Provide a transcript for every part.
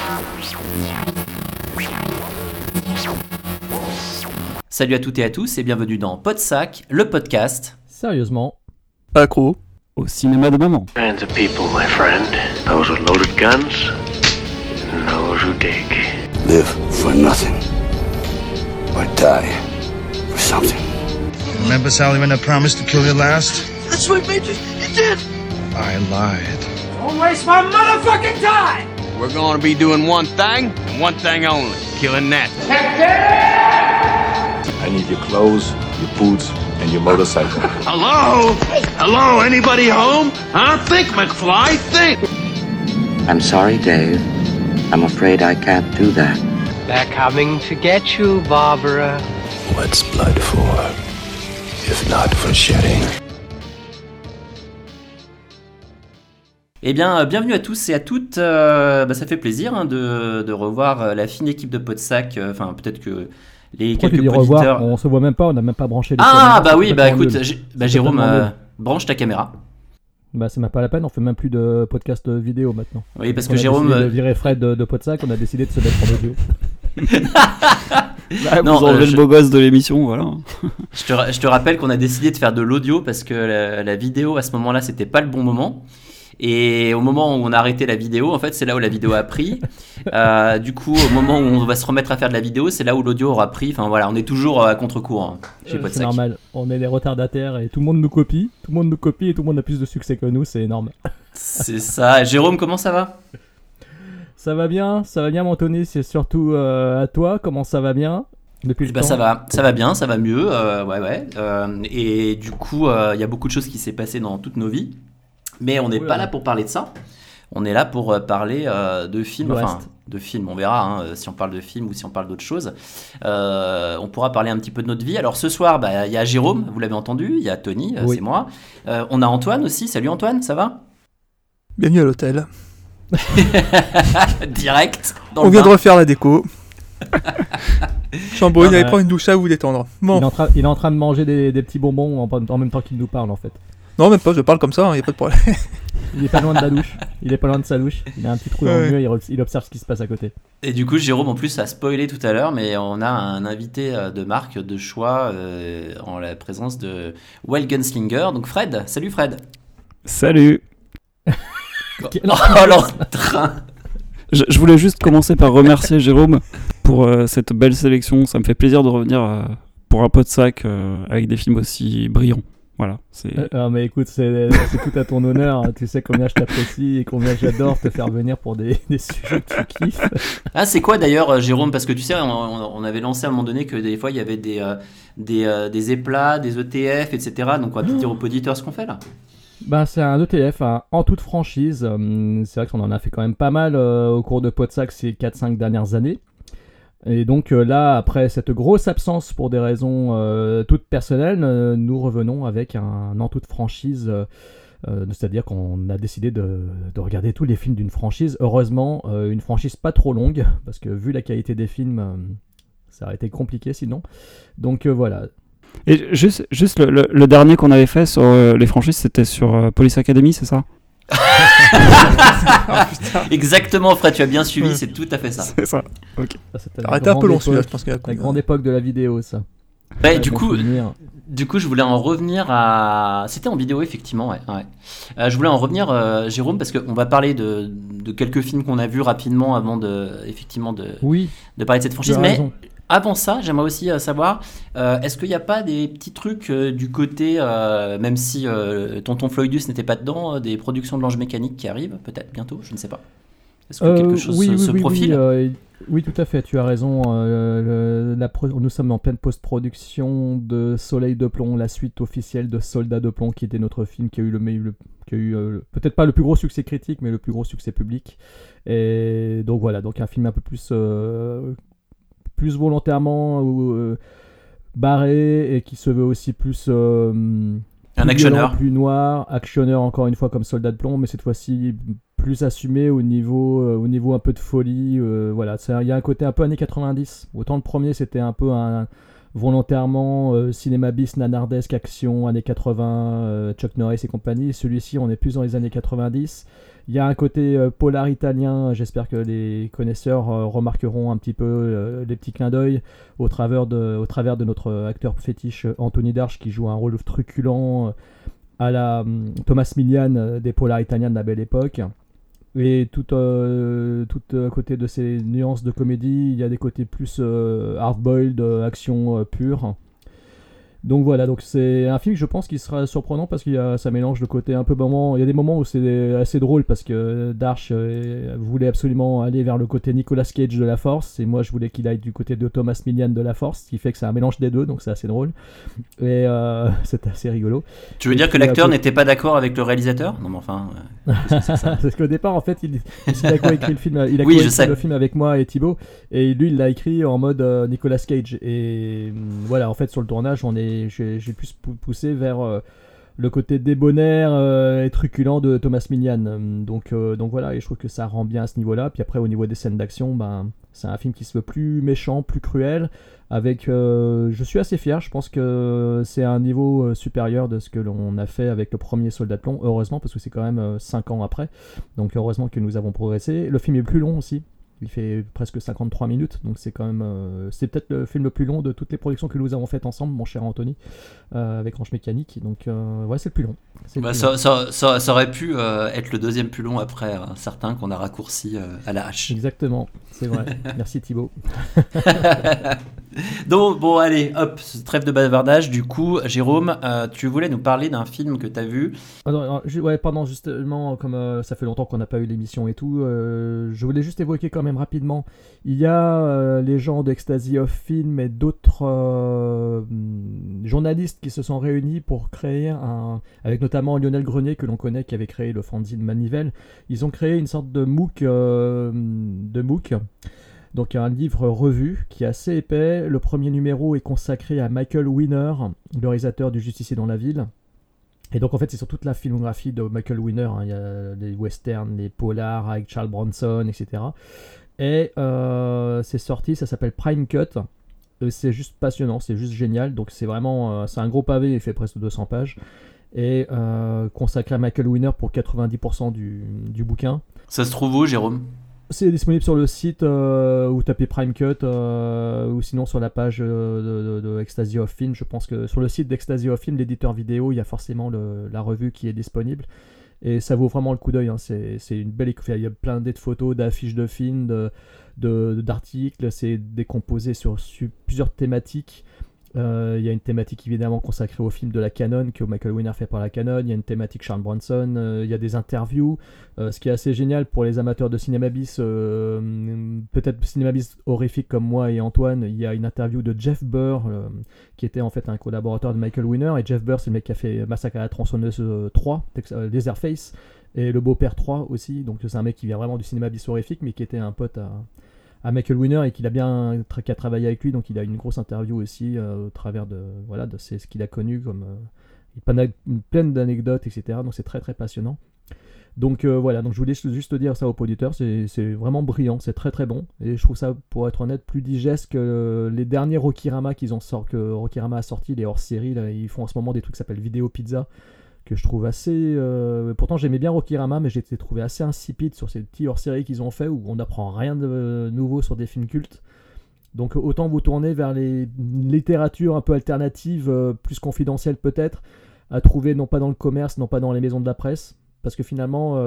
Salut à toutes et à tous et bienvenue dans Podsac, le podcast. Sérieusement. Accro au cinéma de maman. Kinds of people, my friend. Those with loaded guns, and those who dig. Live for nothing, or die for something. Remember, Sally, when I promised to kill you last? That's what made you did. I lied. Don't waste my motherfucking time! We're gonna be doing one thing, and one thing only, killing that. I need your clothes, your boots, and your motorcycle. Hello? Hello, anybody home? Huh? Think, McFly, think! I'm sorry, Dave. I'm afraid I can't do that. They're coming to get you, Barbara. What's blood for, if not for shedding? Eh bien, bienvenue à tous et à toutes. Ça fait plaisir de revoir la fine équipe de Podsac. Enfin, peut-être que les quelques auditeurs... revoir, on se voit même pas, on n'a même pas branché les caméras. caméras. Ah bah oui, bah écoute, Jérôme, branche ta caméra. Bah c'est même pas la peine, on fait même plus de podcast vidéo maintenant. Oui, parce on que Jérôme... On a décidé de virer Fred de Podsac, on a décidé de se mettre en audio. Vous enlevez le beau gosse de l'émission, voilà. Je te rappelle qu'on a décidé de faire de l'audio parce que la vidéo, à ce moment-là, c'était pas le bon moment. Et au moment où on a arrêté la vidéo, en fait, c'est là où la vidéo a pris. Du coup, au moment où on va se remettre à faire de la vidéo, c'est là où l'audio aura pris. Enfin voilà, on est toujours à contre-courant chez Podsac. C'est normal, on est les retardataires et tout le monde nous copie. Tout le monde nous copie et tout le monde a plus de succès que nous, c'est énorme. C'est ça. Jérôme, comment ça va ? Ça va bien, mon Tony. C'est surtout à toi, comment ça va bien depuis le temps ? Ça va bien, ça va mieux. Ouais. Et du coup, il y a beaucoup de choses qui s'est passé dans toutes nos vies. Mais on n'est pas là pour parler de ça. On est là pour parler de films. Enfin, de films, on verra si on parle de films ou si on parle d'autres choses. On pourra parler un petit peu de notre vie. Alors ce soir, il y a Jérôme, vous l'avez entendu. Il y a Tony, c'est moi. On a Antoine aussi. Salut Antoine, ça va ? Bienvenue à l'hôtel. Direct. On vient de refaire la déco. Chambon, allez prendre une douche à vous détendre. Bon. Il est en train de manger des petits bonbons en même temps qu'il nous parle en fait. Non, même pas, je parle comme ça, y a pas de problème. Il est pas loin de la douche. Il est pas loin de sa douche. Il a un petit trou dans le mur, il observe ce qui se passe à côté. Et du coup, Jérôme, en plus, a spoilé tout à l'heure, mais on a un invité de marque de choix en la présence de Wild Gunslinger. Donc Fred, salut Fred. Salut. L'entrain. Je voulais juste commencer par remercier Jérôme pour cette belle sélection. Ça me fait plaisir de revenir pour un Podsac avec des films aussi brillants. Voilà, mais écoute, c'est tout à ton honneur. Tu sais combien je t'apprécie et combien j'adore te faire venir pour des sujets que tu kiffes. Ah, c'est quoi d'ailleurs, Jérôme ? Parce que tu sais, on avait lancé à un moment donné que des fois il y avait des éplats, des ETF, etc. Donc on va peut-être dire aux auditeurs ce qu'on fait là. C'est un ETF en toute franchise. C'est vrai qu'on en a fait quand même pas mal au cours de Podsac ces 4-5 dernières années. Et donc là, après cette grosse absence pour des raisons toutes personnelles, nous revenons avec un en toute franchise, c'est-à-dire qu'on a décidé de regarder tous les films d'une franchise. Heureusement, une franchise pas trop longue, parce que vu la qualité des films, ça aurait été compliqué sinon. Donc voilà. Et juste le dernier qu'on avait fait sur les franchises, c'était sur Police Academy, c'est ça ? Exactement, Fred, tu as bien suivi, c'est tout à fait ça. C'est ça, ok. Arrêtez un peu long celui-là, je pense qu'il y a la grande époque de la vidéo, ça. Ouais, du coup, je voulais en revenir à... C'était en vidéo, effectivement, ouais. Je voulais en revenir, Jérôme, parce qu'on va parler de quelques films qu'on a vus rapidement avant de parler de cette franchise. Mais avant ça, j'aimerais aussi savoir, est-ce qu'il n'y a pas des petits trucs du côté, même si Tonton Floydus n'était pas dedans, des productions de l'Ange Mécanique qui arrivent, peut-être bientôt, je ne sais pas. Est-ce que quelque chose se profile ? Oui, tout à fait, tu as raison. Nous sommes en pleine post-production de Soleil de Plomb, la suite officielle de Soldats de Plomb, qui était notre film qui a eu peut-être pas le plus gros succès critique, mais le plus gros succès public. Et donc voilà, donc un film un peu plus volontairement barré et qui se veut aussi plus un actionneur, plus noir, actionneur encore une fois comme Soldat de Plomb, mais cette fois-ci plus assumé au niveau un peu de folie. Voilà, il y a un côté un peu années 90. Autant le premier c'était un peu volontairement cinéma bis, nanardesque, action, années 80, Chuck Norris et compagnie. Celui-ci, on est plus dans les années 90. Il y a un côté polar italien, j'espère que les connaisseurs remarqueront un petit peu les petits clins d'œil au travers de notre acteur fétiche Anthony Darche qui joue un rôle truculent à la Thomas Milian des polars italiens de la belle époque. Et tout à côté de ces nuances de comédie, il y a des côtés plus hard-boiled, action pure. Donc voilà, donc c'est un film je pense qui sera surprenant parce que ça mélange le côté un peu moment. Il y a des moments où c'est assez drôle parce que Darche voulait absolument aller vers le côté Nicolas Cage de la Force et moi je voulais qu'il aille du côté de Thomas Milian de la Force, ce qui fait que c'est un mélange des deux, donc c'est assez drôle et c'est assez rigolo. Tu veux dire que l'acteur n'était pas d'accord avec le réalisateur ? Non mais enfin... c'est ça. Parce qu'au départ en fait il a coécrit le film, le film avec moi et Thibaut et lui il l'a écrit en mode Nicolas Cage et voilà en fait sur le tournage j'ai plus poussé vers le côté débonnaire et truculent de Thomas Milian. Donc voilà, et je trouve que ça rend bien à ce niveau-là. Puis après, au niveau des scènes d'action, c'est un film qui se veut plus méchant, plus cruel. Je suis assez fier, je pense que c'est un niveau supérieur de ce que l'on a fait avec le premier Soldat de Plomb, heureusement, parce que c'est quand même 5 ans après. Donc heureusement que nous avons progressé. Le film est plus long aussi. Il fait presque 53 minutes, donc c'est quand même... c'est peut-être le film le plus long de toutes les productions que nous avons faites ensemble, mon cher Anthony, avec Ange Mécanique. Donc ouais, c'est le plus long. Ça aurait pu être le deuxième plus long après certains qu'on a raccourci à la hache. Exactement, c'est vrai. Merci Thibaut. Donc bon allez, hop, trêve de bavardage. Du coup, Jérôme, tu voulais nous parler d'un film que tu as vu. Pendant justement, comme ça fait longtemps qu'on n'a pas eu l'émission et tout, je voulais juste évoquer quand même rapidement. Il y a les gens d'Ecstasy of Film et d'autres journalistes qui se sont réunis pour créer avec notamment Lionel Grenier que l'on connaît, qui avait créé le fanzine Manivelle. Ils ont créé une sorte de MOOC. Donc un livre revu qui est assez épais. Le premier numéro est consacré à Michael Winner, le réalisateur du Justicier dans la ville. Et donc en fait c'est sur toute la filmographie de Michael Winner. Il y a les westerns, les polars avec Charles Bronson, etc. Et c'est sorti, ça s'appelle Prime Cut. C'est juste passionnant, c'est juste génial. Donc c'est vraiment, c'est un gros pavé, il fait presque 200 pages. Et consacré à Michael Winner pour 90% du bouquin. Ça se trouve où, Jérôme ? C'est disponible sur le site où tapez Prime Cut ou sinon sur la page de Ecstasy of Film. Je pense que sur le site d'Ecstasy of Film, l'éditeur vidéo, il y a forcément la revue qui est disponible. Et ça vaut vraiment le coup d'œil. C'est une belle écoute. Il y a plein de photos, d'affiches de films, d'articles. C'est décomposé sur plusieurs thématiques. Il y a une thématique évidemment consacrée au film de la Canon que Michael Winner fait par la Canon. Il y a une thématique Charles Bronson. Il y a des interviews. Ce qui est assez génial pour les amateurs de cinéma bis, peut-être cinéma bis horrifique comme moi et Antoine. Il y a une interview de Jeff Burr qui était en fait un collaborateur de Michael Winner. Et Jeff Burr, c'est le mec qui a fait Massacre à la tronçonneuse 3, Leatherface, et Le Beau-Père 3 aussi. Donc c'est un mec qui vient vraiment du cinéma bis horrifique, mais qui était un pote à Michael Winner et qu'il a bien qui a travaillé avec lui, donc il a une grosse interview aussi au travers de ce qu'il a connu comme plein d'anecdotes, etc. Donc c'est très très passionnant. Donc voilà, donc je voulais juste dire ça aux auditeurs, c'est vraiment brillant, c'est très très bon et je trouve ça, pour être honnête, plus digeste que les derniers Rokirama que Rokirama a sorti, les hors-séries. Là, ils font en ce moment des trucs qui s'appellent Vidéo Pizza, que je trouve assez... Pourtant j'aimais bien Rokirama, mais j'ai été trouvé assez insipide sur ces petits hors-séries qu'ils ont fait où on n'apprend rien de nouveau sur des films cultes. Donc autant vous tourner vers les littératures un peu alternatives, plus confidentielles peut-être, à trouver non pas dans le commerce, non pas dans les maisons de la presse, parce que finalement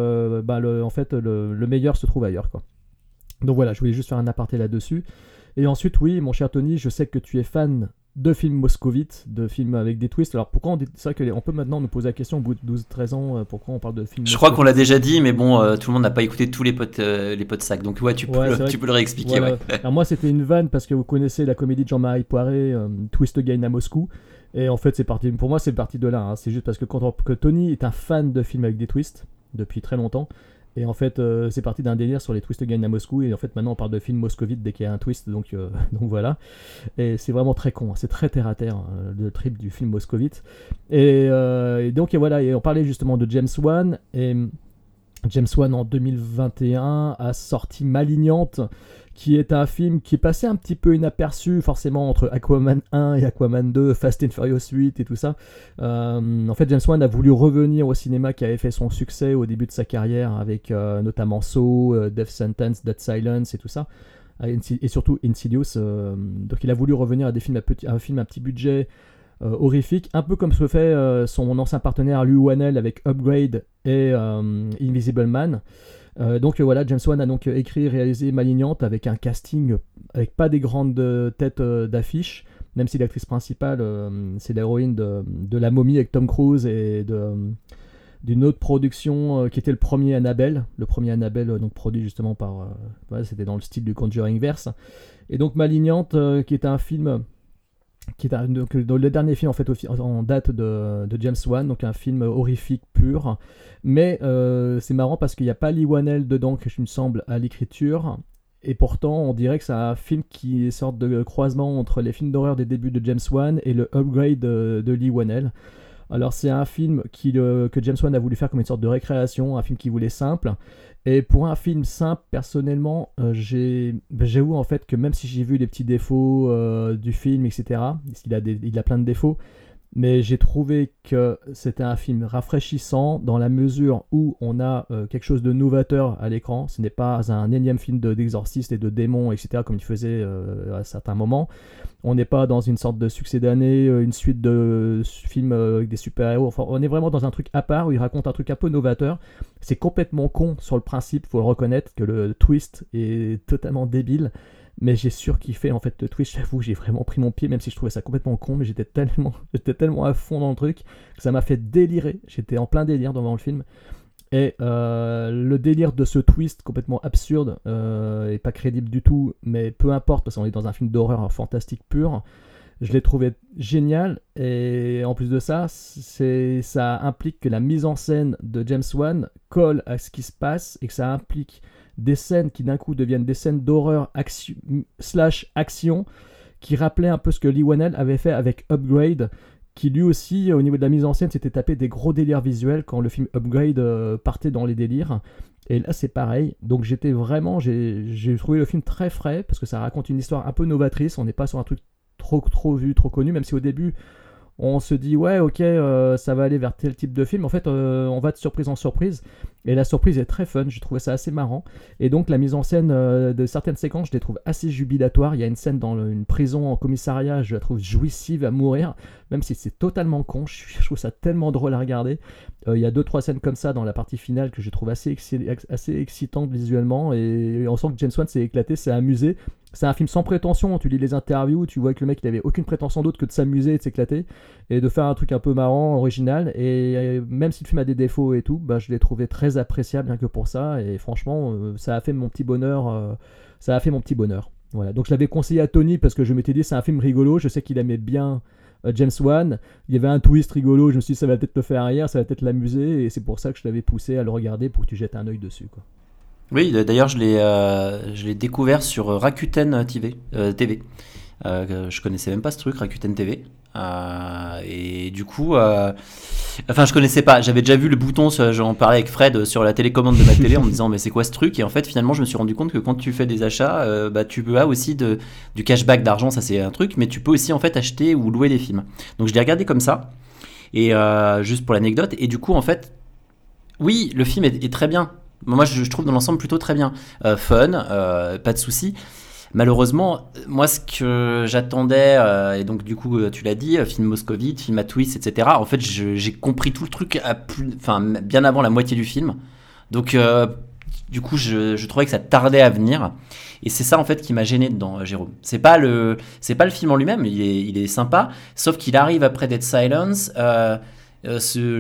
le meilleur se trouve ailleurs, quoi. Donc voilà, je voulais juste faire un aparté là-dessus. Et ensuite, oui, mon cher Tony, je sais que tu es fan de films moscovites, de films avec des twists. Alors pourquoi c'est vrai qu'on peut maintenant nous poser la question au bout de 12-13 ans, pourquoi on parle de films Je crois qu'on l'a déjà dit, mais bon, tout le monde n'a pas écouté tous les potes sacs, donc ouais, tu peux le réexpliquer. Voilà. Ouais. Alors moi c'était une vanne parce que vous connaissez la comédie de Jean-Marie Poiré, Twist Again à Moscou, et en fait pour moi c'est parti de là, hein. C'est juste parce que Tony est un fan de films avec des twists depuis très longtemps. Et en fait, c'est parti d'un délire sur les Twist Again à Moscou. Et en fait, maintenant, on parle de films moscovites dès qu'il y a un twist. Donc voilà. Et c'est vraiment très con. Hein. C'est très terre à terre, le trip du film moscovite. Et donc, voilà. Et on parlait justement de James Wan. Et James Wan en 2021 a sorti Malignante, qui est un film qui est passé un petit peu inaperçu forcément entre Aquaman 1 et Aquaman 2, Fast and Furious 8 et tout ça. En fait, James Wan a voulu revenir au cinéma qui avait fait son succès au début de sa carrière avec notamment Saw, Death Sentence, Dead Silence et tout ça. Et surtout Insidious. Donc il a voulu revenir à un film à petit budget, horrifique, un peu comme ce que fait son ancien partenaire Lew Whannell avec Upgrade et Invisible Man. Donc voilà, James Wan a donc écrit et réalisé Malignante avec un casting avec pas des grandes têtes d'affiche, même si l'actrice principale c'est l'héroïne de La Momie avec Tom Cruise et d'une autre production qui était le premier Annabelle donc produit justement par c'était dans le style du Conjuringverse. Et donc Malignante qui est un film donc le dernier film en fait en date de James Wan, donc un film horrifique pur, mais c'est marrant parce qu'il n'y a pas Leigh Whannell dedans, que je me semble, à l'écriture, et pourtant on dirait que c'est un film qui est une sorte de croisement entre les films d'horreur des débuts de James Wan et le Upgrade de Leigh Whannell. Alors c'est un film que James Wan a voulu faire comme une sorte de récréation, un film qu'il voulait simple. Et pour un film simple, personnellement, j'avoue en fait que même si j'ai vu les petits défauts du film, etc., il a plein de défauts, mais j'ai trouvé que c'était un film rafraîchissant dans la mesure où on a quelque chose de novateur à l'écran. Ce n'est pas un énième film d'exorciste et de démons, etc., comme il faisait à certains moments. On n'est pas dans une sorte de succès d'année, une suite de films avec des super-héros. Enfin, on est vraiment dans un truc à part où il raconte un truc un peu novateur. C'est complètement con sur le principe, faut le reconnaître, que le twist est totalement débile. Mais j'ai surkiffé en fait le twist, j'avoue, j'ai vraiment pris mon pied, même si je trouvais ça complètement con, mais j'étais tellement à fond dans le truc que ça m'a fait délirer. J'étais en plein délire devant le film. Et le délire de ce twist complètement absurde et pas crédible du tout, mais peu importe, parce qu'on est dans un film d'horreur fantastique pur, je l'ai trouvé génial. Et en plus de ça, ça implique que la mise en scène de James Wan colle à ce qui se passe et que ça implique des scènes qui d'un coup deviennent des scènes d'horreur /action qui rappelaient un peu ce que Leigh Whannell avait fait avec Upgrade, qui lui aussi, au niveau de la mise en scène, s'était tapé des gros délires visuels quand le film Upgrade partait dans les délires. Et là, c'est pareil. Donc j'ai trouvé le film très frais, parce que ça raconte une histoire un peu novatrice. On n'est pas sur un truc trop vu, trop connu, même si au début, on se dit, ouais, ok, ça va aller vers tel type de film. En fait, on va de surprise en surprise. Et la surprise est très fun, j'ai trouvé ça assez marrant. Et donc la mise en scène de certaines séquences, je les trouve assez jubilatoires. Il y a une scène dans une prison en commissariat, je la trouve jouissive à mourir, même si c'est totalement con. Je trouve ça tellement drôle à regarder. Il y a 2-3 scènes comme ça dans la partie finale que je trouve assez excitantes visuellement. Et on sent que James Wan s'est éclaté, s'est amusé. C'est un film sans prétention, tu lis les interviews, tu vois que le mec il avait aucune prétention d'autre que de s'amuser et de s'éclater et de faire un truc un peu marrant, original, et même si le film a des défauts et tout, je l'ai trouvé très appréciable rien que pour ça, et franchement ça a fait mon petit bonheur, voilà. Donc je l'avais conseillé à Tony parce que je m'étais dit c'est un film rigolo, je sais qu'il aimait bien James Wan, il y avait un twist rigolo, je me suis dit ça va peut-être le faire rire, ça va peut-être l'amuser, et c'est pour ça que je l'avais poussé à le regarder pour que tu jettes un œil dessus, quoi. Oui, d'ailleurs, je l'ai découvert sur Rakuten TV. Je connaissais même pas ce truc, Rakuten TV. Et du coup, je connaissais pas. J'avais déjà vu le bouton, j'en parlais avec Fred sur la télécommande de ma télé en me disant mais c'est quoi ce truc ? Et en fait, finalement, je me suis rendu compte que quand tu fais des achats, tu peux aussi du cashback d'argent, ça c'est un truc, mais tu peux aussi en fait acheter ou louer des films. Donc je l'ai regardé comme ça, et juste pour l'anecdote. Et du coup, en fait, oui, le film est très bien. Moi, je trouve dans l'ensemble plutôt très bien. Fun, pas de soucis. Malheureusement, moi, ce que j'attendais, et donc du coup, tu l'as dit, film moscovite, film à twist, etc. En fait, j'ai compris tout le truc bien avant la moitié du film. Donc, du coup, je trouvais que ça tardait à venir. Et c'est ça, en fait, qui m'a gêné dedans, Jérôme. C'est pas le film en lui-même, il est sympa, sauf qu'il arrive après Dead Silence. Tout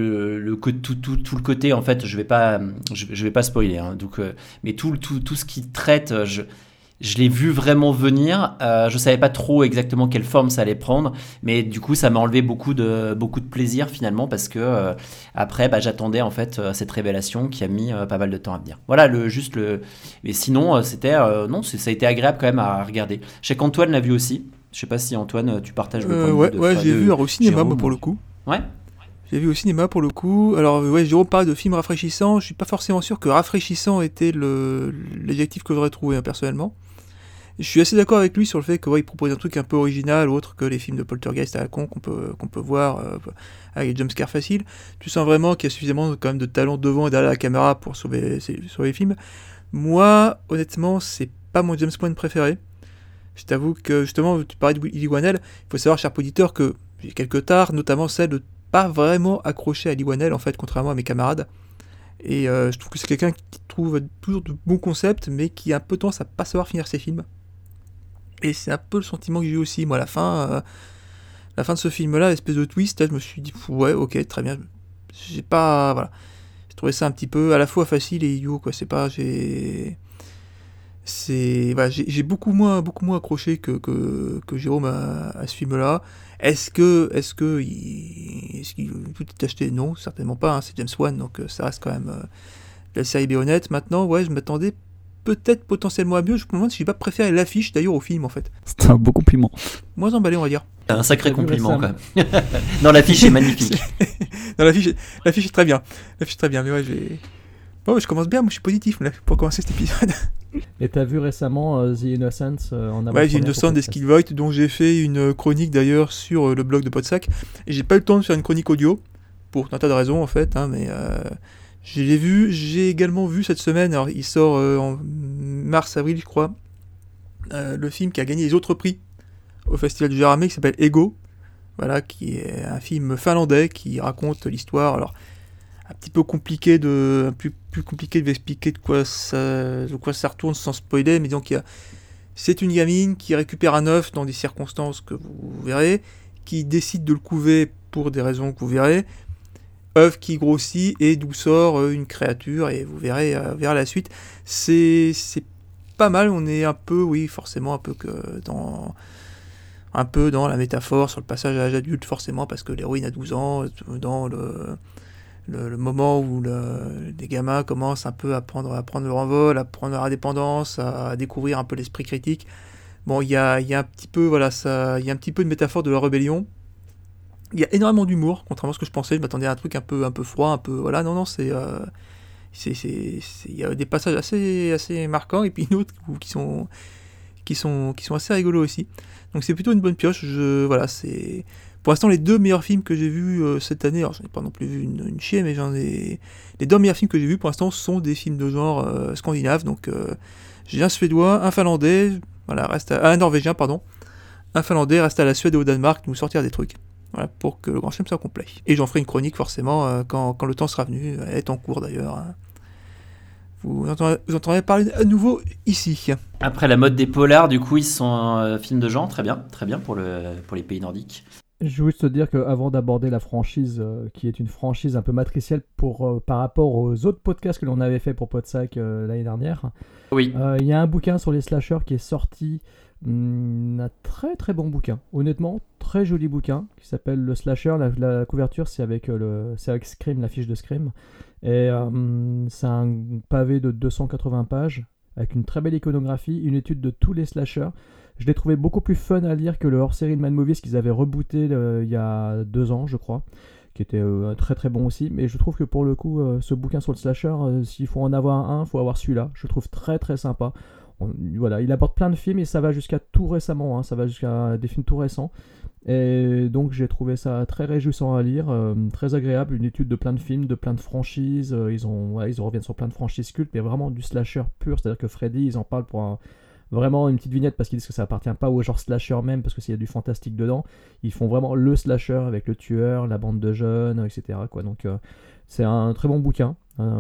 le côté, en fait, je vais pas spoiler, hein, donc, mais tout ce qui traite, je l'ai vu vraiment venir. Je savais pas trop exactement quelle forme ça allait prendre, mais du coup ça m'a enlevé beaucoup de plaisir finalement, parce que après j'attendais en fait cette révélation qui a mis pas mal de temps à venir. Voilà mais sinon c'était non, ça a été agréable quand même à regarder. Je sais qu'Antoine l'a vu aussi. Je sais pas si Antoine tu partages le point de vue ouais, j'ai vu au cinéma moi, pour le coup. Ouais. J'ai vu au cinéma pour le coup. Alors ouais, Jérôme parle de films rafraîchissants. Je suis pas forcément sûr que rafraîchissant était l'adjectif que j'aurais trouvé personnellement. Je suis assez d'accord avec lui sur le fait que il propose un truc un peu original, autre que les films de poltergeist à la con qu'on peut voir avec les jumpscares faciles. Tu sens vraiment qu'il y a suffisamment quand même de talent devant et derrière la caméra pour sauver les films. Moi, honnêtement, c'est pas mon James Wan préféré. Je t'avoue que justement, tu parlais de Willy Whannell. Il faut savoir, cher auditeur, que j'ai quelques tares, notamment celle de pas vraiment accroché à Lee Whannell, en fait, contrairement à mes camarades. Et je trouve que c'est quelqu'un qui trouve toujours de bons concepts, mais qui a un peu tendance à pas savoir finir ses films. Et c'est un peu le sentiment que j'ai eu aussi, moi, à la fin de ce film-là, l'espèce de twist, là, je me suis dit, ouais, ok, très bien. J'ai pas, voilà. J'ai trouvé ça un petit peu à la fois facile et idiot, quoi. J'ai beaucoup moins accroché que Jérôme à ce film-là. Est-ce qu'il tout est acheté ? Non, certainement pas. Hein, c'est James Wan, donc ça reste quand même la série B honnête. Maintenant, ouais, je m'attendais peut-être potentiellement à mieux. Je me demande si j'ai pas préféré l'affiche d'ailleurs au film en fait. C'était un beau compliment. Moins emballé, on va dire. Un sacré compliment quand même. Non, l'affiche est magnifique. Non, l'affiche est très bien. Mais ouais, je commence bien, moi je suis positif là, pour commencer cet épisode. Et t'as vu récemment The Innocents en avant. Ouais, The Innocents des Skill Voight, dont j'ai fait une chronique d'ailleurs sur le blog de Podsac. Et j'ai pas eu le temps de faire une chronique audio, pour un tas de raisons en fait, hein, mais je l'ai vu. J'ai également vu cette semaine, alors il sort en mars-avril je crois, le film qui a gagné les autres prix au Festival du Jarramé, qui s'appelle Ego. Voilà, qui est un film finlandais qui raconte l'histoire, alors un petit peu compliqué plus compliqué de expliquer de quoi ça retourne sans spoiler, mais donc c'est une gamine qui récupère un œuf dans des circonstances que vous verrez, qui décide de le couver pour des raisons que vous verrez, œuf qui grossit et d'où sort une créature, et vous verrez vers la suite. C'est pas mal, on est un peu, oui, forcément un peu dans la métaphore sur le passage à l'âge adulte, forcément, parce que l'héroïne a 12 ans, dans le moment où les gamins commencent un peu à prendre leur envol, à prendre leur indépendance, à découvrir un peu l'esprit critique. Bon, il y a un petit peu, voilà, il y a un petit peu de métaphore de la rébellion. Il y a énormément d'humour, contrairement à ce que je pensais. Je m'attendais à un truc un peu froid, un peu, voilà, non, il y a des passages assez marquants, et puis d'autres qui sont assez rigolos aussi. Donc c'est plutôt une bonne pioche. C'est pour l'instant les deux meilleurs films que j'ai vus cette année. Alors j'en ai pas non plus vu une chier, mais les deux meilleurs films que j'ai vus pour l'instant sont des films de genre scandinave. Donc j'ai un Suédois, un Finlandais, voilà, un Norvégien pardon, un Finlandais, reste à la Suède et au Danemark nous sortir des trucs. Voilà, pour que le grand film soit complet. Et j'en ferai une chronique forcément quand le temps sera venu. Elle est en cours d'ailleurs. Hein. Vous entendrez parler à nouveau ici. Après la mode des polars, du coup, ils sont films de genre, très bien pour les pays nordiques. Je veux juste te dire qu'avant d'aborder la franchise, qui est une franchise un peu matricielle par rapport aux autres podcasts que l'on avait fait pour Podsac l'année dernière, oui. Il y a un bouquin sur les slashers qui est sorti, un très très bon bouquin, honnêtement, très joli bouquin, qui s'appelle Le Slasher. La couverture, c'est avec Scream, l'affiche de Scream. Et c'est un pavé de 280 pages avec une très belle iconographie, une étude de tous les slashers. Je l'ai trouvé beaucoup plus fun à lire que le hors-série de Mad Movies qu'ils avaient rebooté il y a 2 ans, je crois, qui était très très bon aussi. Mais je trouve que pour le coup, ce bouquin sur le slasher, s'il faut en avoir un, il faut avoir celui-là. Je le trouve très très sympa. Voilà, il aborde plein de films et ça va jusqu'à tout récemment, hein, ça va jusqu'à des films tout récents. Et donc j'ai trouvé ça très réjouissant à lire, très agréable, une étude de plein de films, de plein de franchises. Ils reviennent sur plein de franchises cultes, mais vraiment du slasher pur, c'est-à-dire que Freddy, ils en parlent pour vraiment une petite vignette parce qu'ils disent que ça appartient pas au genre slasher même, parce qu'il y a du fantastique dedans. Ils font vraiment le slasher avec le tueur, la bande de jeunes, etc. quoi. Donc c'est un très bon bouquin,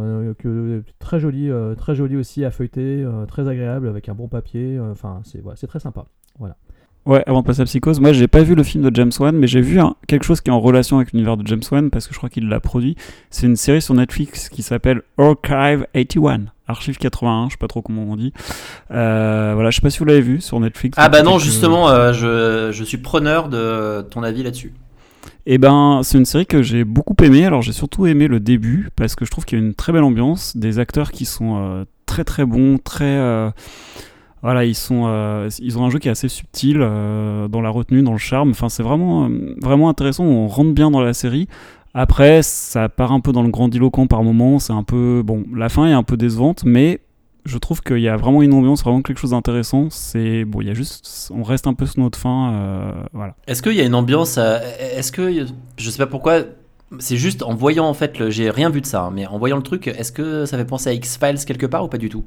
très joli aussi à feuilleter, très agréable avec un bon papier. C'est très sympa. Voilà. Ouais, avant de passer à Psychose, moi j'ai pas vu le film de James Wan, mais j'ai vu quelque chose qui est en relation avec l'univers de James Wan, parce que je crois qu'il l'a produit. C'est une série sur Netflix qui s'appelle Archive 81, Archive 81, je sais pas trop comment on dit. Voilà, je sais pas si vous l'avez vu sur Netflix. Ah bah non, justement, je suis preneur de ton avis là-dessus. Et ben, c'est une série que j'ai beaucoup aimée. Alors j'ai surtout aimé le début, parce que je trouve qu'il y a une très belle ambiance, des acteurs qui sont très très bons, très... Voilà, ils ont un jeu qui est assez subtil dans la retenue, dans le charme. Enfin, c'est vraiment intéressant. On rentre bien dans la série. Après, ça part un peu dans le grandiloquent par moments, c'est un peu... Bon, la fin est un peu décevante, mais je trouve qu'il y a vraiment une ambiance, vraiment quelque chose d'intéressant. C'est... Bon, il y a juste... On reste un peu sur notre fin, voilà. Est-ce qu'il y a une ambiance... Est-ce que... Je sais pas pourquoi... C'est juste en voyant, en fait... J'ai rien vu de ça, hein, mais en voyant le truc, est-ce que ça fait penser à X-Files quelque part ou pas du tout?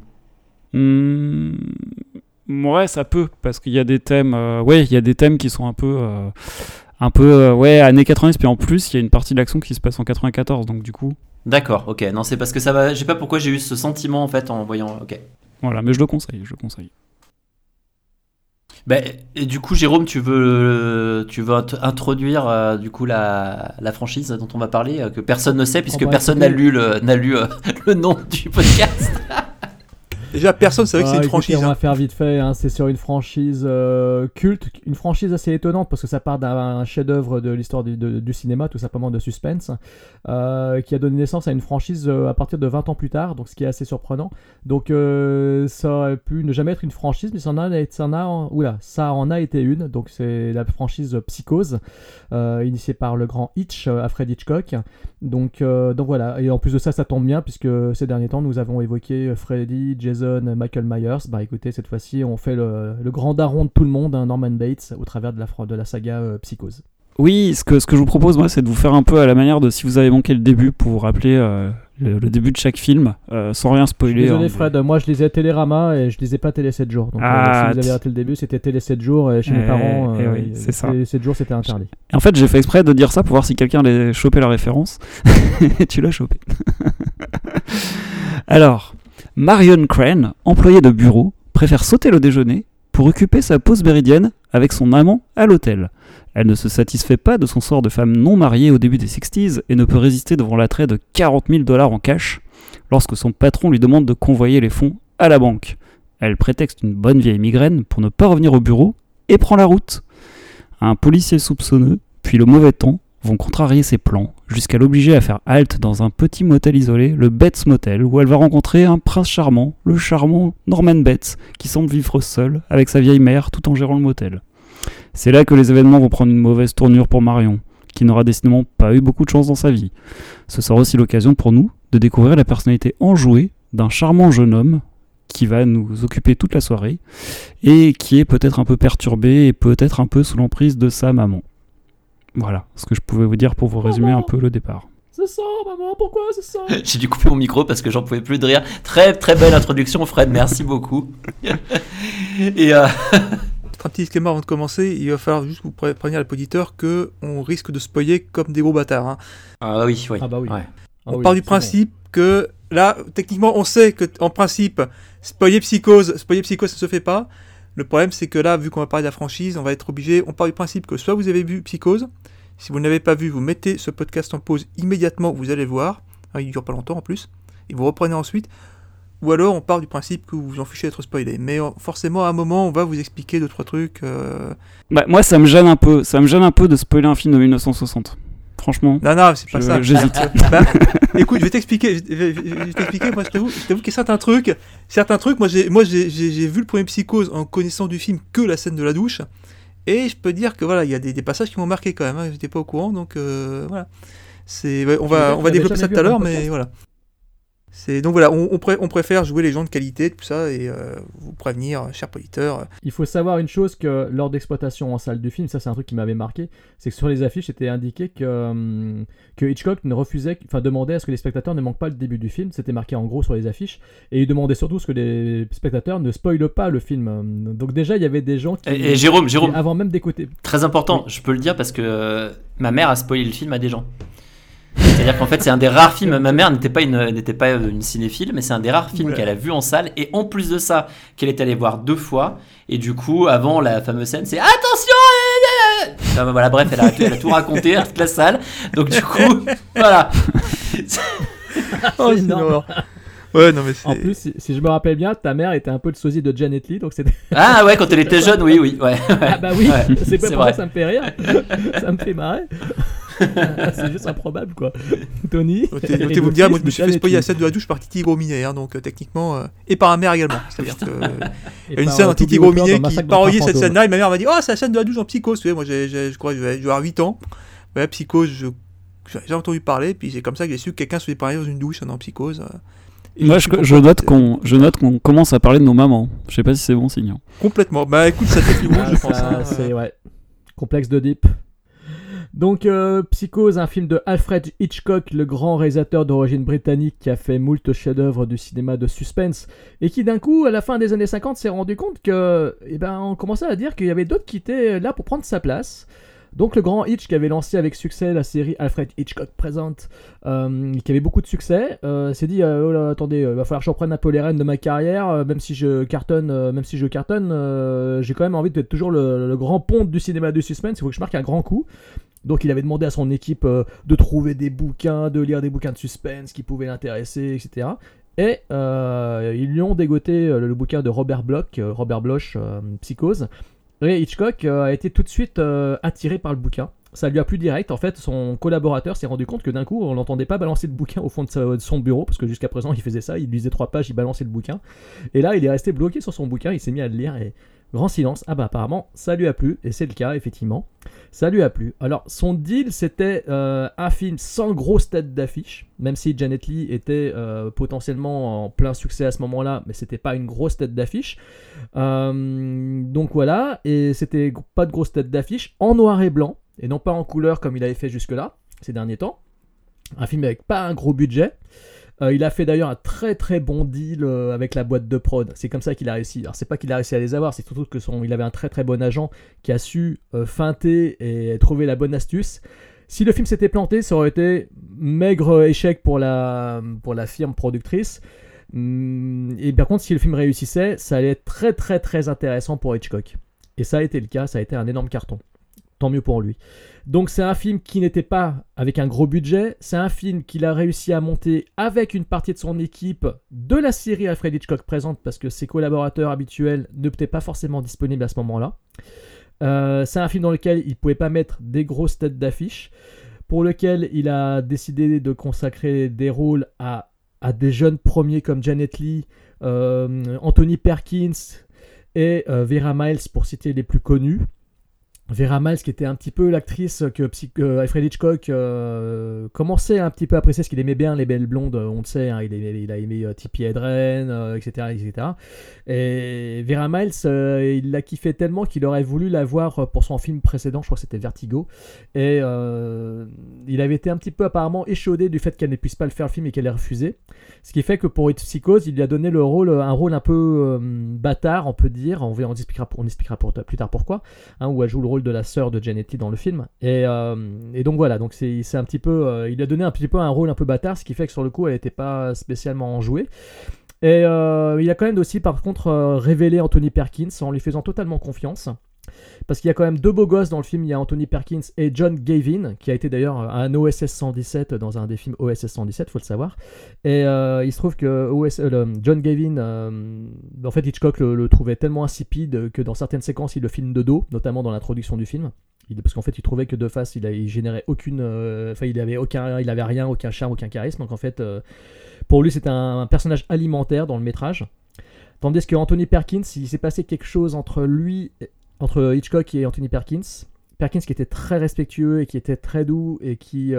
Ouais, ça peut, parce qu'il y a des thèmes... il y a des thèmes qui sont un peu années 90, puis en plus il y a une partie de l'action qui se passe en 94, donc du coup... D'accord, ok, non c'est parce que ça va, je sais pas pourquoi j'ai eu ce sentiment en fait en voyant, ok. Voilà, mais je le conseille. Et du coup Jérôme, tu veux introduire du coup la franchise dont on va parler, que personne ne sait puisque personne n'a lu le nom du podcast. Déjà, personne ne savait que c'est une franchise. On va faire vite fait. Hein. C'est sur une franchise culte, une franchise assez étonnante parce que ça part d'un chef-d'œuvre de l'histoire du cinéma, tout simplement de suspense, qui a donné naissance à une franchise à partir de 20 ans plus tard, donc ce qui est assez surprenant. Donc ça aurait pu ne jamais être une franchise, mais ça en a été une. Donc c'est la franchise Psychose, initiée par le grand Alfred Hitchcock. Donc voilà. Et en plus de ça, ça tombe bien puisque ces derniers temps, nous avons évoqué Freddy, Jason, Michael Myers. Bah écoutez, cette fois-ci on fait le grand daron de tout le monde, hein, Norman Bates, au travers de la saga Psychose. Oui, ce que je vous propose moi, c'est de vous faire un peu à la manière de si vous avez manqué le début, pour vous rappeler le début de chaque film, sans rien spoiler. Désolé Fred, moi je lisais Télérama et je lisais pas Télé 7 jours. Donc si vous avez raté le début, c'était Télé 7 jours et chez mes parents, oui, c'est ça. Télé 7 jours c'était interdit. Et en fait, j'ai fait exprès de dire ça pour voir si quelqu'un allait choper la référence. Et tu l'as chopé. Alors, Marion Crane, employée de bureau, préfère sauter le déjeuner pour occuper sa pause méridienne avec son amant à l'hôtel. Elle ne se satisfait pas de son sort de femme non mariée au début des 60s et ne peut résister devant l'attrait de $40 000 en cash lorsque son patron lui demande de convoyer les fonds à la banque. Elle prétexte une bonne vieille migraine pour ne pas revenir au bureau et prend la route. Un policier soupçonneux, puis le mauvais temps, vont contrarier ses plans jusqu'à l'obliger à faire halte dans un petit motel isolé, le Bates Motel, où elle va rencontrer un prince charmant, le charmant Norman Bates, qui semble vivre seul avec sa vieille mère tout en gérant le motel. C'est là que les événements vont prendre une mauvaise tournure pour Marion, qui n'aura décidément pas eu beaucoup de chance dans sa vie. Ce sera aussi l'occasion pour nous de découvrir la personnalité enjouée d'un charmant jeune homme qui va nous occuper toute la soirée et qui est peut-être un peu perturbé et peut-être un peu sous l'emprise de sa maman. Voilà ce que je pouvais vous dire pour vous résumer un peu le départ. C'est ça, maman, pourquoi c'est ça? J'ai dû couper mon micro parce que j'en pouvais plus de rire. Très très belle introduction, Fred, merci beaucoup. Et un petit disclaimer avant de commencer, il va falloir juste vous prévenir à l'auditeur qu'on risque de spoiler comme des gros bâtards. Hein. Ah oui. Ah bah oui. Ouais. On part du principe que là, techniquement, on sait qu'en principe, spoiler Psychose, ça ne se fait pas. Le problème, c'est que là, vu qu'on va parler de la franchise, on va être obligé. On part du principe que soit vous avez vu Psychose, si vous ne l'avez pas vu, vous mettez ce podcast en pause immédiatement, vous allez le voir. Il ne dure pas longtemps en plus. Et vous reprenez ensuite. Ou alors, on part du principe que vous vous en fichez d'être spoilé. Mais forcément, à un moment, on va vous expliquer 2-3 trucs. Bah, moi, ça me gêne un peu. Ça me gêne un peu de spoiler un film de 1960. Franchement. Non, c'est pas ça. J'hésite. Écoute, je vais t'expliquer. Moi, je t'avoue qu'il y a certains trucs. Moi, j'ai vu le premier Psychose en connaissant du film que la scène de la douche. Et je peux dire que voilà, il y a des passages qui m'ont marqué quand même. Hein, j'étais pas au courant, donc voilà. On va développer ça tout à l'heure, mais voilà. Donc voilà, on préfère jouer les gens de qualité, tout ça, et vous prévenir, chers auditeurs. Il faut savoir une chose, que lors d'exploitation en salle du film, ça c'est un truc qui m'avait marqué, c'est que sur les affiches c'était indiqué que Hitchcock demandait à ce que les spectateurs ne manquent pas le début du film, c'était marqué en gros sur les affiches, et il demandait surtout ce que les spectateurs ne spoilent pas le film. Donc déjà il y avait des gens qui... Et Jérôme, avant même d'écouter... Très important, oui. Je peux le dire parce que ma mère a spoilé le film à des gens. C'est-à-dire qu'en fait c'est un des rares films, ma mère n'était pas une cinéphile, mais c'est un des rares films qu'elle a vu en salle, et en plus de ça qu'elle est allée voir 2 fois, et du coup avant la fameuse scène c'est attention, enfin, voilà, bref, elle a tout raconté à toute la salle, donc du coup voilà. Oh, non. Ouais, non mais c'est... En plus, si je me rappelle bien, ta mère était un peu le sosie de Janet Leigh, donc c'était... Ah ouais, quand elle était jeune, oui. Ouais. Ah bah oui, ouais, c'est pas c'est pour vrai. Ça, ça me fait rire, ça me fait marrer. C'est juste improbable, quoi. Tony. Vous me direz, moi je me suis fait spoiler la scène de la douche par Titi Gros-Minet, hein, donc techniquement, et par ma mère également. C'est-à-dire que il y a une scène en Titi Gros-Minet qui parodiait cette scène-là, et ma mère m'a dit, oh, c'est la scène de la douche en Psychose. Tu sais, moi je crois que je vais avoir 8 ans. Ouais, Psychose, je J'avais jamais entendu parler, puis c'est comme ça que j'ai su que quelqu'un se faisait parler dans une douche en psychose. Moi, je note qu'on commence à parler de nos mamans. Je sais pas si c'est bon signe. Complètement. Bah écoute, ça fait rouge, je pense. C'est ouais. Complexe d'Oedipe. Donc, Psychose, un film de Alfred Hitchcock, le grand réalisateur d'origine britannique qui a fait moult chefs-d'œuvre du cinéma de suspense et qui, d'un coup, à la fin des années 50, s'est rendu compte que, on commençait à dire qu'il y avait d'autres qui étaient là pour prendre sa place. Donc, le grand Hitch qui avait lancé avec succès la série Alfred Hitchcock Present, qui avait beaucoup de succès, s'est dit oh là, attendez, va falloir que je reprenne un peu les rênes de ma carrière, même si je cartonne, j'ai quand même envie d'être toujours le grand ponte du cinéma de suspense. Il faut que je marque un grand coup. Donc il avait demandé à son équipe de trouver des bouquins, de lire des bouquins de suspense qui pouvaient l'intéresser, etc. Et ils lui ont dégoté le bouquin de Robert Bloch, Psychose. Et Hitchcock a été tout de suite attiré par le bouquin. Ça lui a plu direct. En fait, son collaborateur s'est rendu compte que d'un coup, on l'entendait pas balancer le bouquin au fond de son bureau, parce que jusqu'à présent, il faisait ça, il lisait 3 pages, il balançait le bouquin. Et là, il est resté bloqué sur son bouquin, il s'est mis à le lire et... Grand silence. Ah bah apparemment ça lui a plu, et c'est le cas effectivement. Ça lui a plu. Alors son deal c'était un film sans grosse tête d'affiche, même si Janet Leigh était potentiellement en plein succès à ce moment-là, mais c'était pas une grosse tête d'affiche. Donc voilà, et c'était pas de grosse tête d'affiche, en noir et blanc, et non pas en couleur comme il avait fait jusque-là, ces derniers temps. Un film avec pas un gros budget. Il a fait d'ailleurs un très très bon deal avec la boîte de prod. C'est comme ça qu'il a réussi. Alors c'est pas qu'il a réussi à les avoir, c'est surtout que il avait un très très bon agent qui a su feinter et trouver la bonne astuce. Si le film s'était planté, ça aurait été maigre échec pour la firme productrice. Et par contre, si le film réussissait, ça allait être très très très intéressant pour Hitchcock. Et ça a été le cas, ça a été un énorme carton. Tant mieux pour lui. Donc c'est un film qui n'était pas avec un gros budget, c'est un film qu'il a réussi à monter avec une partie de son équipe de la série Alfred Hitchcock Présente, parce que ses collaborateurs habituels n'étaient pas forcément disponibles à ce moment-là. C'est un film dans lequel il ne pouvait pas mettre des grosses têtes d'affiche, pour lequel il a décidé de consacrer des rôles à des jeunes premiers comme Janet Leigh, Anthony Perkins et Vera Miles, pour citer les plus connus. Vera Miles, qui était un petit peu l'actrice que Alfred Hitchcock commençait un petit peu à apprécier, parce qu'il aimait bien les belles blondes, on le sait, hein, il a aimé Tippi Hedren, etc. Et Vera Miles, il l'a kiffé tellement qu'il aurait voulu la voir pour son film précédent, je crois que c'était Vertigo, et il avait été un petit peu apparemment échaudé du fait qu'elle ne puisse pas le faire le film et qu'elle ait refusé, ce qui fait que pour Psychose, il lui a donné un rôle un peu bâtard, on peut dire, on expliquera plus tard pourquoi, hein, où elle joue le rôle de la sœur de Janet Leigh dans le film, et donc voilà, donc c'est un petit peu il a donné un petit peu un rôle un peu bâtard, ce qui fait que sur le coup elle n'était pas spécialement enjouée, et il a quand même aussi par contre révélé Anthony Perkins en lui faisant totalement confiance, parce qu'il y a quand même 2 beaux gosses dans le film. Il y a Anthony Perkins et John Gavin, qui a été d'ailleurs un OSS 117 dans un des films OSS 117, faut le savoir. Et il se trouve que John Gavin, en fait Hitchcock le trouvait tellement insipide que dans certaines séquences il le filme de dos, notamment dans l'introduction du film. Parce qu'en fait il trouvait que de face il générait aucune, il avait rien, aucun charme, aucun charisme. Donc en fait pour lui c'était un personnage alimentaire dans le métrage. Tandis que Anthony Perkins, il s'est passé quelque chose entre Hitchcock et Anthony Perkins qui était très respectueux et qui était très doux et qui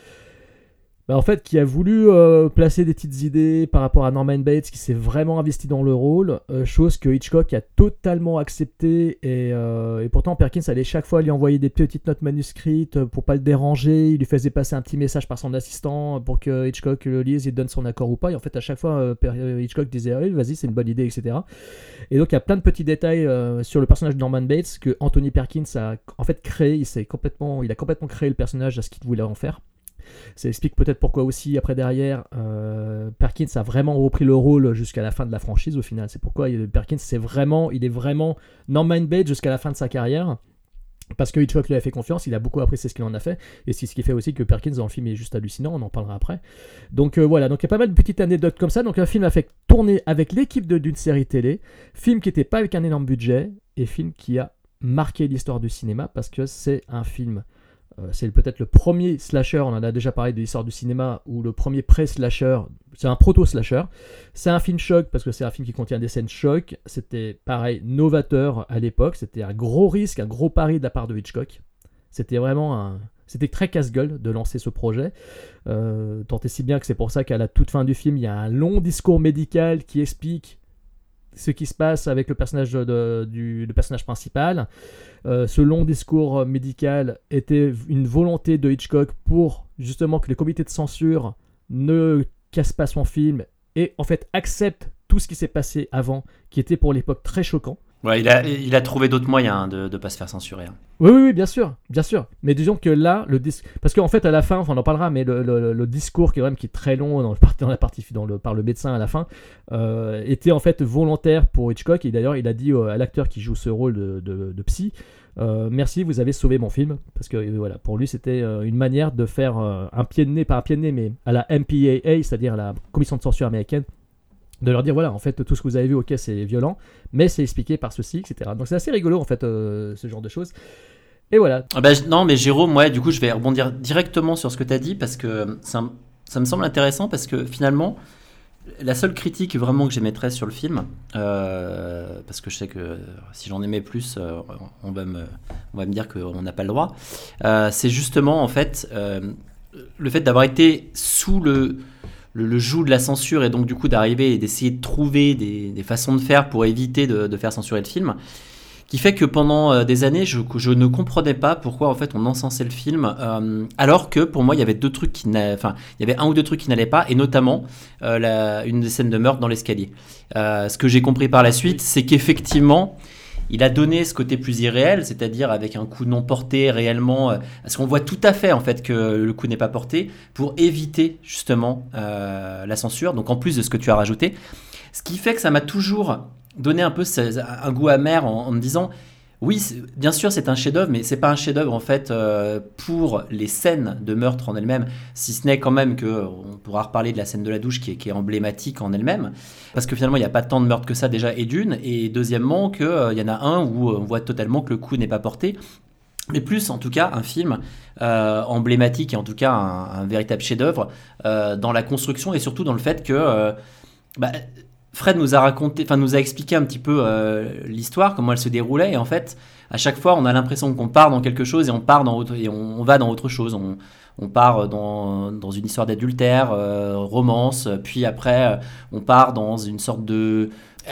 a voulu placer des petites idées par rapport à Norman Bates, qui s'est vraiment investi dans le rôle, chose que Hitchcock a totalement accepté, et pourtant Perkins allait chaque fois lui envoyer des petites notes manuscrites pour pas le déranger, il lui faisait passer un petit message par son assistant pour que Hitchcock le lise et donne son accord ou pas, et en fait à chaque fois Hitchcock disait oui, vas-y, c'est une bonne idée, etc. Et donc il y a plein de petits détails sur le personnage de Norman Bates que Anthony Perkins a en fait créé, il a complètement créé le personnage à ce qu'il voulait en faire. Ça explique peut-être pourquoi aussi après derrière Perkins a vraiment repris le rôle jusqu'à la fin de la franchise au final. C'est pourquoi Perkins il est vraiment Norman Bates jusqu'à la fin de sa carrière, parce que Hitchcock lui a fait confiance, il a beaucoup apprécié ce qu'il en a fait, et c'est ce qui fait aussi que Perkins dans le film est juste hallucinant, on en parlera après. Donc voilà, donc il y a pas mal de petites anecdotes comme ça. Donc un film a fait tourner avec l'équipe d'une série télé, film qui n'était pas avec un énorme budget, et film qui a marqué l'histoire du cinéma, parce que c'est un film... c'est peut-être le premier slasher, on en a déjà parlé de l'histoire du cinéma, ou le premier pré-slasher, c'est un proto-slasher. C'est un film choc parce que c'est un film qui contient des scènes choc. C'était pareil, novateur à l'époque, c'était un gros risque, un gros pari de la part de Hitchcock. C'était vraiment C'était très casse-gueule de lancer ce projet, tant et si bien que c'est pour ça qu'à la toute fin du film, il y a un long discours médical qui explique ce qui se passe avec le personnage, le personnage principal. Ce long discours médical était une volonté de Hitchcock pour justement que les comités de censure ne cassent pas son film et en fait acceptent tout ce qui s'est passé avant, qui était pour l'époque très choquant. Ouais, il a trouvé d'autres moyens de ne pas se faire censurer. Oui, bien sûr. Mais disons que là, parce qu'en fait, à la fin, on en parlera, mais le discours qui est très long par le médecin à la fin, était en fait volontaire pour Hitchcock. Et d'ailleurs, il a dit à l'acteur qui joue ce rôle de psy, merci, vous avez sauvé mon film. Parce que voilà, pour lui, c'était une manière de faire un pied de nez, pas un pied de nez, mais à la MPAA, c'est-à-dire la commission de censure américaine, de leur dire voilà, en fait, tout ce que vous avez vu, ok, c'est violent, mais c'est expliqué par ceci, etc. Donc c'est assez rigolo, en fait, ce genre de choses. Et voilà. Non, mais Jérôme, du coup, je vais rebondir directement sur ce que tu as dit, parce que ça me semble intéressant, parce que finalement, la seule critique vraiment que j'émettrais sur le film, parce que je sais que si j'en aimais plus, on va me dire qu'on n'a pas le droit, c'est justement, en fait, le fait d'avoir été sous le joug de la censure et donc du coup d'arriver et d'essayer de trouver des façons de faire pour éviter de faire censurer le film, qui fait que pendant des années je ne comprenais pas pourquoi en fait on encensait le film, alors que pour moi il y avait il y avait un ou deux trucs qui n'allaient pas, et notamment une des scènes de meurtre dans l'escalier. Ce que j'ai compris par la suite, c'est qu'effectivement il a donné ce côté plus irréel, c'est-à-dire avec un coup non porté réellement, parce qu'on voit tout à fait en fait que le coup n'est pas porté, pour éviter justement la censure. Donc en plus de ce que tu as rajouté, ce qui fait que ça m'a toujours donné un peu un goût amer en me disant oui, bien sûr c'est un chef-d'œuvre, mais c'est pas un chef-d'œuvre en fait pour les scènes de meurtre en elles-mêmes, si ce n'est quand même que on pourra reparler de la scène de la douche qui est emblématique en elle-même, parce que finalement il n'y a pas tant de meurtres que ça déjà, et d'une, et deuxièmement qu'il y en a un où on voit totalement que le coup n'est pas porté, mais plus en tout cas un film emblématique et en tout cas un véritable chef-d'œuvre dans la construction et surtout dans le fait que Fred nous a expliqué un petit peu l'histoire, comment elle se déroulait, et en fait, à chaque fois, on a l'impression qu'on part dans quelque chose et on va dans autre chose. On part dans une histoire d'adultère, romance, puis après, on part dans une sorte de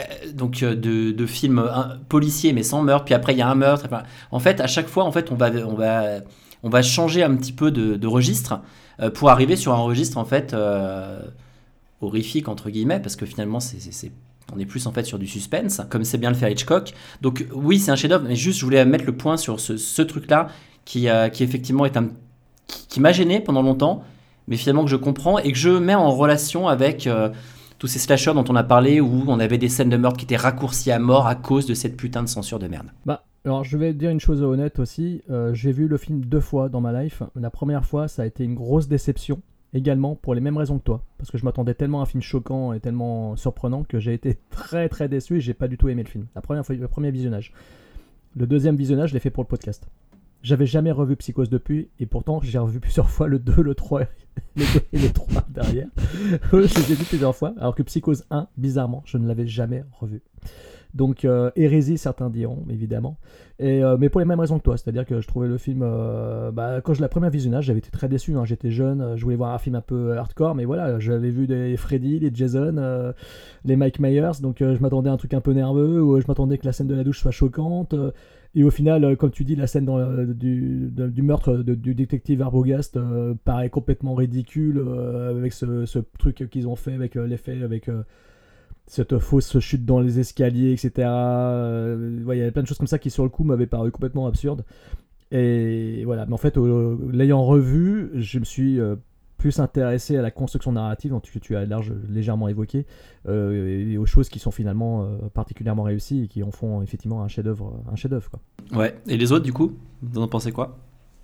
film policier mais sans meurtre, puis après il y a un meurtre. Enfin, en fait, à chaque fois, en fait, on va changer un petit peu de registre pour arriver sur un registre en fait. Horrifique entre guillemets, parce que finalement on est plus en fait sur du suspense, comme c'est bien le faire Hitchcock. Donc oui, c'est un chef-d'œuvre, mais juste je voulais mettre le point sur ce truc-là qui effectivement qui m'a gêné pendant longtemps, mais finalement que je comprends et que je mets en relation avec tous ces slashers dont on a parlé, où on avait des scènes de meurtre qui étaient raccourcies à mort à cause de cette putain de censure de merde. Alors je vais te dire une chose honnête aussi, j'ai vu le film 2 fois dans ma life. La première fois, ça a été une grosse déception. Également pour les mêmes raisons que toi, parce que je m'attendais tellement à un film choquant et tellement surprenant que j'ai été très très déçu et j'ai pas du tout aimé le film. Le premier visionnage. Le deuxième visionnage, je l'ai fait pour le podcast. J'avais jamais revu Psychose depuis, et pourtant j'ai revu plusieurs fois le 2, le 3 le 2 et le 3 derrière. Je les ai vus plusieurs fois, alors que Psychose 1, bizarrement, je ne l'avais jamais revu. Donc hérésie, certains diront, évidemment. Mais pour les mêmes raisons que toi, c'est-à-dire que je trouvais le film... quand la première visionnage, j'avais été très déçu, hein, j'étais jeune, je voulais voir un film un peu hardcore, mais voilà, j'avais vu des Freddy, les Jason, les Mike Myers, donc je m'attendais à un truc un peu nerveux, ou je m'attendais que la scène de la douche soit choquante, et au final, comme tu dis, la scène du meurtre du détective Arbogast paraît complètement ridicule, avec ce truc qu'ils ont fait avec l'effet, avec... cette fausse chute dans les escaliers, etc. Il y avait plein de choses comme ça qui sur le coup m'avaient paru complètement absurdes. Et voilà, mais en fait, l'ayant revu, je me suis plus intéressé à la construction narrative, dont tu as légèrement évoqué, et aux choses qui sont finalement particulièrement réussies et qui en font effectivement un chef-d'œuvre, quoi. Ouais. Et les autres, du coup, vous en pensez quoi ?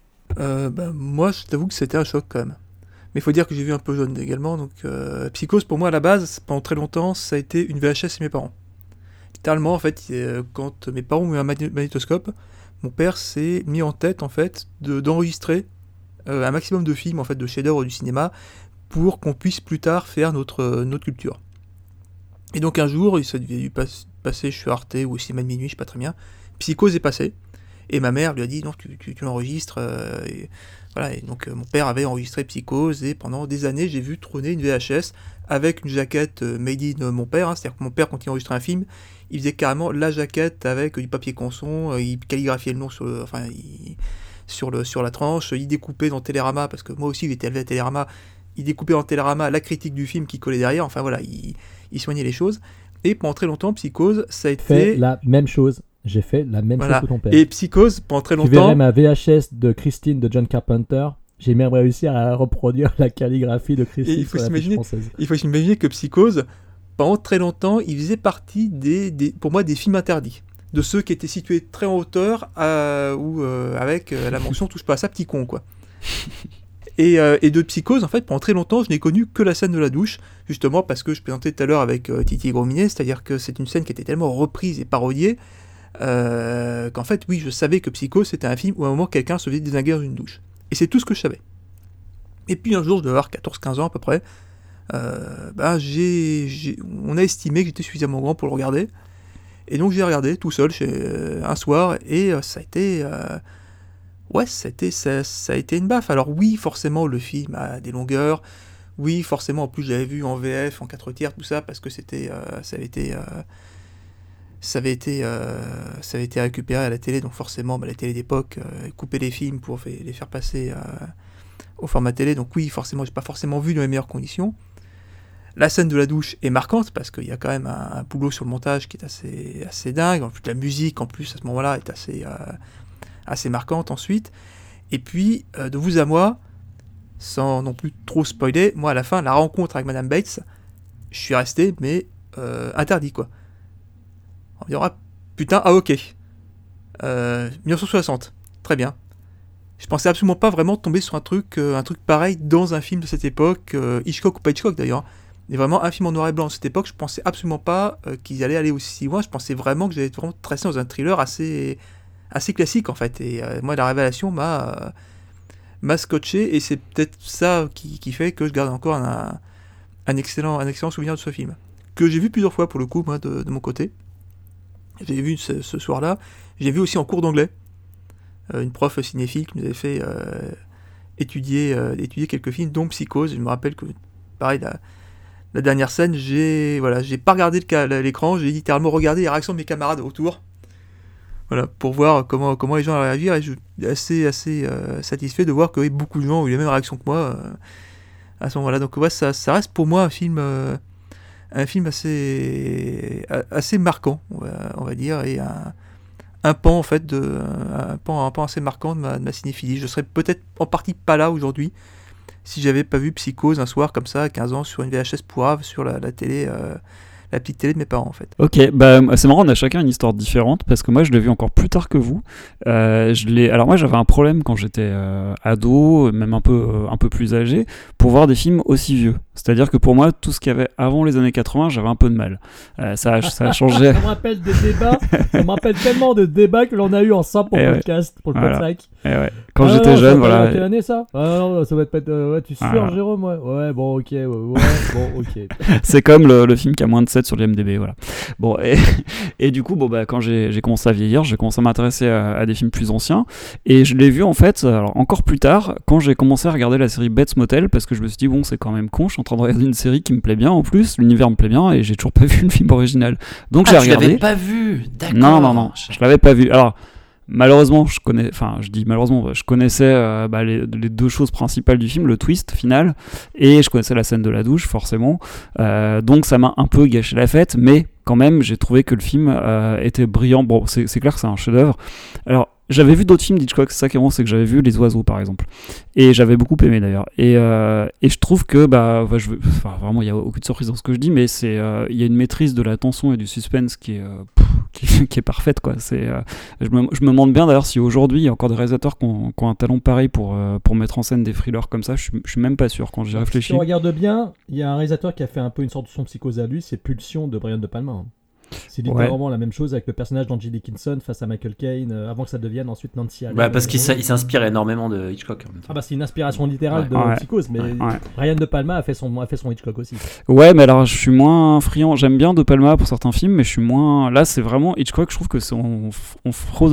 Moi, je t'avoue que c'était un choc quand même. Mais il faut dire que j'ai vu un peu jeune également, donc Psychose pour moi à la base, pendant très longtemps, ça a été une VHS chez mes parents. Littéralement en fait, quand mes parents ont eu un magnétoscope, mon père s'est mis en tête en fait d'enregistrer un maximum de films en fait de chefs-d'œuvre du cinéma pour qu'on puisse plus tard faire notre culture. Et donc un jour, ça devait passer sur Arte ou au cinéma de minuit, je sais pas très bien, Psychose est passé. Et ma mère lui a dit non, tu l'enregistres. Et, voilà, et donc mon père avait enregistré Psychose et pendant des années j'ai vu trôner une VHS avec une jaquette made in mon père. C'est-à-dire que mon père, quand il enregistrait un film, il faisait carrément la jaquette avec du papier canson, il calligraphiait le nom sur la tranche, il découpait dans Télérama, parce que moi aussi j'étais élevé à Télérama, il découpait dans Télérama la critique du film qui collait derrière, enfin voilà, il soignait les choses. Et pendant très longtemps, Psychose, ça a été... Fait la même chose. J'ai fait la même chose que ton père. Et Psychose, pendant très longtemps... Tu verrais ma VHS de Christine de John Carpenter, j'ai même réussi à reproduire la calligraphie de Christine sur la fiche française. Il faut s'imaginer que Psychose, pendant très longtemps, il faisait partie pour moi des films interdits. De ceux qui étaient situés très en hauteur ou avec la mention touche pas à ça, petit con, quoi. Et de Psychose, en fait, pendant très longtemps, je n'ai connu que la scène de la douche, justement parce que je présentais tout à l'heure avec Titi Grominet, c'est-à-dire que c'est une scène qui était tellement reprise et parodiée qu'en fait, oui, je savais que Psychose, c'était un film où à un moment, quelqu'un se faisait désinguer dans une douche. Et c'est tout ce que je savais. Et puis un jour, je devais avoir 14-15 ans à peu près, on a estimé que j'étais suffisamment grand pour le regarder. Et donc j'ai regardé tout seul un soir, et ça a été... ça a été une baffe. Alors oui, forcément, le film a des longueurs. Oui, forcément, en plus, j'avais vu en VF, en 4/3, tout ça, parce que ça avait été récupéré à la télé. Donc forcément, la télé d'époque coupait les films pour les faire passer au format télé. Donc oui, forcément, j'ai pas forcément vu dans les meilleures conditions. La scène de la douche est marquante, parce qu'il y a quand même un boulot sur le montage qui est assez dingue. En plus, la musique, en plus, à ce moment-là, est assez marquante ensuite. Et puis, de vous à moi, sans non plus trop spoiler, moi à la fin, la rencontre avec Madame Bates, je suis resté, mais interdit, quoi. On me dira, putain, ah ok. 1960, très bien. Je pensais absolument pas vraiment tomber sur un truc pareil dans un film de cette époque, Hitchcock ou pas Hitchcock d'ailleurs. Mais vraiment un film en noir et blanc de cette époque, je pensais absolument pas qu'ils allaient aller aussi loin. Je pensais vraiment que j'allais vraiment tracer dans un thriller assez classique en fait, et moi la révélation m'a scotché, et c'est peut-être ça qui fait que je garde encore un excellent souvenir de ce film, que j'ai vu plusieurs fois pour le coup, moi de mon côté. J'ai vu ce soir-là, j'ai vu aussi en cours d'anglais, une prof cinéphile qui nous avait fait étudier quelques films, dont Psychose. Je me rappelle que pareil, la dernière scène, j'ai pas regardé l'écran, j'ai littéralement regardé les réactions de mes camarades autour. Voilà, pour voir comment les gens allaient réagir, et je suis assez satisfait de voir que beaucoup de gens ont eu les mêmes réactions que moi à ce moment-là. Donc ouais, ça reste pour moi un film assez marquant, on va dire, et un pan en fait un pan assez marquant de ma cinéphilie. Je serais peut-être en partie pas là aujourd'hui si j'avais pas vu Psychose un soir comme ça à 15 ans sur une VHS pourrave sur la télé. La petite télé de mes parents en fait. Ok, bah c'est marrant, on a chacun une histoire différente, parce que moi je l'ai vu encore plus tard que vous. Alors moi j'avais un problème quand j'étais ado, même un peu plus âgé, pour voir des films aussi vieux. C'est-à-dire que pour moi, tout ce qu'il y avait avant les années 80, j'avais un peu de mal. Ça a changé. Ça me rappelle des débats, ça me rappelle tellement de débats que l'on a eu ensemble pour le podcast, pour le podcast. Quand j'étais jeune, voilà. Quelle année ça? Non, ça va être ouais, tu es sûr, Jérôme? Ouais, bon, ok, ok. C'est comme le film qui a moins de 7 sur l'IMDb, voilà. Bon, et du coup, quand j'ai commencé à vieillir, j'ai commencé à m'intéresser à des films plus anciens, et je l'ai vu en fait, alors encore plus tard, quand j'ai commencé à regarder la série Bates Motel, parce que je me suis dit, bon, c'est quand même con, je suis en train de regarder une série qui me plaît bien en plus, l'univers me plaît bien, et j'ai toujours pas vu le film original. Donc j'ai regardé. Tu l'avais pas vu? D'accord. Non, je l'avais pas vu. Alors, malheureusement, je connaissais les deux choses principales du film, le twist final, et je connaissais la scène de la douche, forcément. Donc ça m'a un peu gâché la fête, mais quand même, j'ai trouvé que le film était brillant. Bon, c'est clair que c'est un chef-d'œuvre. Alors, j'avais vu d'autres films d'Hitchcock, c'est ça qui est bon, c'est que j'avais vu Les Oiseaux par exemple, et j'avais beaucoup aimé d'ailleurs, et je trouve que vraiment il n'y a aucune surprise dans ce que je dis, mais il y a une maîtrise de la tension et du suspense qui est parfaite, quoi. Je me demande bien d'ailleurs si aujourd'hui il y a encore des réalisateurs qui ont un talent pareil pour mettre en scène des thrillers comme ça. Je suis même pas sûr quand j'y réfléchis. Si on regarde bien, il y a un réalisateur qui a fait un peu une sorte de son Psychose à lui, c'est Pulsion de Brian De Palma. C'est littéralement la même chose avec le personnage d'Angie Dickinson face à Michael Caine, avant que ça devienne ensuite Nancy Allen. Parce qu'il s'inspire énormément de Hitchcock. En même temps. C'est une inspiration littérale de Psychose, mais Brian De Palma a fait son Hitchcock aussi. Ouais, mais alors je suis moins friand. J'aime bien De Palma pour certains films, mais je suis moins. Là, c'est vraiment Hitchcock. Je trouve que on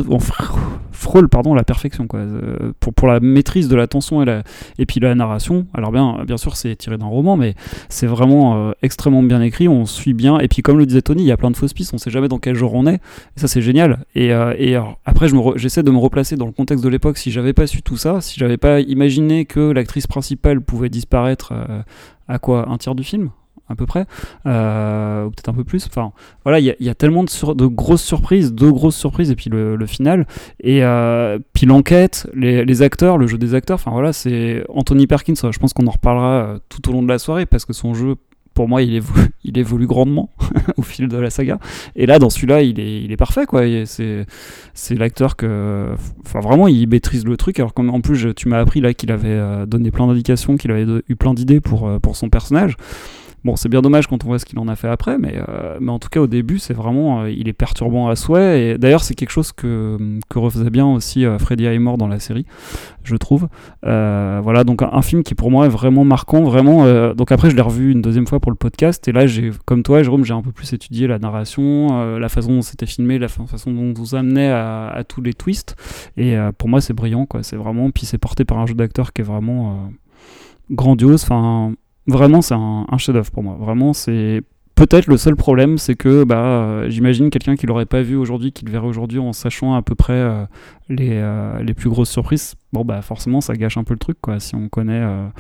frôle la perfection, quoi. Pour la maîtrise de la tension et puis la narration. Alors bien sûr, c'est tiré d'un roman, mais c'est vraiment extrêmement bien écrit. On suit bien. Et puis comme le disait Tony, il y a plein de fausses pistes. On sait jamais dans quel genre on est. Et ça, c'est génial. Et alors, après, j'essaie de me replacer dans le contexte de l'époque. Si j'avais pas su tout ça, si j'avais pas imaginé que l'actrice principale pouvait disparaître à quoi, un tiers du film à peu près, ou peut-être un peu plus. Enfin, voilà, il y a tellement de grosses surprises, et puis le final, et puis l'enquête, les acteurs, le jeu des acteurs. Enfin voilà, c'est Anthony Perkins. Je pense qu'on en reparlera tout au long de la soirée parce que son jeu, pour moi, il évolue grandement au fil de la saga. Et là, dans celui-là, il est parfait, quoi. C'est l'acteur que, enfin, vraiment, il maîtrise le truc. Alors qu'en plus, tu m'as appris là qu'il avait donné plein d'indications, qu'il avait eu plein d'idées pour son personnage. Bon, c'est bien dommage quand on voit ce qu'il en a fait après, mais en tout cas au début, c'est vraiment, il est perturbant à souhait. Et d'ailleurs, c'est quelque chose que refaisait bien aussi Freddie Highmore dans la série, je trouve. Voilà, donc un film qui pour moi est vraiment marquant, vraiment. Donc après, je l'ai revu une deuxième fois pour le podcast, et là, comme toi, Jérôme, j'ai un peu plus étudié la narration, la façon dont c'était filmé, la façon dont on vous amenait à tous les twists. Et pour moi, c'est brillant, quoi. C'est vraiment, puis c'est porté par un jeu d'acteur qui est vraiment grandiose. Enfin. Vraiment, c'est un chef-d'œuvre pour moi. Vraiment, c'est peut-être le seul problème, c'est que j'imagine quelqu'un qui l'aurait pas vu aujourd'hui, qui le verrait aujourd'hui en sachant à peu près les plus grosses surprises. Bon, forcément, ça gâche un peu le truc, quoi. Si on connaît,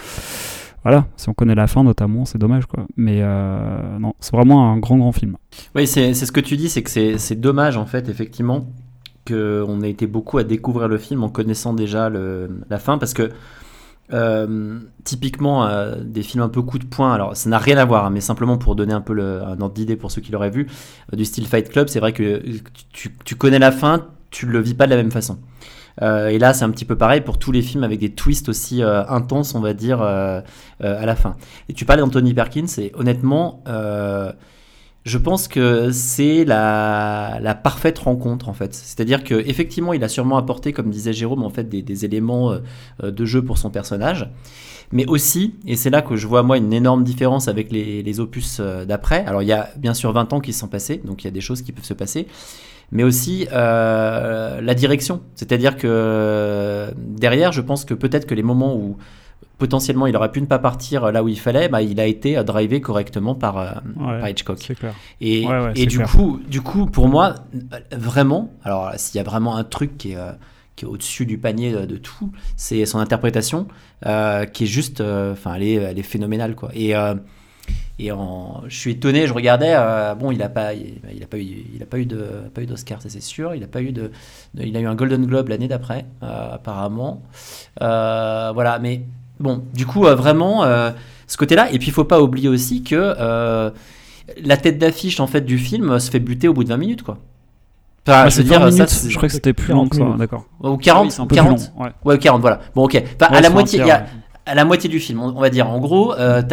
si on connaît la fin notamment, c'est dommage, quoi. Mais non, c'est vraiment un grand film. Oui, c'est ce que tu dis, c'est que c'est dommage en fait, effectivement, qu'on ait été beaucoup à découvrir le film en connaissant déjà la fin, parce que typiquement des films un peu coup de poing, alors ça n'a rien à voir, mais simplement pour donner un peu un ordre d'idée pour ceux qui l'auraient vu, du style Fight Club, c'est vrai que tu connais la fin, tu le vis pas de la même façon. Et là c'est un petit peu pareil pour tous les films avec des twists aussi intenses, on va dire, à la fin. Et tu parlais d'Anthony Perkins, et honnêtement je pense que c'est la parfaite rencontre en fait. C'est-à-dire qu'effectivement il a sûrement apporté, comme disait Jérôme, en fait des éléments de jeu pour son personnage, mais aussi, et c'est là que je vois moi une énorme différence avec les opus d'après. Alors il y a bien sûr 20 ans qui se sont passés, donc il y a des choses qui peuvent se passer, mais aussi la direction. C'est-à-dire que derrière, je pense que peut-être que les moments où potentiellement il aurait pu ne pas partir là où il fallait, il a été drivé correctement par Hitchcock. C'est clair. Et du coup pour moi vraiment, alors s'il y a vraiment un truc qui est au-dessus du panier de tout, c'est son interprétation qui est juste elle est phénoménale, quoi. Et je suis étonné, je regardais, il a pas eu d'Oscar, ça c'est sûr, il a eu un Golden Globe l'année d'après apparemment, voilà. Mais bon, du coup vraiment ce côté-là, et puis il faut pas oublier aussi que la tête d'affiche en fait du film se fait buter au bout de 20 minutes, quoi. Enfin, je veux dire, ça, je crois que c'était plus long que ça, d'accord. Ou 40, c'est un peu 40 long, ouais, 40, voilà. Bon, ok. Enfin, à la moitié, à la moitié du film, on va dire. En gros,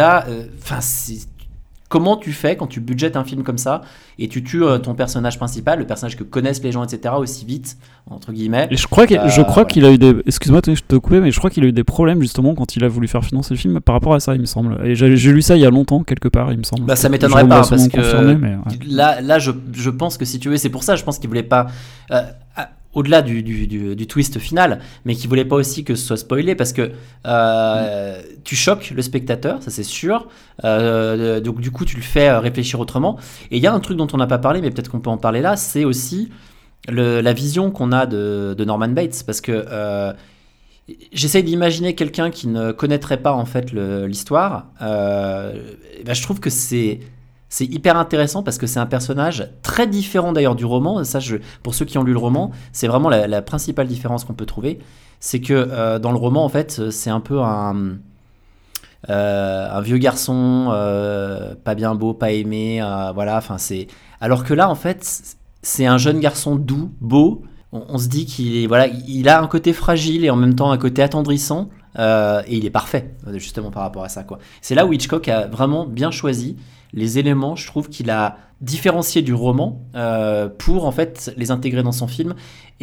comment tu fais quand tu budgètes un film comme ça et tu tues ton personnage principal, le personnage que connaissent les gens, etc., aussi vite, entre guillemets. Et je crois qu'il a eu des... Excuse-moi, je te coupais, mais je crois qu'il a eu des problèmes justement quand il a voulu faire financer le film par rapport à ça, il me semble. Et j'ai lu ça il y a longtemps, quelque part, il me semble. Ça m'étonnerait pas, parce que là, je pense que si tu veux, c'est pour ça, je pense qu'il voulait pas... au-delà du twist final, mais qui voulait pas aussi que ce soit spoilé, parce que tu choques le spectateur, ça c'est sûr, donc du coup tu le fais réfléchir autrement. Et il y a un truc dont on n'a pas parlé, mais peut-être qu'on peut en parler là, c'est aussi la vision qu'on a de Norman Bates, parce que j'essaye d'imaginer quelqu'un qui ne connaîtrait pas en fait l'histoire. Je trouve que c'est hyper intéressant, parce que c'est un personnage très différent d'ailleurs du roman. Ça, pour ceux qui ont lu le roman, c'est vraiment la principale différence qu'on peut trouver. C'est que dans le roman, en fait, c'est un peu un vieux garçon, pas bien beau, pas aimé, voilà. Enfin, alors que là, en fait, c'est un jeune garçon doux, beau. On se dit il a un côté fragile et en même temps un côté attendrissant. Et il est parfait, justement, par rapport à ça, quoi. C'est là où Hitchcock a vraiment bien choisi les éléments, je trouve qu'il a différencié du roman pour en fait les intégrer dans son film.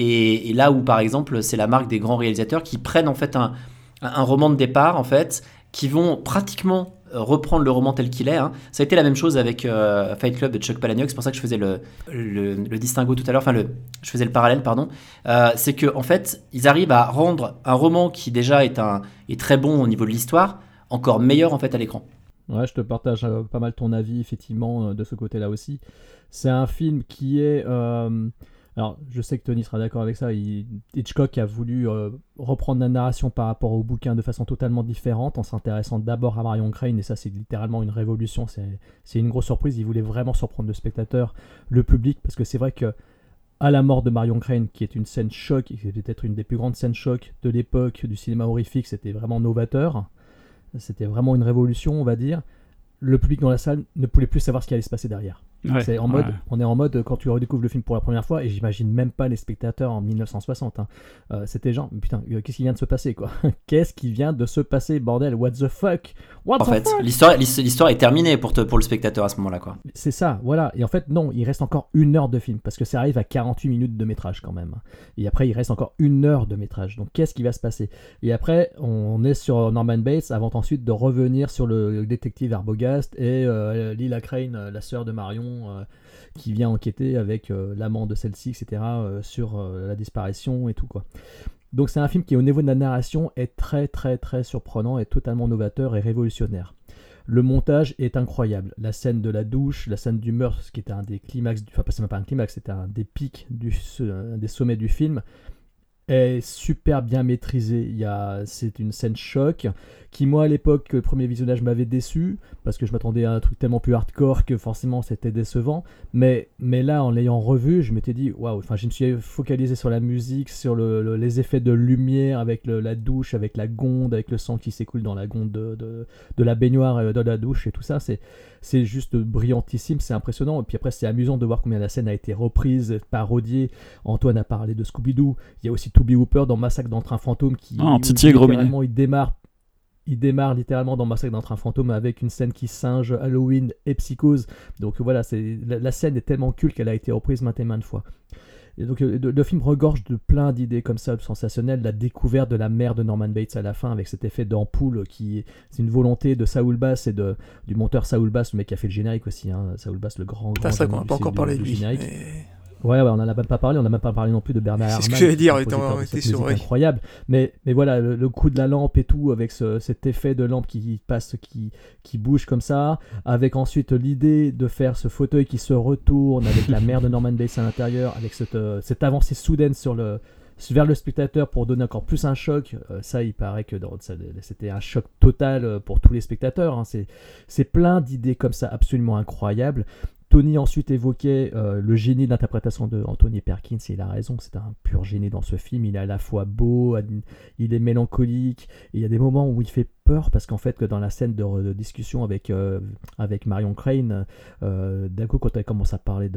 Et là où par exemple c'est la marque des grands réalisateurs qui prennent en fait un roman de départ en fait, qui vont pratiquement reprendre le roman tel qu'il est. Hein. Ça a été la même chose avec Fight Club de Chuck Palahniuk, c'est pour ça que je faisais le distinguo tout à l'heure, je faisais le parallèle, pardon. C'est que en fait, ils arrivent à rendre un roman qui déjà est très bon au niveau de l'histoire, encore meilleur en fait à l'écran. Ouais, je te partage pas mal ton avis, effectivement, de ce côté-là aussi. C'est un film qui est... Alors, je sais que Tony sera d'accord avec ça. Hitchcock a voulu reprendre la narration par rapport au bouquin de façon totalement différente, en s'intéressant d'abord à Marion Crane, et ça, c'est littéralement une révolution. C'est une grosse surprise. Il voulait vraiment surprendre le spectateur, le public, parce que c'est vrai que à la mort de Marion Crane, qui est une scène choc, qui est peut-être une des plus grandes scènes choc de l'époque du cinéma horrifique, c'était vraiment novateur. C'était vraiment une révolution, on va dire. Le public dans la salle ne pouvait plus savoir ce qui allait se passer derrière. Ouais, on est en mode quand tu redécouvres le film pour la première fois, et j'imagine même pas les spectateurs en 1960. C'était genre, putain, qu'est-ce qui vient de se passer, quoi? Qu'est-ce qui vient de se passer, bordel? What the fuck? En fait, l'histoire est terminée pour le spectateur à ce moment-là, quoi. C'est ça, voilà. Et en fait, non, il reste encore 1 heure de film, parce que ça arrive à 48 minutes de métrage quand même. Et après, il reste encore 1 heure de métrage. Donc, qu'est-ce qui va se passer? Et après, on est sur Norman Bates, avant ensuite de revenir sur le détective Arbogast et Lila Crane, la sœur de Marion, qui vient enquêter avec l'amant de celle-ci, etc., sur la disparition et tout, quoi. Donc c'est un film qui, au niveau de la narration, est très très très surprenant, et totalement novateur et révolutionnaire. Le montage est incroyable. La scène de la douche, la scène du meurtre, ce qui était un des climax, enfin c'est même pas un climax, c'était un des pics des sommets du film, est super bien maîtrisé. C'est une scène choc qui, moi à l'époque, le premier visionnage m'avait déçu parce que je m'attendais à un truc tellement plus hardcore que forcément c'était décevant, mais là, en l'ayant revu, je m'étais dit waouh, enfin je me suis focalisé sur la musique, sur les effets de lumière avec la douche, avec la gonde, avec le sang qui s'écoule dans la gonde de la baignoire et de la douche et tout ça, c'est juste brillantissime, c'est impressionnant. Et puis après, c'est amusant de voir combien la scène a été reprise, parodiée. Antoine a parlé de Scooby-Doo. Il y a aussi Toby Hooper dans Massacre dans Train Fantôme qui littéralement, il démarre littéralement dans Massacre dans Train Fantôme avec une scène qui singe Halloween et Psychose. Donc voilà, la scène est tellement culte qu'elle a été reprise maintes et maintes fois. Et donc le film regorge de plein d'idées comme ça, sensationnelles. La découverte de la mère de Norman Bates à la fin, avec cet effet d'ampoule c'est une volonté de Saul Bass et du monteur Saul Bass, le mec qui a fait le générique aussi, hein. Saul Bass, le grand c'est ça qu'on n'a pas encore parlé de lui. Ouais, on n'en a même pas parlé, on n'a même pas parlé non plus de Bernard Herrmann. C'est ce que j'allais dire, on était sur incroyable. Mais voilà, le coup de la lampe et tout, avec cet effet de lampe qui passe, qui bouge comme ça, avec ensuite l'idée de faire ce fauteuil qui se retourne, avec la mère de Norman Bates à l'intérieur, avec cette avancée soudaine vers le spectateur pour donner encore plus un choc. Ça, il paraît que c'était un choc total pour tous les spectateurs, hein. C'est plein d'idées comme ça, absolument incroyables. Tony ensuite évoquait le génie d'interprétation de Anthony Perkins, et il a raison, c'est un pur génie dans ce film. Il est à la fois beau, il est mélancolique, et il y a des moments où il fait peur, parce qu'en fait, que dans la scène de discussion avec Marion Crane, d'un coup, quand elle commence à parler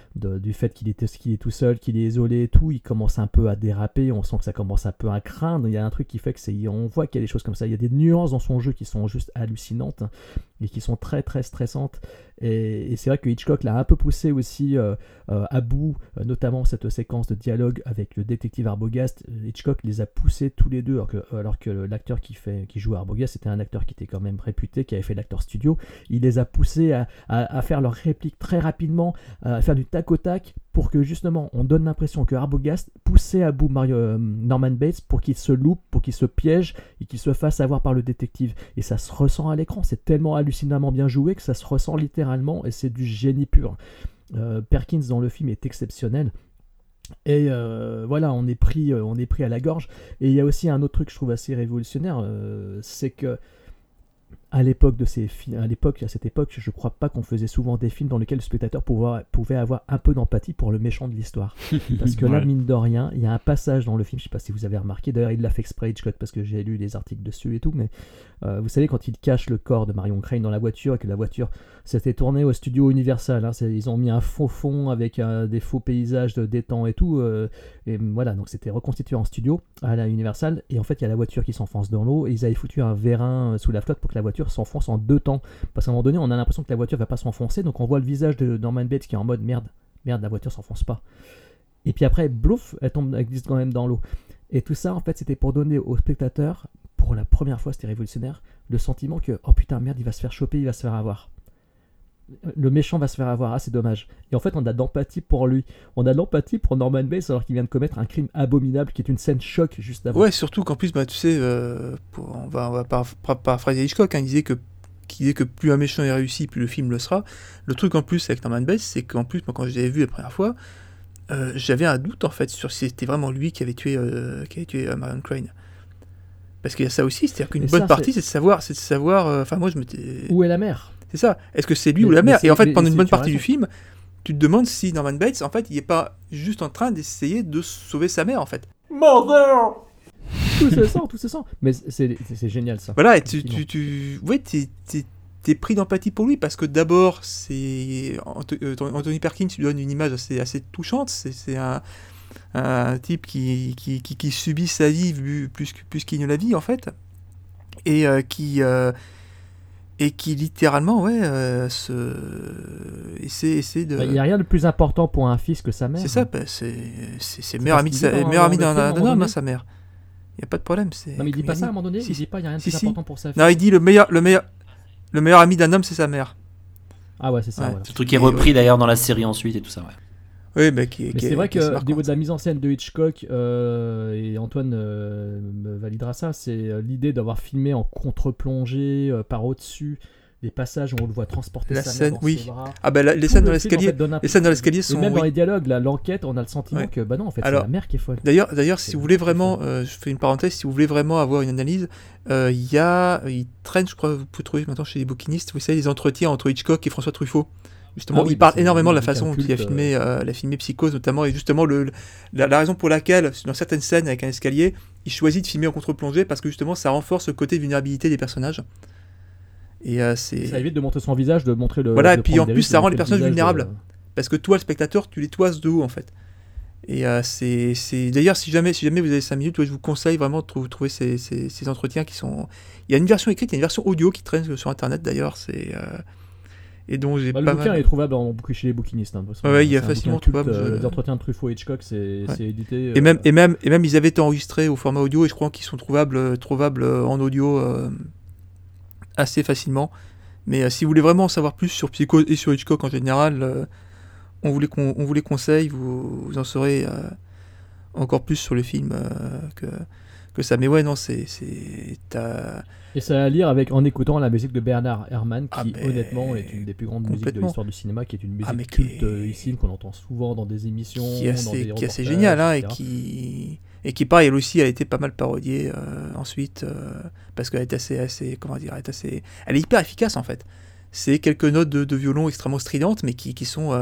du fait qu'il est tout seul, qu'il est isolé et tout, il commence un peu à déraper, on sent que ça commence un peu à craindre. Il y a un truc qui fait on voit qu'il y a des choses comme ça, il y a des nuances dans son jeu qui sont juste hallucinantes et qui sont très très stressantes. Et c'est vrai que Hitchcock l'a un peu poussé aussi à bout, notamment cette séquence de dialogue avec le détective Arbogast. Hitchcock les a poussés tous les deux, alors que l'acteur qui joue Arbogast, c'était un acteur qui était quand même réputé, qui avait fait l'acteur studio. Il les a poussés à faire leurs répliques très rapidement, à faire du tac au tac, pour que justement on donne l'impression que Arbogast poussait à bout Norman Bates pour qu'il se loupe, pour qu'il se piège et qu'il se fasse avoir par le détective. Et ça se ressent à l'écran, c'est tellement hallucinamment bien joué que ça se ressent littéralement, et c'est du génie pur. Perkins dans le film est exceptionnel. Et voilà, on est pris à la gorge. Et il y a aussi un autre truc que je trouve assez révolutionnaire, c'est que à cette époque, je crois pas qu'on faisait souvent des films dans lesquels le spectateur pouvait avoir un peu d'empathie pour le méchant de l'histoire. Parce que là, mine de rien, il y a un passage dans le film, je sais pas si vous avez remarqué, d'ailleurs il l'a fait exprès Hitchcock, parce que j'ai lu des articles dessus et tout, mais vous savez, quand il cache le corps de Marion Crane dans la voiture, et que la voiture s'était tournée au studio Universal, hein, ils ont mis un faux fond avec des faux paysages d'étang et tout, et voilà, donc c'était reconstitué en studio à la Universal, et en fait il y a la voiture qui s'enfonce dans l'eau, et ils avaient foutu un vérin sous la flotte pour que la voiture voiture s'enfonce en 2 temps. Parce qu'à un moment donné, on a l'impression que la voiture va pas s'enfoncer, donc on voit le visage de Norman Bates qui est en mode merde, la voiture s'enfonce pas. Et puis après, blouf, elle glisse quand même dans l'eau. Et tout ça, en fait, c'était pour donner aux spectateurs, pour la première fois, c'était révolutionnaire, le sentiment que, oh putain, merde, il va se faire choper, il va se faire avoir. Le méchant va se faire avoir, c'est dommage. Et en fait, on a de l'empathie pour lui. On a de l'empathie pour Norman Bates alors qu'il vient de commettre un crime abominable qui est une scène choc juste avant. Ouais, surtout qu'en plus, tu sais, on va paraphraser Hitchcock, il disait que plus un méchant est réussi, plus le film le sera. Le truc en plus avec Norman Bates, c'est qu'en plus, moi, quand je l'avais vu la première fois, j'avais un doute en fait sur si c'était vraiment lui qui avait tué Marion Crane. Parce qu'il y a ça aussi, c'est-à-dire qu'une bonne partie, c'est de savoir. Moi, je m'étais. Où est la mère ? C'est ça. Est-ce que c'est lui ou la mère ? Et en fait, pendant une bonne partie du film, tu te demandes si Norman Bates, en fait, il est pas juste en train d'essayer de sauver sa mère, en fait. Mother ! Tout se sent. Mais c'est génial ça. Voilà, et t'es pris d'empathie pour lui parce que d'abord, c'est Anthony Perkins lui donne une image assez touchante. C'est un type qui subit sa vie plus qu'il ne la vit en fait, et qui littéralement essaie de. Il n'y a rien de plus important pour un fils que sa mère. C'est ça, c'est meilleur ami d'un homme, sa mère. Il n'y a pas de problème. Non mais il dit pas ça à un moment donné. Il dit pas il n'y a rien de plus important pour sa fille. Non, il dit le meilleur ami d'un homme, c'est sa mère. Ah ouais, c'est ça. Ouais. Voilà. Ce truc qui est repris d'ailleurs dans la série ensuite et tout ça. Ouais. Oui, mais c'est vrai que au niveau de la mise en scène de Hitchcock, et Antoine me validera ça, c'est l'idée d'avoir filmé en contre-plongée par au-dessus des passages où on le voit transporter sa mère dans ses bras. Ah bah les scènes dans l'escalier, sont. Et même dans les dialogues, l'enquête, on a le sentiment que bah non, en fait, c'est la mère qui est folle. D'ailleurs, si vous voulez vraiment, je fais une parenthèse, si vous voulez vraiment avoir une analyse, il traîne, je crois, vous pouvez trouver maintenant chez les bouquinistes, vous savez, les entretiens entre Hitchcock et François Truffaut. Justement, il parle énormément de la façon dont il a filmé Psychose, notamment, et justement la raison pour laquelle, dans certaines scènes avec un escalier, il choisit de filmer en contre-plongée parce que justement, ça renforce le côté de vulnérabilité des personnages. Et ça évite de montrer son visage, de montrer le. Voilà, et puis en plus, ça rend les personnages vulnérables. Parce que toi, le spectateur, tu les toises de haut, en fait. Et c'est d'ailleurs, si jamais vous avez 5 minutes, je vous conseille vraiment de trouver ces entretiens qui sont. Il y a une version écrite, il y a une version audio qui traîne sur Internet d'ailleurs. Et dont j'ai pas mal. Le bouquin est trouvable chez les bouquinistes. Ouais, il est facilement trouvable. Les entretiens de Truffaut et Hitchcock, c'est édité. Et même ils avaient été enregistrés au format audio et je crois qu'ils sont trouvables en audio assez facilement. Mais si vous voulez vraiment en savoir plus sur Psychose et sur Hitchcock en général, on vous les conseille. Vous en saurez encore plus sur le film que ça. Mais ouais, non, Et ça a à lire en écoutant la musique de Bernard Herrmann, qui honnêtement est une des plus grandes musiques de l'histoire du cinéma, qui est une musique culte ici, qu'on entend souvent dans des émissions, qui est assez géniale, et qui pareil, elle aussi a été pas mal parodiée ensuite, parce qu'elle est assez comment dire, elle est hyper efficace en fait. C'est quelques notes de violon extrêmement stridentes, mais qui sont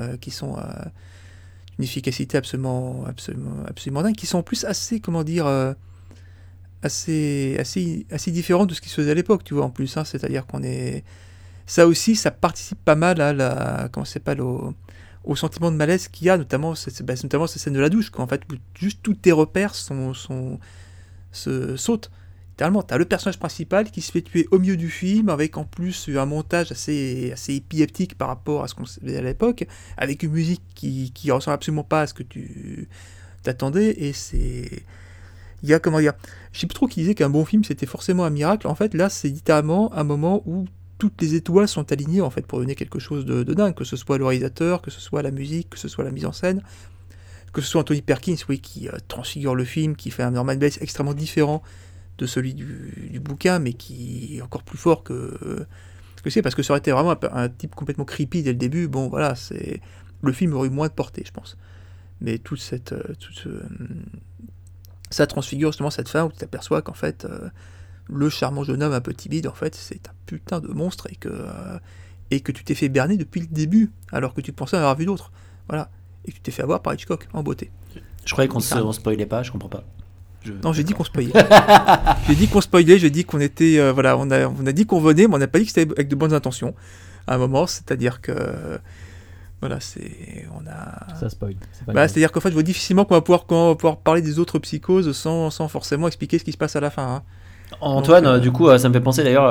une efficacité absolument dingue, qui sont en plus assez, comment dire, assez différentes de ce qui se faisait à l'époque, tu vois, en plus, c'est-à-dire qu'on est... Ça aussi, ça participe pas mal à au sentiment de malaise qu'il y a, notamment cette scène de la douche, quand en fait, juste tous tes repères sautent. Littéralement, t'as le personnage principal qui se fait tuer au milieu du film, avec en plus un montage assez épileptique par rapport à ce qu'on faisait à l'époque, avec une musique qui ressemble absolument pas à ce que tu t'attendais, et c'est... Il y a, comment dire, je sais plus trop qui disait qu'un bon film c'était forcément un miracle. En fait, là, c'est littéralement un moment où toutes les étoiles sont alignées en fait pour donner quelque chose de dingue, que ce soit le réalisateur, que ce soit la musique, que ce soit la mise en scène, que ce soit Anthony Perkins, qui transfigure le film, qui fait un Norman Bates extrêmement différent de celui du bouquin, mais qui est encore plus fort que c'est, parce que ça aurait été vraiment un type complètement creepy dès le début. Bon, voilà, le film aurait eu moins de portée, je pense. Mais ça transfigure justement cette fin où tu t'aperçois qu'en fait le charmant jeune homme un peu timide, en fait c'est un putain de monstre, et que tu t'es fait berner depuis le début alors que tu pensais en avoir vu d'autres, voilà, et que tu t'es fait avoir par Hitchcock en beauté. Je croyais qu'on spoilait pas, je comprends pas. Non, j'ai dit qu'on spoilait. J'ai dit qu'on était on a dit qu'on venait, mais on n'a pas dit que c'était avec de bonnes intentions à un moment, c'est-à-dire que voilà, ça spoil. C'est-à-dire qu'en fait, je vois difficilement qu'on va pouvoir parler des autres psychoses sans forcément expliquer ce qui se passe à la fin. Antoine, du coup, ça me fait penser d'ailleurs,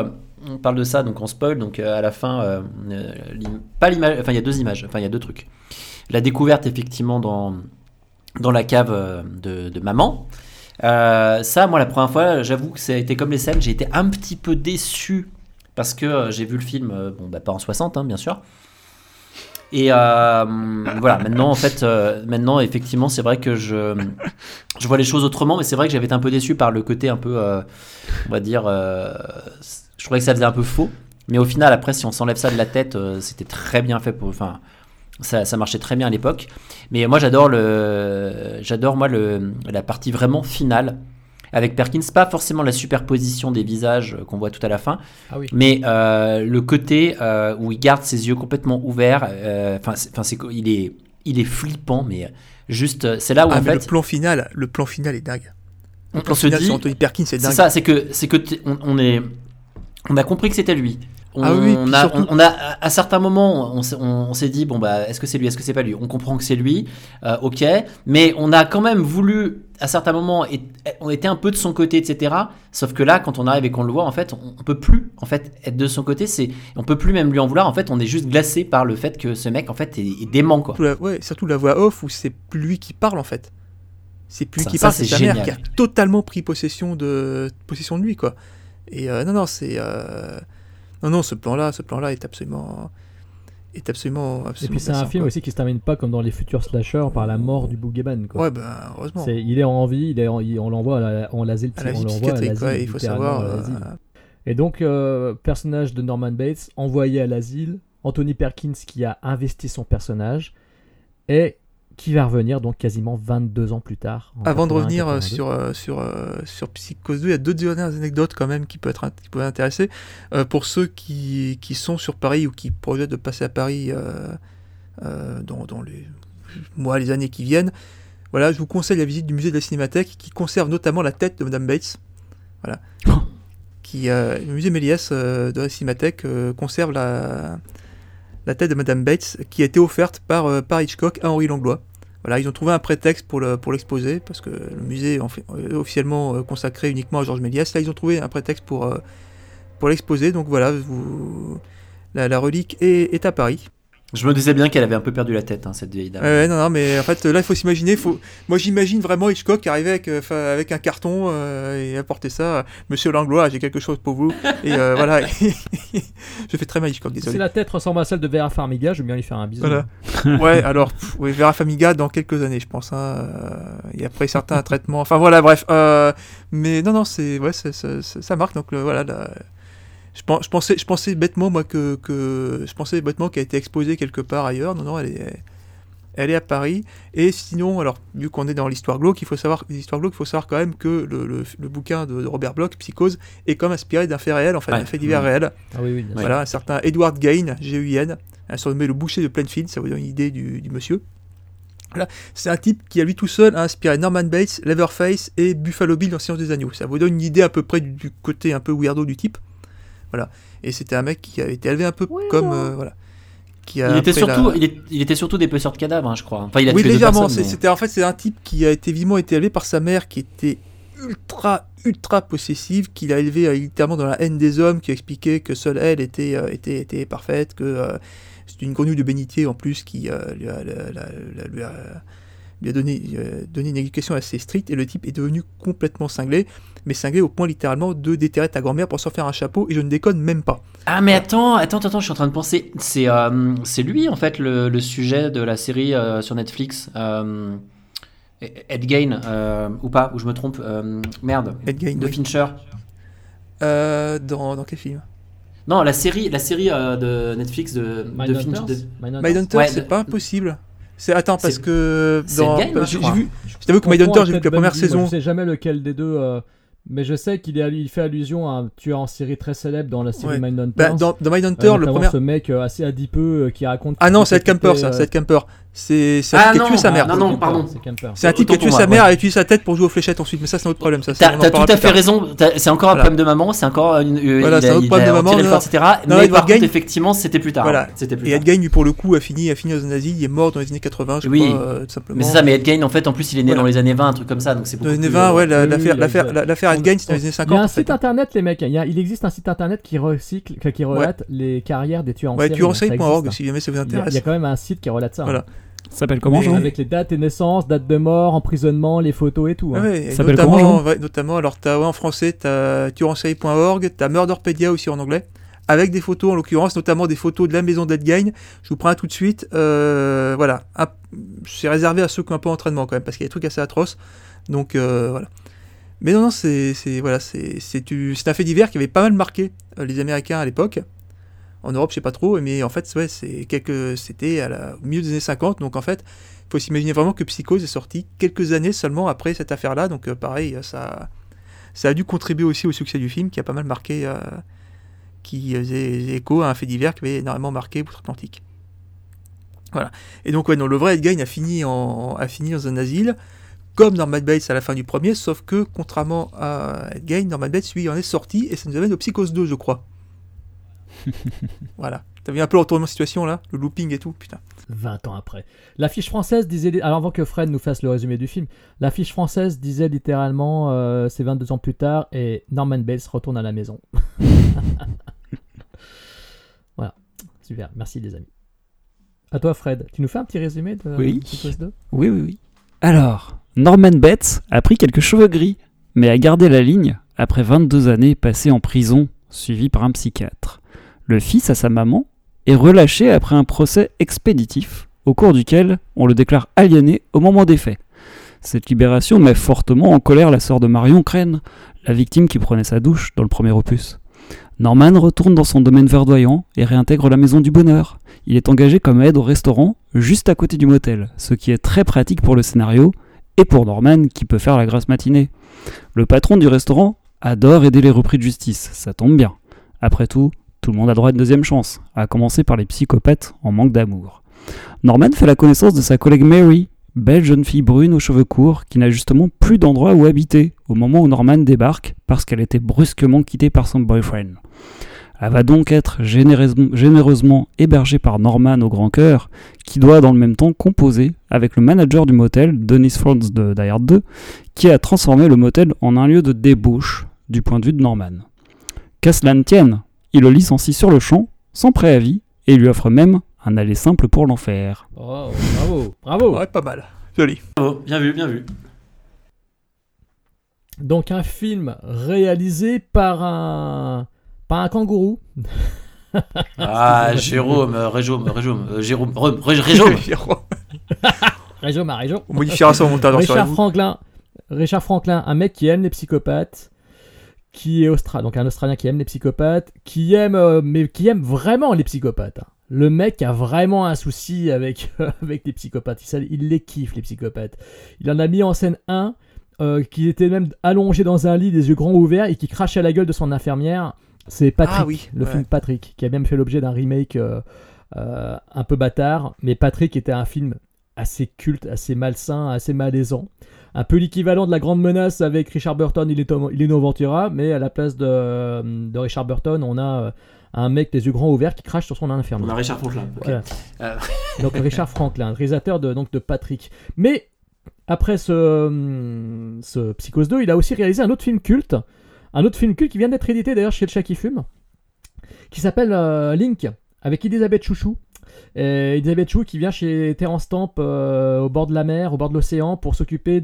on parle de ça, donc on spoil, donc à la fin, pas l'image, enfin il y a 2 images, enfin il y a 2 trucs. La découverte effectivement dans la cave de maman. Ça, moi la première fois, j'avoue que ça a été comme les scènes, j'ai été un petit peu déçu parce que j'ai vu le film, pas en 60, bien sûr. Et voilà, maintenant en fait, effectivement, c'est vrai que je vois les choses autrement, mais c'est vrai que j'avais été un peu déçu par le côté un peu, on va dire, je trouvais que ça faisait un peu faux. Mais au final, après, si on s'enlève ça de la tête, c'était très bien fait. Ça marchait très bien à l'époque. Mais moi, j'adore la partie vraiment finale. Avec Perkins, pas forcément la superposition des visages qu'on voit tout à la fin, mais le côté où il garde ses yeux complètement ouverts. Il est flippant, mais juste, c'est là où en fait le plan final est dingue. Le plan se final dit, sur Anthony Perkins, c'est dingue. C'est ça, c'est que on a compris que c'était lui. On a à certains moments, on s'est dit est-ce que c'est lui, est-ce que c'est pas lui. On comprend que c'est lui, ok. Mais on a quand même voulu à certains moments, on était un peu de son côté, etc. Sauf que là, quand on arrive et qu'on le voit, en fait, on peut plus en fait être de son côté. On peut plus même lui en vouloir. En fait, on est juste glacé par le fait que ce mec en fait est dément quoi. Surtout la voix off où c'est plus lui qui parle en fait. C'est plus lui qui parle, c'est sa mère qui a totalement pris possession de lui quoi. Et non, ce plan-là est absolument. Et puis c'est un film aussi qui se termine pas comme dans les futurs slashers par la mort du boogeyman quoi. Ouais, heureusement. Il est en vie, on l'envoie en l'asile psychiatrique, il faut savoir. Et donc personnage de Norman Bates envoyé à l'asile, Anthony Perkins qui a investi son personnage et qui va revenir donc quasiment 22 ans plus tard. Avant de revenir sur Psychose 2, il y a 2 dernières anecdotes quand même qui peuvent intéresser. Pour ceux qui sont sur Paris ou qui projettent de passer à Paris dans les années qui viennent, voilà, je vous conseille la visite du musée de la Cinémathèque qui conserve notamment la tête de Madame Bates. Voilà. Le musée Méliès de la Cinémathèque conserve la tête de Madame Bates qui a été offerte par Hitchcock à Henri Langlois. Voilà, ils ont trouvé un prétexte pour l'exposer parce que le musée est officiellement consacré uniquement à Georges Méliès. Là, ils ont trouvé un prétexte pour l'exposer. Donc voilà, la relique est à Paris. Je me disais bien qu'elle avait un peu perdu la tête, cette vieille dame. Non, mais en fait, là, il faut s'imaginer. Moi, j'imagine vraiment Hitchcock arriver avec un carton et apporter ça. Monsieur Langlois, j'ai quelque chose pour vous. Et voilà. Je fais très mal Hitchcock, désolé. Si la tête ressemble à celle de Vera Farmiga, je vais bien lui faire un bisou. Voilà. Ouais, alors, Vera Farmiga dans quelques années, je pense. Et après certains traitements. Enfin, voilà, bref. Mais non, ça marque. Donc, voilà. Je pensais bêtement moi qu'elle a été exposée quelque part ailleurs. Non, elle est à Paris. Et sinon, alors vu qu'on est dans l'histoire glauque, il faut savoir quand même que le bouquin de Robert Bloch, Psychose, est quand même inspiré d'un fait réel, en fait, d'un fait divers réel. Ah oui, bien voilà, un certain Edward Gain, G-U-I-N, surnommé le boucher de Plainfield, ça vous donne une idée du monsieur. Voilà. C'est un type qui, à lui tout seul, a inspiré Norman Bates, Leatherface et Buffalo Bill dans Silence des Agneaux. Ça vous donne une idée à peu près du côté un peu weirdo du type. Voilà. Et c'était un mec qui avait été élevé un peu comme voilà. Il était surtout dépeceur de cadavres, je crois. Enfin, il a tué légèrement. Personnes, c'est un type qui a été vivement élevé par sa mère, qui était ultra possessive, qu'il a élevé littéralement dans la haine des hommes, qui expliquait que seule elle était parfaite, que c'est une grenouille de bénitier en plus qui lui a donné une éducation assez stricte, et le type est devenu complètement cinglé, mais cinglé au point littéralement de déterrer ta grand-mère pour s'en faire un chapeau, et je ne déconne même pas. Ah mais attends, je suis en train de penser, c'est lui en fait le sujet de la série sur Netflix, Ed Gein, ou pas, ou je me trompe, Ed Gein, de Fincher. Dans quel film ? Non, la série de Netflix de Fincher. Mindhunter, ouais, c'est pas impossible. Parce que je t'avoue que Mindhunter, j'ai vu que la première saison. Je sais jamais lequel des deux, mais je sais il fait allusion à un tueur en série très célèbre dans la série Mindhunter. Dans Mindhunter, le premier. Ce mec assez adipeux qui raconte. Ah non, c'est Ed Kemper, ça. C'est Ed Kemper. C'est un type qui a tué sa mère. Non, pardon. C'est un type qui a tué sa mère et utilisé sa tête pour jouer aux fléchettes ensuite. Mais ça, c'est un autre problème. T'as tout à fait raison. C'est encore un problème de maman. C'est encore c'est un autre problème de maman, etc. Mais par contre, effectivement, c'était plus tard. Voilà. Et Ed Gein, lui, pour le coup, a fini dans un asile. Il est mort dans les années 80, je crois, tout simplement. Mais c'est ça. Mais Ed Gein, en fait, en plus, il est né dans les années 20, un truc comme ça. Donc c'est beaucoup. Dans les années 20, ouais. L'affaire Ed Gein, c'est dans les années 50. Il y a un site internet, les mecs. Il existe un site internet qui relate les carrières des tueurs en série. Ouais, tueurensérie.org, si jamais ça vous intéresse. Il y a quand même un site qui relate ça. Voilà. Ça s'appelle comment, Jean ? Avec les dates et naissances, dates de mort, emprisonnement, les photos et tout. Ouais, ça s'appelle comment, Jean ? Notamment, alors en français, t'as tueurensérie.org, t'as Murderpedia aussi en anglais, avec des photos en l'occurrence, notamment des photos de la maison d'Ed Gein. Je vous prends un tout de suite. Voilà. C'est réservé à ceux qui ont un peu d'entraînement quand même, parce qu'il y a des trucs assez atroces. Donc voilà. Mais non, c'est un fait divers qui avait pas mal marqué les Américains à l'époque. En Europe, je sais pas trop, mais en fait, ouais, c'était au milieu des années 50, donc en fait, il faut s'imaginer vraiment que Psychose est sorti quelques années seulement après cette affaire-là, donc pareil, ça a dû contribuer aussi au succès du film, qui a pas mal marqué, qui faisait écho à un fait divers qui avait énormément marqué outre-Atlantique. Voilà. Et donc, ouais, non, le vrai Ed Gein a fini dans un asile, comme Norman Bates à la fin du premier, sauf que, contrairement à Ed Gein, Norman Bates, lui, en est sorti, et ça nous amène au Psychose 2, je crois. Voilà. T'as vu un peu le retournement de situation là, le looping et tout, putain. 20 ans après. L'affiche française disait, alors avant que Fred nous fasse le résumé du film, l'affiche française disait littéralement c'est 22 ans plus tard et Norman Bates retourne à la maison. Voilà, super, merci les amis. À toi Fred, tu nous fais un petit résumé de Psychose 2 ? Oui. Alors, Norman Bates a pris quelques cheveux gris, mais a gardé la ligne après 22 années passées en prison, suivi par un psychiatre. Le fils à sa maman est relâché après un procès expéditif au cours duquel on le déclare aliéné au moment des faits. Cette libération met fortement en colère la sœur de Marion Crane, la victime qui prenait sa douche dans le premier opus. Norman retourne dans son domaine verdoyant et réintègre la maison du bonheur. Il est engagé comme aide au restaurant juste à côté du motel, ce qui est très pratique pour le scénario et pour Norman qui peut faire la grasse matinée. Le patron du restaurant adore aider les repris de justice, ça tombe bien. Après tout le monde a droit à une deuxième chance, à commencer par les psychopathes en manque d'amour. Norman fait la connaissance de sa collègue Mary, belle jeune fille brune aux cheveux courts qui n'a justement plus d'endroit où habiter au moment où Norman débarque parce qu'elle était brusquement quittée par son boyfriend. Elle va donc être généreusement hébergée par Norman au grand cœur, qui doit dans le même temps composer avec le manager du motel, Dennis Franz de Die Hard 2, qui a transformé le motel en un lieu de débauche du point de vue de Norman. Qu'à cela ne tienne, il le licencie sur le champ, sans préavis, et lui offre même un aller simple pour l'enfer. Oh, bravo. Ouais, pas mal. Joli. Bravo, bien vu. Donc un film réalisé par un kangourou. Ah, Jérôme. On modifiera ça au montage. Richard Franklin, un mec qui aime les psychopathes, qui est donc un Australien qui aime les psychopathes, qui aime vraiment les psychopathes. Le mec a vraiment un souci avec les psychopathes. Il les kiffe, les psychopathes. Il en a mis en scène un qui était même allongé dans un lit, des yeux grands ouverts, et qui crachait à la gueule de son infirmière. C'est Patrick, film Patrick, qui a même fait l'objet d'un remake un peu bâtard. Mais Patrick était un film assez culte, assez malsain, assez malaisant. Un peu l'équivalent de La Grande Menace avec Richard Burton, il est Lino Ventura, mais à la place de Richard Burton, on a un mec les yeux grands ouverts qui crache sur son infirmière. On a Richard Franklin. Okay. Voilà. Donc Richard Franklin, réalisateur de Patrick. Mais après ce Psychose 2, il a aussi réalisé un autre film culte qui vient d'être édité d'ailleurs chez Le Chat qui fume, qui s'appelle Link, avec Elisabeth Chouchou. Elisabeth Chou qui vient chez Terence Stamp au bord de la mer, au bord de l'océan, pour s'occuper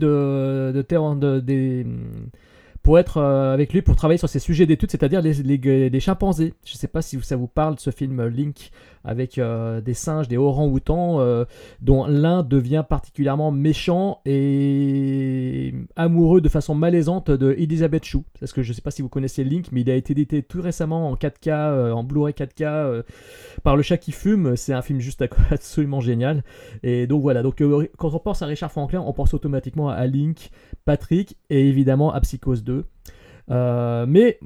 pour être avec lui, pour travailler sur ses sujets d'études, c'est-à-dire les chimpanzés. Je ne sais pas si ça vous parle de ce film Link, avec des singes, des orang-outans, dont l'un devient particulièrement méchant et amoureux de façon malaisante de Elisabeth Chou. Parce que je ne sais pas si vous connaissez Link, mais il a été édité tout récemment en 4K, en Blu-ray 4K, par Le Chat qui fume. C'est un film juste absolument génial. Et donc voilà, quand on pense à Richard Franklin, on pense automatiquement à Link, Patrick et évidemment à Psychose 2. Mais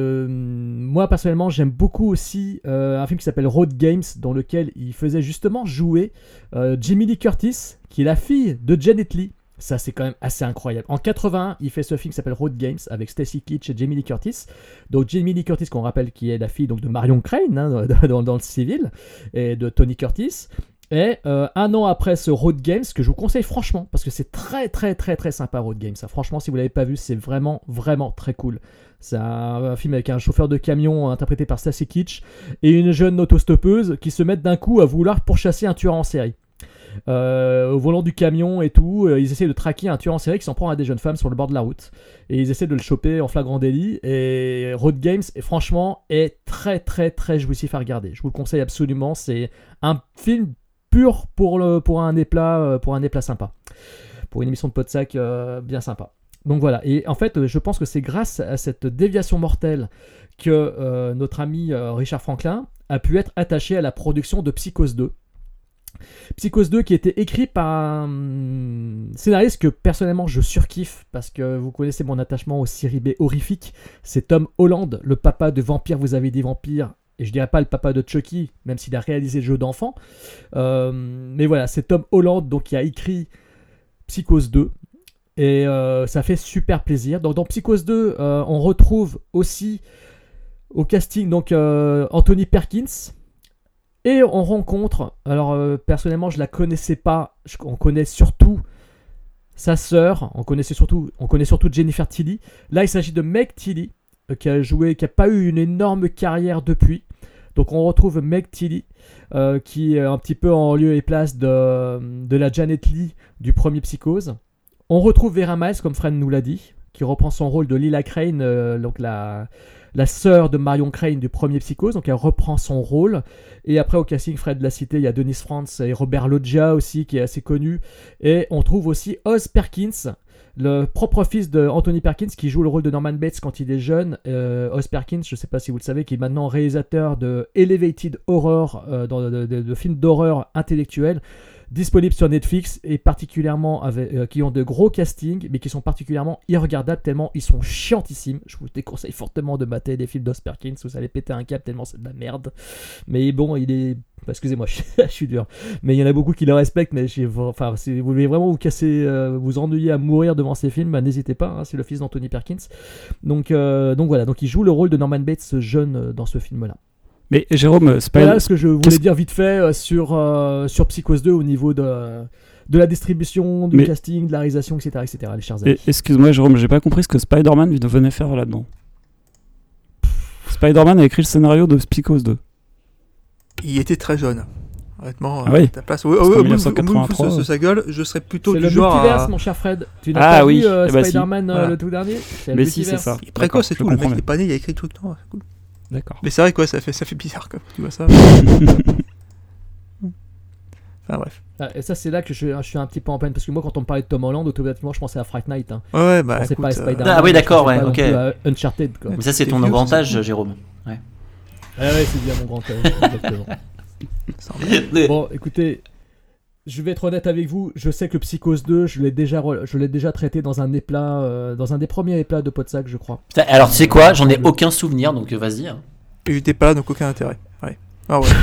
moi personnellement j'aime beaucoup aussi un film qui s'appelle Road Games, dans lequel il faisait justement jouer Jamie Lee Curtis, qui est la fille de Janet Leigh. Ça c'est quand même assez incroyable. En 81 il fait ce film qui s'appelle Road Games avec Stacy Keach et Jamie Lee Curtis. Donc Jamie Lee Curtis, qu'on rappelle, qui est la fille donc, de Marion Crane hein, dans le civil, et de Tony Curtis. Et un an après ce Road Games, que je vous conseille franchement, parce que c'est très très très très sympa Road Games. Ça, franchement, si vous l'avez pas vu, c'est vraiment vraiment très cool. C'est un film avec un chauffeur de camion interprété par Stacy Keach et une jeune autostoppeuse qui se mettent d'un coup à vouloir pourchasser un tueur en série. Au volant du camion et tout, ils essaient de traquer un tueur en série qui s'en prend à des jeunes femmes sur le bord de la route. Et ils essaient de le choper en flagrant délit. Et Road Games, franchement, est très très très jouissif à regarder. Je vous le conseille absolument. C'est un film pur pour un éplat sympa, pour une émission de Podsac bien sympa. Donc voilà, et en fait je pense que c'est grâce à cette déviation mortelle que notre ami Richard Franklin a pu être attaché à la production de Psychose 2. Psychose 2 qui était écrit par un scénariste que personnellement je surkiffe, parce que vous connaissez mon attachement aux séries B horrifiques. C'est Tom Holland, le papa de Vampire, vous avez dit Vampire. Et je dirais pas le papa de Chucky, même s'il a réalisé le jeu d'enfant. Mais voilà, c'est Tom Holland donc, qui a écrit Psychose 2. Et ça fait super plaisir. Donc dans Psychose 2, on retrouve aussi au casting donc, Anthony Perkins. Et on rencontre, alors personnellement je la connaissais pas, on connaît surtout sa sœur, on connaît surtout Jennifer Tilly. Là il s'agit de Meg Tilly, qui a pas eu une énorme carrière depuis. Donc on retrouve Meg Tilly, qui est un petit peu en lieu et place de la Janet Leigh du premier Psychose. On retrouve Vera Miles, comme Fred nous l'a dit, qui reprend son rôle de Lila Crane, donc la sœur de Marion Crane du premier Psychose, donc elle reprend son rôle. Et après au casting, Fred l'a cité, il y a Dennis Franz et Robert Loggia aussi, qui est assez connu. Et on trouve aussi Oz Perkins, le propre fils de Anthony Perkins, qui joue le rôle de Norman Bates quand il est jeune. Oz Perkins, je ne sais pas si vous le savez, qui est maintenant réalisateur de Elevated Horror, de films d'horreur intellectuels, disponibles sur Netflix, et particulièrement qui ont de gros castings, mais qui sont particulièrement irregardables tellement ils sont chiantissimes. Je vous déconseille fortement de mater des films d'Oz Perkins, vous allez péter un câble tellement c'est de la merde. Mais bon, il est... Excusez-moi, je suis dur. Mais il y en a beaucoup qui le respectent, mais si vous voulez vraiment vous casser, vous ennuyer à mourir devant ces films, n'hésitez pas, hein, c'est le fils d'Anthony Perkins. Donc voilà, donc il joue le rôle de Norman Bates jeune dans ce film-là. Mais Jérôme, voilà ce que je voulais dire vite fait sur Psychose 2 au niveau de la distribution, du casting, de la réalisation, etc. les chers amis. Excuse-moi Jérôme, j'ai pas compris ce que Spider-Man venait faire là-dedans. Spider-Man a écrit le scénario de Psychose 2. Il était très jeune. Honnêtement, oui. ta place. Au bout de sa gueule, je serais plutôt du genre. C'est le multiverse, mon cher Fred. Tu n'as pas vu Spider-Man le tout dernier? Mais si, c'est ça. Il est précoce et tout. Le mec n'est pas né, il a écrit tout le temps. C'est cool. D'accord. Mais c'est vrai quoi, ça fait bizarre quoi. Tu vois ça. Enfin bref. Et ça c'est là que je suis un petit peu en peine, parce que moi quand on me parlait de Tom Holland, automatiquement je pensais à Fright Night. Hein. Ouais, bah c'est écoute, pas Spider-Man. Ah oui, d'accord, ouais, ok. Uncharted quoi. Mais ça c'est ton avantage, Jérôme. Ouais. Ah ouais, c'est bien mon grand exactement. Bon, écoutez, je vais être honnête avec vous, je sais que Psychose 2, je l'ai déjà traité dans un éplat, dans un des premiers éplats de Podsac, je crois. Alors, tu sais quoi, j'en ai aucun souvenir, donc vas-y. Hein. Et j'étais pas là, donc aucun intérêt. Ouais. Ah ouais.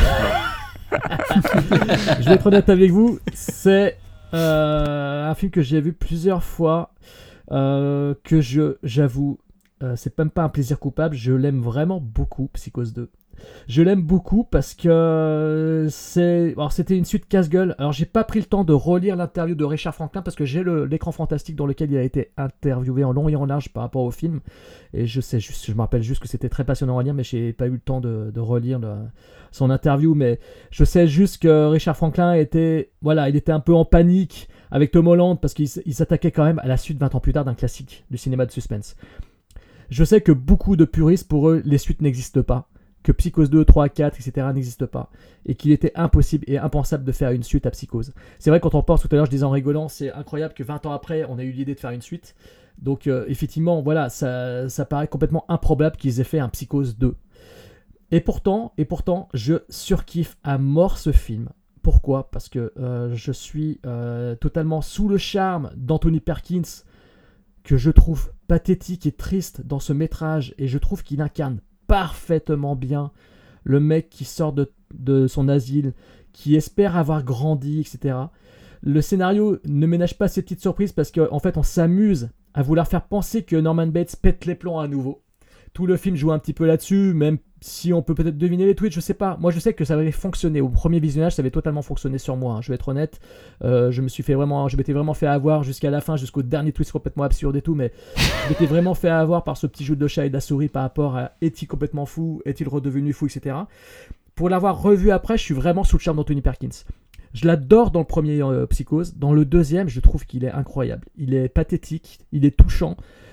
Je vais être honnête avec vous, c'est un film que j'ai vu plusieurs fois, que j'avoue, c'est même pas un plaisir coupable, je l'aime vraiment beaucoup, Psychose 2. Je l'aime beaucoup parce que c'était une suite casse-gueule. Alors j'ai pas pris le temps de relire l'interview de Richard Franklin parce que j'ai l'écran fantastique dans lequel il a été interviewé en long et en large par rapport au film. Et je me rappelle juste que c'était très passionnant à lire, mais j'ai pas eu le temps de relire son interview. Mais je sais juste que Richard Franklin il était un peu en panique avec Tom Holland parce qu'il s'attaquait quand même à la suite 20 ans plus tard d'un classique du cinéma de suspense. Je sais que beaucoup de puristes, pour eux, les suites n'existent pas. Que Psychose 2, 3, 4, etc. n'existent pas. Et qu'il était impossible et impensable de faire une suite à Psychose. C'est vrai, quand on pense tout à l'heure, je disais en rigolant, c'est incroyable que 20 ans après, on a eu l'idée de faire une suite. Donc, effectivement, voilà, ça paraît complètement improbable qu'ils aient fait un Psychose 2. Et pourtant, je surkiffe à mort ce film. Pourquoi ? Parce que je suis totalement sous le charme d'Anthony Perkins, que je trouve pathétique et triste dans ce métrage, et je trouve qu'il incarne parfaitement bien le mec qui sort de son asile, qui espère avoir grandi, etc. Le scénario ne ménage pas ces petites surprises parce qu'en fait on s'amuse à vouloir faire penser que Norman Bates pète les plombs à nouveau. Tout le film joue un petit peu là-dessus, même si on peut peut-être deviner les tweets, je sais pas. Moi je sais que ça avait fonctionné. Au premier visionnage, ça avait totalement fonctionné sur moi, hein. Je vais être honnête. Je m'étais vraiment fait avoir jusqu'à la fin, jusqu'au dernier twist complètement absurde et tout, mais je m'étais vraiment fait avoir par ce petit jeu de chat et de la souris par rapport à est-il complètement fou, est-il redevenu fou, etc. Pour l'avoir revu après, je suis vraiment sous le charme d'Anthony Perkins. Je l'adore dans le premier Psychose. Dans le deuxième, je trouve qu'il est incroyable. Il est pathétique, il est touchant.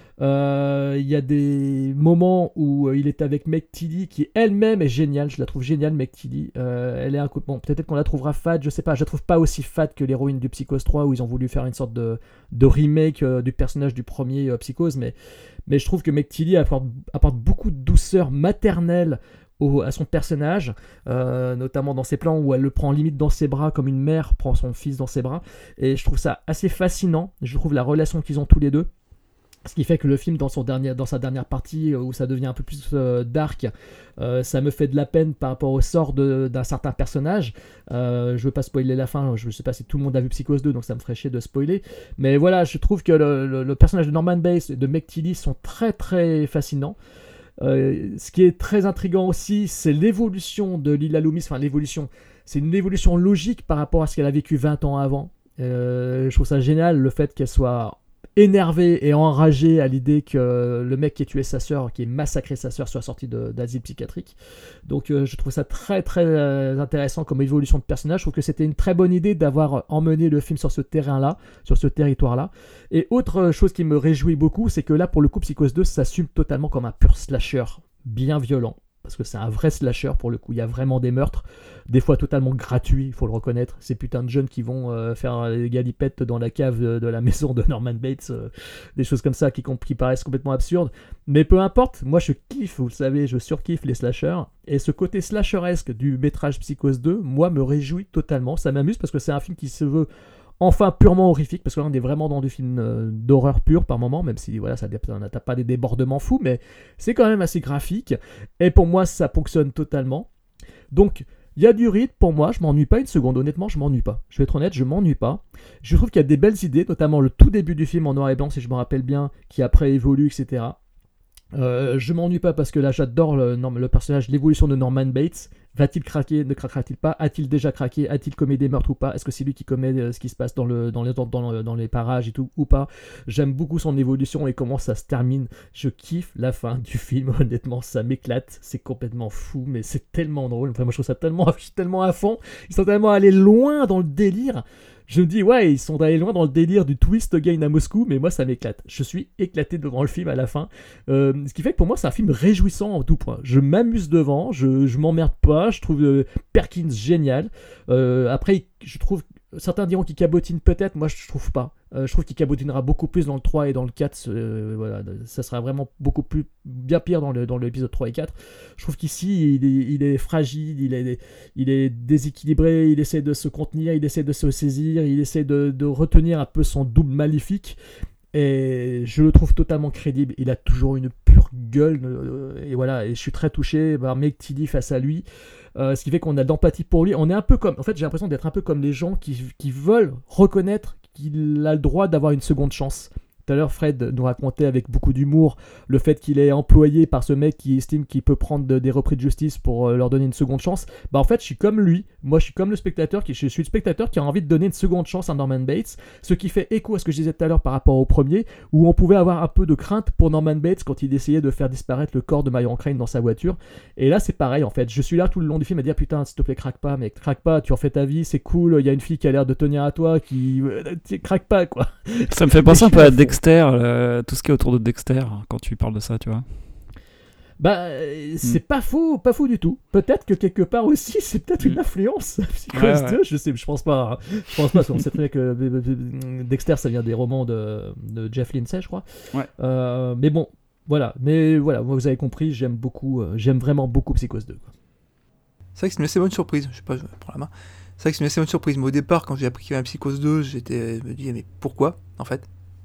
Il y a des moments où il est avec Meg Tilly qui elle-même est géniale. Je la trouve géniale, Meg Tilly. Elle est bon, peut-être qu'on la trouvera fade, je sais pas. Je la trouve pas aussi fade que l'héroïne du Psychose 3 où ils ont voulu faire une sorte de remake du personnage du premier Psychose. Mais je trouve que Meg Tilly apporte beaucoup de douceur maternelle à son personnage, notamment dans ses plans où elle le prend limite dans ses bras comme une mère prend son fils dans ses bras, et je trouve ça assez fascinant. Je trouve la relation qu'ils ont tous les deux, ce qui fait que le film dans sa dernière partie où ça devient un peu plus dark, ça me fait de la peine par rapport au sort d'un certain personnage. Je veux pas spoiler la fin, je sais pas si tout le monde a vu Psychose 2, donc ça me ferait chier de spoiler, mais voilà, je trouve que le personnage de Norman Bates et de Meg Tilly sont très très fascinants. Ce qui est très intriguant aussi, c'est l'évolution de Lila Loomis. Enfin, c'est une évolution logique par rapport à ce qu'elle a vécu 20 ans avant. Je trouve ça génial, le fait qu'elle soit énervée et enragée à l'idée que le mec qui a tué sa sœur, qui a massacré sa sœur, soit sorti d'asile psychiatrique. Donc je trouve ça très très intéressant comme évolution de personnage. Je trouve que c'était une très bonne idée d'avoir emmené le film sur ce terrain-là, sur ce territoire-là. Et autre chose qui me réjouit beaucoup, c'est que là, pour le coup, Psychose 2 s'assume totalement comme un pur slasher, bien violent. Parce que c'est un vrai slasher pour le coup, il y a vraiment des meurtres, des fois totalement gratuits, il faut le reconnaître. Ces putains de jeunes qui vont faire des galipettes dans la cave de la maison de Norman Bates, des choses comme ça qui paraissent complètement absurdes. Mais peu importe, moi je kiffe, vous le savez, je surkiffe les slashers. Et ce côté slasheresque du métrage Psychose 2, moi me réjouit totalement, ça m'amuse parce que c'est un film qui se veut enfin purement horrifique, parce que là on est vraiment dans du film d'horreur pur par moment, même si voilà, ça n'a pas des débordements fous, mais c'est quand même assez graphique, et pour moi ça fonctionne totalement. Donc il y a du rythme pour moi, je m'ennuie pas une seconde, honnêtement je m'ennuie pas, je vais être honnête, je m'ennuie pas. Je trouve qu'il y a des belles idées, notamment le tout début du film en noir et blanc si je me rappelle bien, qui après évolue, etc. Je m'ennuie pas parce que là j'adore le personnage, l'évolution de Norman Bates. Va-t-il craquer, ne craquera-t-il pas? A-t-il déjà craqué? A-t-il commis des meurtres ou pas? Est-ce que c'est lui qui commet ce qui se passe dans les parages et tout ou pas? J'aime beaucoup son évolution et comment ça se termine. Je kiffe la fin du film, honnêtement, ça m'éclate. C'est complètement fou, mais c'est tellement drôle. Enfin, moi je trouve ça je suis tellement à fond. Ils sont tellement allés loin dans le délire. Je me dis, ouais, ils sont allés loin dans le délire du twist again à Moscou, mais moi ça m'éclate. Je suis éclaté devant le film à la fin. Ce qui fait que pour moi c'est un film réjouissant en tout point. Je m'amuse devant, je m'emmerde pas, je trouve Perkins génial. Après, je trouve, certains diront qu'il cabotine peut-être, moi je trouve pas. Je trouve qu'il cabotinera beaucoup plus dans le 3 et dans le 4. Voilà, ça sera vraiment beaucoup plus, bien pire dans l'épisode 3 et 4. Je trouve qu'ici, il est fragile, il est déséquilibré, il essaie de se contenir, il essaie de se saisir, il essaie de retenir un peu son double maléfique. Et je le trouve totalement crédible. Il a toujours une pure gueule. Et voilà, et je suis très touché par Meg Tilly face à lui. Ce qui fait qu'on a de l'empathie pour lui. On est un peu comme... En fait, j'ai l'impression d'être un peu comme les gens qui veulent reconnaître qu'il a le droit d'avoir une seconde chance. Tout à l'heure, Fred nous racontait avec beaucoup d'humour le fait qu'il est employé par ce mec qui estime qu'il peut prendre des repris de justice pour leur donner une seconde chance. Bah en fait, je suis comme lui. Moi, je suis comme le spectateur. Je suis le spectateur qui a envie de donner une seconde chance à Norman Bates. Ce qui fait écho à ce que je disais tout à l'heure par rapport au premier, où on pouvait avoir un peu de crainte pour Norman Bates quand il essayait de faire disparaître le corps de Myron Crane dans sa voiture. Et là, c'est pareil en fait. Je suis là tout le long du film à dire putain, s'il te plaît, craque pas, mec, craque pas. Tu refais ta vie, c'est cool. Il y a une fille qui a l'air de tenir à toi, qui craque pas quoi. Ça me fait penser un peu à Dexter. Tout ce qui est autour de Dexter quand tu parles de ça, tu vois. Bah, c'est pas faux du tout. Peut-être que quelque part aussi, c'est peut-être une influence. Psychose 2, je pense pas. Hein. Je pense pas, parce qu'on sait très bien que Dexter, ça vient des romans de Jeff Lindsay, je crois. Ouais. Mais bon, voilà. Mais voilà, moi, vous avez compris, j'aime vraiment beaucoup Psychose 2. Quoi. C'est vrai que c'est une assez bonne surprise. Je sais pas, je prends la main. C'est vrai que c'est une assez bonne surprise. Mais au départ, quand j'ai appris qu'il y avait un Psychose 2, je me dis, mais pourquoi, en fait?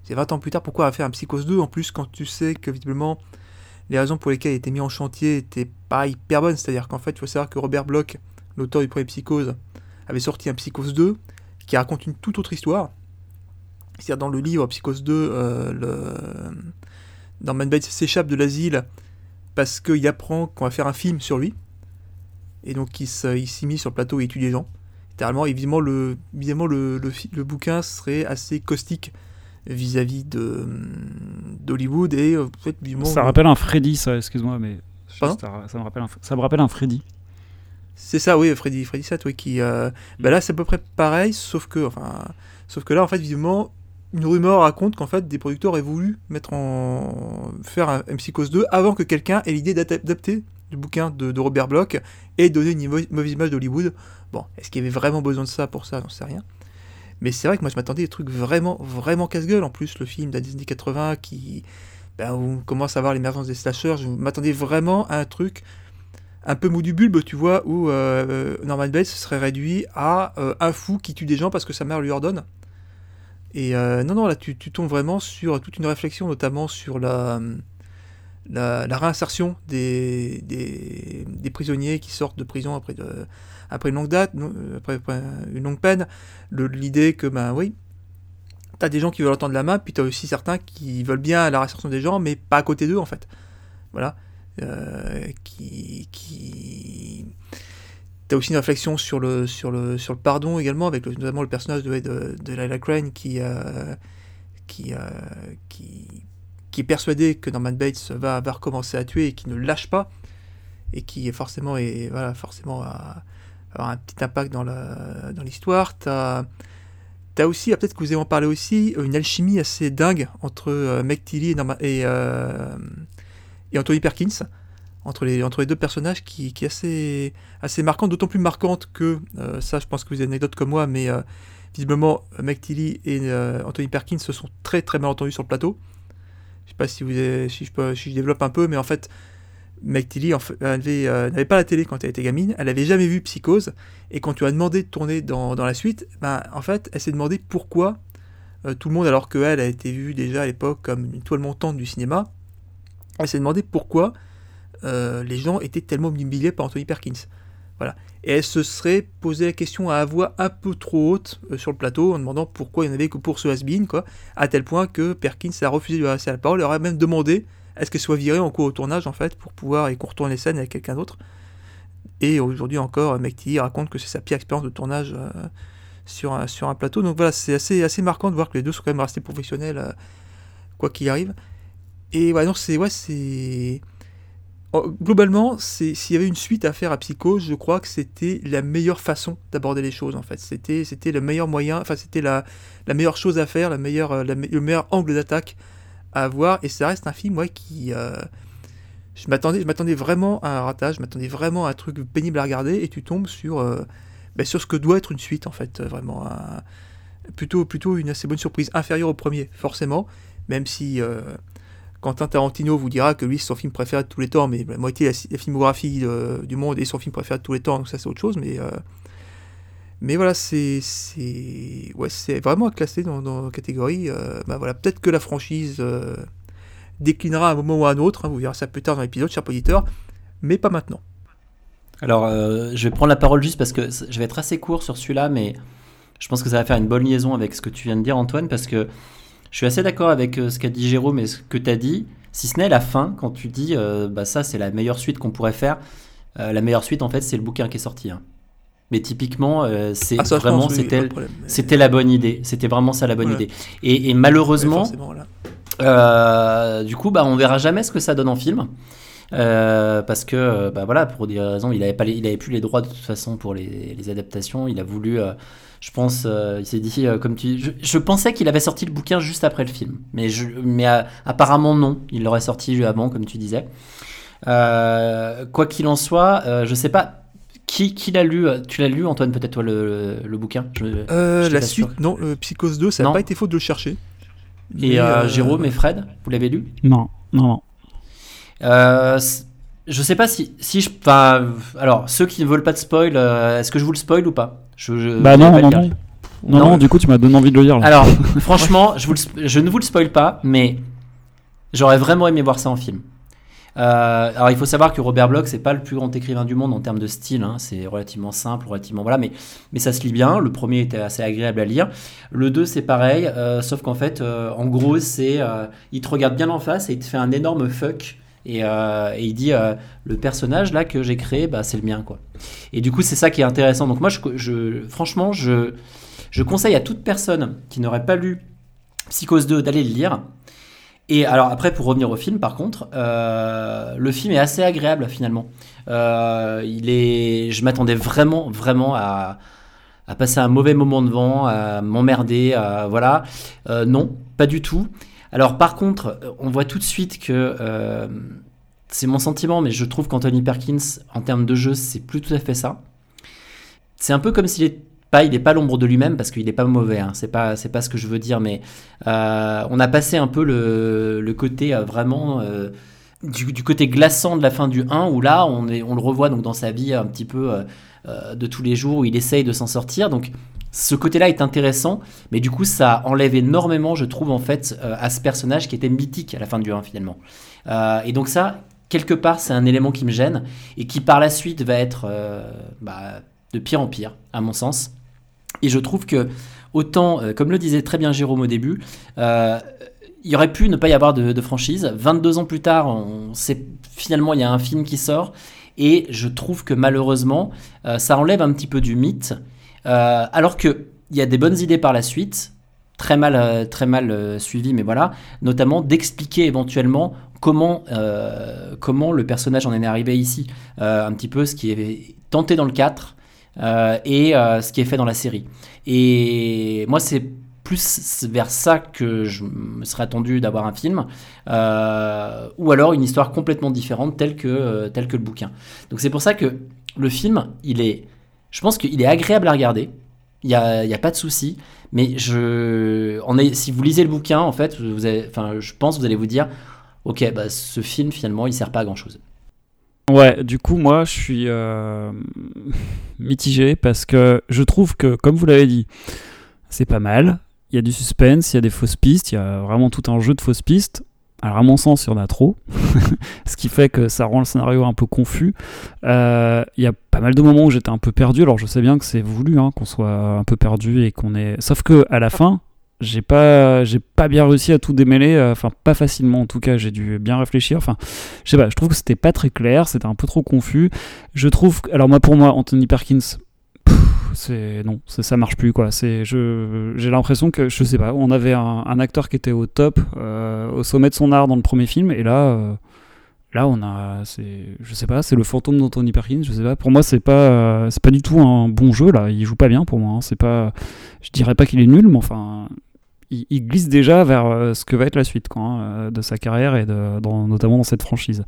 C'est 20 ans plus tard, pourquoi faire un Psychose 2 en plus quand tu sais que visiblement les raisons pour lesquelles il était mis en chantier étaient pas hyper bonnes. C'est-à-dire qu'en fait, il faut savoir que Robert Bloch, l'auteur du premier Psychose, avait sorti un Psychose 2 qui raconte une toute autre histoire. C'est-à-dire dans le livre Psychose 2, Norman Bates s'échappe de l'asile parce qu'il apprend qu'on va faire un film sur lui. Et donc il s'y met sur le plateau et il tue des gens. Littéralement, évidemment, le bouquin serait assez caustique vis-à-vis d'Hollywood et en fait, ça rappelle un Freddy, ça, excuse-moi, mais ça me rappelle un Freddy. C'est ça, oui, Freddy 7, oui, qui là c'est à peu près pareil, sauf que là en fait visiblement une rumeur raconte qu'en fait des producteurs aient voulu faire un Psychose 2 avant que quelqu'un ait l'idée d'adapter le bouquin de Robert Bloch et donner une mauvaise image d'Hollywood. Bon, est-ce qu'il y avait vraiment besoin de ça pour ça, j'en sais rien. Mais c'est vrai que moi je m'attendais à des trucs vraiment, vraiment casse-gueule. En plus, le film des années 80 où on commence à voir l'émergence des slashers, je m'attendais vraiment à un truc un peu mou du bulbe, tu vois, où Norman Bates serait réduit à un fou qui tue des gens parce que sa mère lui ordonne. Et non, là tu tombes vraiment sur toute une réflexion, notamment sur la réinsertion des prisonniers qui sortent de prison après une longue date, après une longue peine, l'idée que oui, t'as des gens qui veulent entendre la main, puis t'as aussi certains qui veulent bien la réinsertion des gens, mais pas à côté d'eux en fait. Voilà. T'as aussi une réflexion sur le pardon également, avec notamment le personnage de Lila Crane qui est persuadé que Norman Bates va recommencer à tuer et qui ne le lâche pas, et qui est forcément a un petit impact dans l'histoire. T'as aussi, peut-être que vous allez en parler aussi, une alchimie assez dingue entre Meg Tilly et Anthony Perkins, entre les deux personnages qui est assez marquante, d'autant plus marquante que, ça je pense que vous avez une anecdote comme moi, mais visiblement Meg Tilly et Anthony Perkins se sont très très mal entendus sur le plateau. Je sais pas si je développe un peu, mais en fait Meg Tilly n'avait pas la télé quand elle était gamine, elle avait jamais vu Psychose, et quand tu as demandé de tourner dans la suite, en fait elle s'est demandé pourquoi tout le monde, alors qu'elle a été vue déjà à l'époque comme une toile montante du cinéma, elle s'est demandé pourquoi les gens étaient tellement obnubilés par Anthony Perkins. Voilà. Et elle se serait posé la question à voix un peu trop haute sur le plateau, en demandant pourquoi il n'y en avait que pour ce has-been, quoi, à tel point que Perkins a refusé de lui adresser la parole, elle aurait même demandé à ce qu'elle soit virée en cours au tournage, en fait, pour pouvoir et qu'on retourne les scènes avec quelqu'un d'autre. Et aujourd'hui encore, Meg Tilly raconte que c'est sa pire expérience de tournage sur un plateau. Donc voilà, c'est assez marquant de voir que les deux sont quand même restés professionnels, quoi qu'il arrive. Et ouais, donc globalement, s'il y avait une suite à faire à Psychose, je crois que c'était la meilleure façon d'aborder les choses, en fait. C'était le meilleur moyen, enfin c'était la meilleure chose à faire, le meilleur angle d'attaque à avoir, et ça reste un film qui... je m'attendais vraiment à un ratage, je m'attendais vraiment à un truc pénible à regarder, et tu tombes sur ce que doit être une suite, en fait, vraiment. Plutôt une assez bonne surprise, inférieure au premier, forcément, même si... Quentin Tarantino vous dira que lui c'est son film préféré de tous les temps, mais la moitié de la filmographie du monde est son film préféré de tous les temps, donc ça c'est autre chose, mais voilà, c'est vraiment à classer dans la catégorie. Voilà, peut-être que la franchise déclinera à un moment ou à un autre, vous verrez ça plus tard dans l'épisode, cher auditeur, mais pas maintenant. Alors je vais prendre la parole juste parce que je vais être assez court sur celui-là, mais je pense que ça va faire une bonne liaison avec ce que tu viens de dire, Antoine, parce que je suis assez d'accord avec ce qu'a dit Jérôme et ce que tu as dit, si ce n'est la fin, quand tu dis ça c'est la meilleure suite qu'on pourrait faire. La meilleure suite en fait c'est le bouquin qui est sorti. Mais typiquement c'était la bonne idée. C'était vraiment ça la bonne idée. Et malheureusement, du coup on verra jamais ce que ça donne en film. Parce que voilà, pour des raisons, il avait plus les droits de toute façon pour les adaptations. Il a voulu, je pense, il s'est dit comme je pensais qu'il avait sorti le bouquin juste après le film, mais apparemment non, il l'aurait sorti avant, comme tu disais. Quoi qu'il en soit, je sais pas qui l'a lu. Tu l'as lu, Antoine, peut-être toi le bouquin. La suite, non, Psychose 2, ça n'a pas été faute de le chercher. Et Jérôme et Fred, vous l'avez lu ? Non. Je sais pas si alors ceux qui ne veulent pas de spoil, est-ce que je vous le spoil ou pas? Non. Non, du coup, tu m'as donné envie de le lire. Là. Alors, franchement, je ne vous le spoil pas, mais j'aurais vraiment aimé voir ça en film. Alors, il faut savoir que Robert Bloch, c'est pas le plus grand écrivain du monde en termes de style. Hein. C'est relativement simple, voilà, mais ça se lit bien. Le premier était assez agréable à lire. Le 2, c'est pareil, sauf qu'en fait, en gros, c'est il te regarde bien en face et il te fait un énorme fuck. Et il dit le personnage là que j'ai créé, bah, c'est le mien, quoi. Et du coup, c'est ça qui est intéressant. Donc moi, franchement, je conseille à toute personne qui n'aurait pas lu Psychose 2 d'aller le lire. Et alors après, pour revenir au film, par contre, le film est assez agréable finalement. Je m'attendais vraiment à passer un mauvais moment devant, à m'emmerder, voilà. Non, pas du tout. Alors par contre, on voit tout de suite que c'est mon sentiment, mais je trouve qu'Anthony Perkins, en termes de jeu, c'est plus tout à fait ça. C'est un peu comme s'il il n'est pas l'ombre de lui-même, parce qu'il n'est pas mauvais, hein. C'est pas ce que je veux dire, mais on a passé un peu le côté vraiment du côté glaçant de la fin du 1, où là on le revoit donc dans sa vie un petit peu de tous les jours, où il essaye de s'en sortir. Donc ce côté-là est intéressant, mais du coup ça enlève énormément, je trouve, en fait, à ce personnage qui était mythique à la fin du 1 finalement. Et donc ça, quelque part, c'est un élément qui me gêne, et qui par la suite va être de pire en pire, à mon sens. Et je trouve que, autant, comme le disait très bien Jérôme au début, il aurait pu ne pas y avoir de franchise. 22 ans plus tard, finalement, il y a un film qui sort, et je trouve que malheureusement, ça enlève un petit peu du mythe, alors qu'il y a des bonnes idées par la suite, très mal suivies, mais voilà, notamment d'expliquer éventuellement comment le personnage en est arrivé ici, un petit peu ce qui est tenté dans le 4, et ce qui est fait dans la série. Et moi, c'est plus vers ça que je me serais attendu d'avoir un film, ou alors une histoire complètement différente telle que le bouquin. Donc c'est pour ça que le film, je pense qu'il est agréable à regarder, il y a pas de souci, mais si vous lisez le bouquin, en fait, je pense que vous allez vous dire, ok, bah, ce film finalement il sert pas à grand chose. Ouais, du coup, moi, je suis mitigé parce que je trouve que, comme vous l'avez dit, c'est pas mal. Il y a du suspense, il y a des fausses pistes, il y a vraiment tout un jeu de fausses pistes. Alors, à mon sens, il y en a trop, ce qui fait que ça rend le scénario un peu confus. Il y a pas mal de moments où j'étais un peu perdu. Alors, je sais bien que c'est voulu, hein, qu'on soit un peu perdu et qu'on est. Sauf que à la fin, j'ai pas bien réussi à tout démêler, enfin pas facilement en tout cas, j'ai dû bien réfléchir, enfin je sais pas, je trouve que c'était pas très clair, c'était un peu trop confus. Je trouve, alors pour moi Anthony Perkins, ça marche plus, quoi. J'ai l'impression que, je sais pas, on avait un acteur qui était au top, au sommet de son art dans le premier film, et là on a, je sais pas, c'est le fantôme d'Anthony Perkins, je sais pas. Pour moi, c'est pas du tout un bon jeu là. Il joue pas bien pour moi. Hein. C'est pas, je dirais pas qu'il est nul, mais enfin, il glisse déjà vers ce que va être la suite, quoi, hein, de sa carrière et notamment dans cette franchise.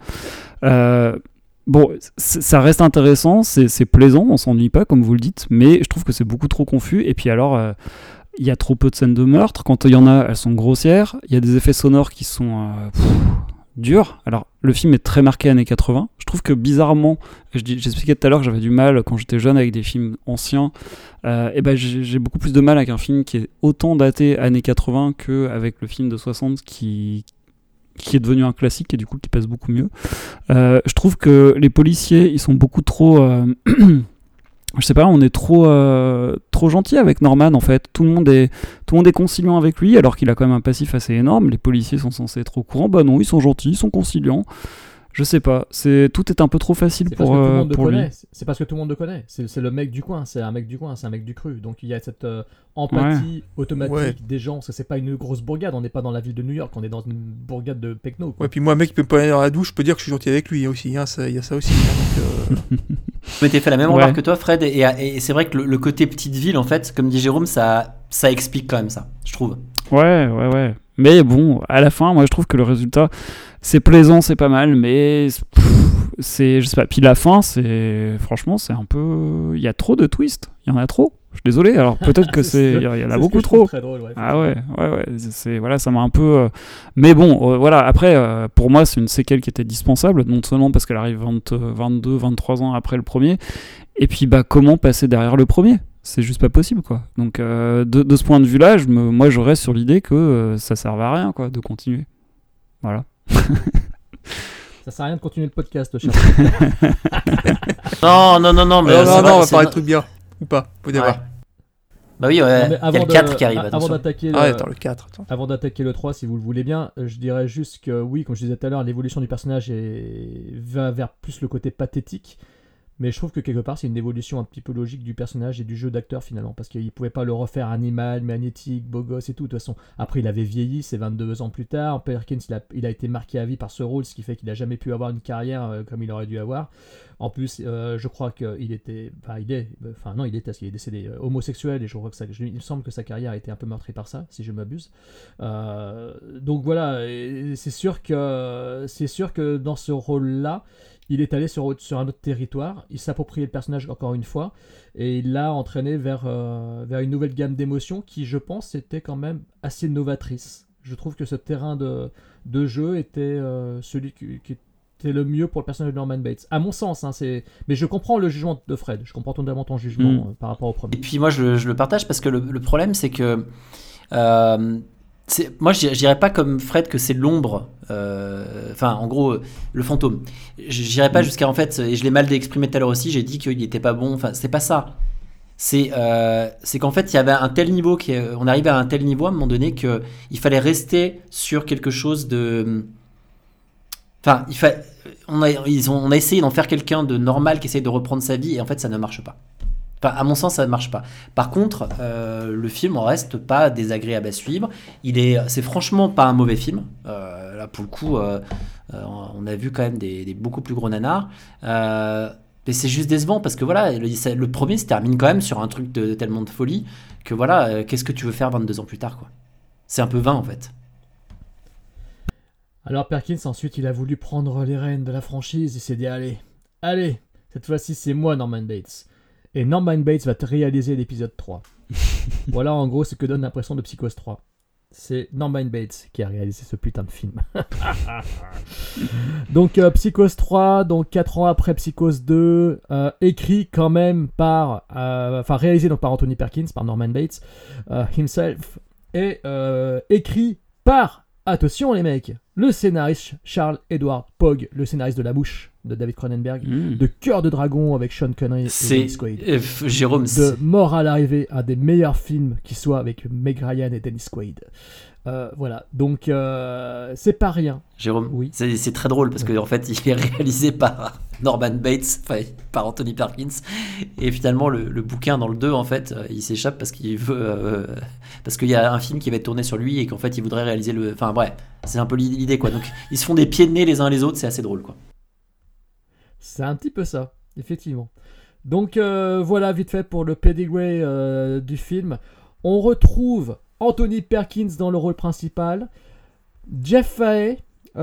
Bon, ça reste intéressant, c'est plaisant, on s'ennuie pas comme vous le dites, mais je trouve que c'est beaucoup trop confus. Et puis alors, il y a trop peu de scènes de meurtre. Quand il y en a, elles sont grossières. Il y a des effets sonores qui sont dur. Alors, le film est très marqué années 80. Je trouve que bizarrement, j'expliquais tout à l'heure que j'avais du mal quand j'étais jeune avec des films anciens. Et ben j'ai beaucoup plus de mal avec un film qui est autant daté années 80 qu'avec le film de 60 qui est devenu un classique et du coup qui pèse beaucoup mieux. Je trouve que les policiers, ils sont beaucoup trop... je sais pas, on est trop gentil avec Norman en fait. Tout le monde est conciliant avec lui alors qu'il a quand même un passif assez énorme. Les policiers sont censés être au courant. Bah non, ils sont gentils, ils sont conciliants. Je sais pas, tout est un peu trop facile pour lui. C'est parce que tout le monde le connaît. C'est le mec du coin, c'est un mec du coin, c'est un mec du cru. Donc il y a cette empathie automatique des gens. Ça, c'est pas une grosse bourgade, on n'est pas dans la ville de New York, on est dans une bourgade de Pecno. Quoi. Ouais, puis moi, un mec qui peut pas aller dans la douche, je peux dire que je suis gentil avec lui aussi. Hein, il y a ça aussi. Hein, donc, Je m'étais fait la même remarque que toi, Fred, et c'est vrai que le côté petite ville, en fait, comme dit Jérôme, ça explique quand même ça, je trouve. Ouais. Mais bon, à la fin, moi je trouve que le résultat, c'est plaisant, c'est pas mal, mais je sais pas. Puis la fin, franchement, c'est un peu, il y a trop de twists, il y en a trop. Je suis désolé. Alors peut-être que il y en a beaucoup trop. Très drôle, ouais. Ah ouais. Voilà, ça m'a un peu. Mais bon, voilà. Après, pour moi, c'est une séquelle qui était dispensable, non seulement parce qu'elle arrive 22, 23 ans après le premier, et puis comment passer derrière le premier. C'est juste pas possible, quoi. Donc, de ce point de vue-là, moi, je reste sur l'idée que ça servait à rien, quoi, de continuer. Voilà. Ça sert à rien de continuer le podcast, cher. Non, mais non, on va parler de trucs bien. Ou pas, faut dire. Ouais. Bah oui, il y a le 4 qui arrive. Avant d'attaquer le 4. Avant d'attaquer le 3, si vous le voulez bien, je dirais juste que oui, comme je disais tout à l'heure, l'évolution du personnage va vers plus le côté pathétique. Mais je trouve que quelque part, c'est une évolution un petit peu logique du personnage et du jeu d'acteur finalement. Parce qu'il ne pouvait pas le refaire animal, magnétique, beau gosse et tout. De toute façon, après, il avait vieilli, c'est 22 ans plus tard. Perkins, il a été marqué à vie par ce rôle, ce qui fait qu'il n'a jamais pu avoir une carrière comme il aurait dû avoir. En plus, je crois qu'il était. Il est parce qu'il est décédé homosexuel et je crois que il me semble que sa carrière a été un peu meurtrie par ça, si je m'abuse. Donc voilà, c'est sûr que dans ce rôle-là, il est allé sur un autre territoire, il s'appropriait le personnage encore une fois, et il l'a entraîné vers une nouvelle gamme d'émotions qui, je pense, était quand même assez novatrice. Je trouve que ce terrain de jeu était celui qui était le mieux pour le personnage de Norman Bates, à mon sens. Mais je comprends le jugement de Fred, je comprends totalement ton jugement par rapport au premier. Et puis moi, je le partage parce que le problème, c'est que... moi je dirais pas comme Fred que c'est l'ombre, en gros le fantôme. Je dirais pas jusqu'à, en fait, et je l'ai mal exprimé tout à l'heure aussi, j'ai dit qu'il était pas bon, c'est pas ça. C'est qu'en fait il y avait un tel niveau, on arrivait à un tel niveau à un moment donné qu'il fallait rester sur quelque chose de... on a essayé d'en faire quelqu'un de normal qui essaye de reprendre sa vie, et en fait ça ne marche pas. À mon sens, ça ne marche pas. Par contre, le film en reste pas désagréable à suivre. C'est franchement pas un mauvais film. Là, pour le coup, on a vu quand même des beaucoup plus gros nanars. Mais c'est juste décevant parce que voilà, le premier se termine quand même sur un truc de tellement de folie que voilà, qu'est-ce que tu veux faire 22 ans plus tard, quoi. C'est un peu vain en fait. Alors Perkins, ensuite, il a voulu prendre les rênes de la franchise. Il s'est dit allez, cette fois-ci, c'est moi Norman Bates. Et Norman Bates va te réaliser l'épisode 3. Voilà en gros ce que donne l'impression de Psychose 3. C'est Norman Bates qui a réalisé ce putain de film. Donc Psychose 3, donc 4 ans après Psychose 2, écrit quand même réalisé donc par Anthony Perkins, par Norman Bates himself, et écrit par, attention les mecs, le scénariste Charles Edward Pogge, le scénariste de La Mouche de David Cronenberg, de Cœur de Dragon avec Sean Connery et Dennis Quaid, Jérôme, de Mort à l'arrivée, un des meilleurs films qui soit avec Meg Ryan et Dennis Quaid. Voilà, donc c'est pas rien. Jérôme, oui. C'est très drôle parce qu'en fait il est réalisé par Norman Bates, par Anthony Perkins, et finalement le bouquin dans le 2 en fait il s'échappe parce qu'il veut parce qu'il y a un film qui va être tourné sur lui et qu'en fait il voudrait réaliser c'est un peu l'idée, quoi. Donc ils se font des pieds de nez les uns les autres, c'est assez drôle, quoi. C'est un petit peu ça, effectivement. Donc voilà, vite fait pour le pedigree du film. On retrouve Anthony Perkins dans le rôle principal, Jeff Fahey,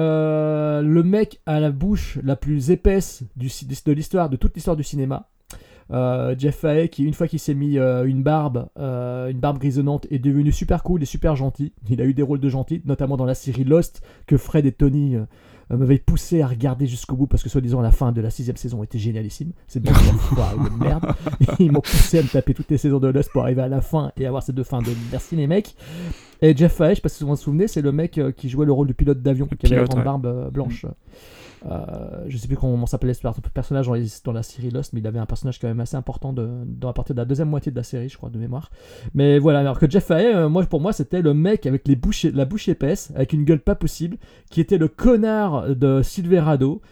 le mec à la bouche la plus épaisse de l'histoire, de toute l'histoire du cinéma. Jeff Fahey qui, une fois qu'il s'est mis une barbe grisonnante, est devenu super cool et super gentil. Il a eu des rôles de gentil, notamment dans la série Lost que Fred et Tony m'avaient poussé à regarder jusqu'au bout parce que soi-disant la fin de la 6e saison était génialissime. C'est bon, de merde. Ils m'ont poussé à me taper toutes les saisons de Lost pour arriver à la fin et avoir ces deux fins de merci les mecs. Et Jeff Fahey, je sais pas si vous vous souvenez, c'est le mec qui jouait le rôle du pilote d'avion, qui avait la grande barbe blanche. Je sais plus comment s'appelait ce personnage dans la série Lost, mais il avait un personnage quand même assez important à partir de la deuxième moitié de la série, je crois, de mémoire. Mais voilà, alors que Jeff Fahey, pour moi c'était le mec avec la bouche épaisse, avec une gueule pas possible, qui était le connard de Silverado,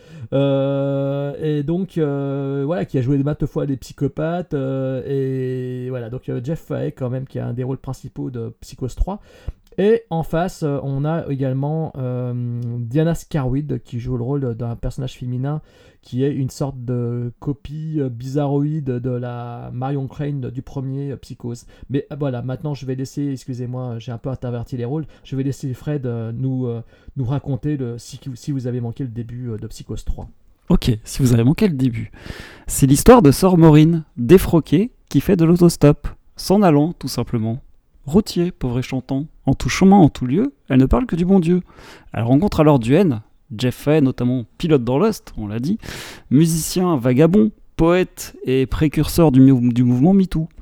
et donc voilà, qui a joué maintes fois des psychopathes, et voilà, donc Jeff Fahey quand même qui a un des rôles principaux de Psychose 3. Et en face, on a également Diana Scarwid qui joue le rôle d'un personnage féminin qui est une sorte de copie bizarroïde de la Marion Crane du premier Psychose. Mais voilà, maintenant je vais laisser, excusez-moi, j'ai un peu interverti les rôles, je vais laisser Fred nous raconter si vous avez manqué le début de Psychose 3. Ok, si vous avez manqué le début. C'est l'histoire de Sœur Maureen, défroquée, qui fait de l'autostop, s'en allant tout simplement. Routier, pauvre et chantant, en tout chemin, en tout lieu, elle ne parle que du bon Dieu. Elle rencontre alors Duane, Jeff Fahey notamment, pilote dans Lost, on l'a dit, musicien, vagabond, poète et précurseur du mouvement MeToo.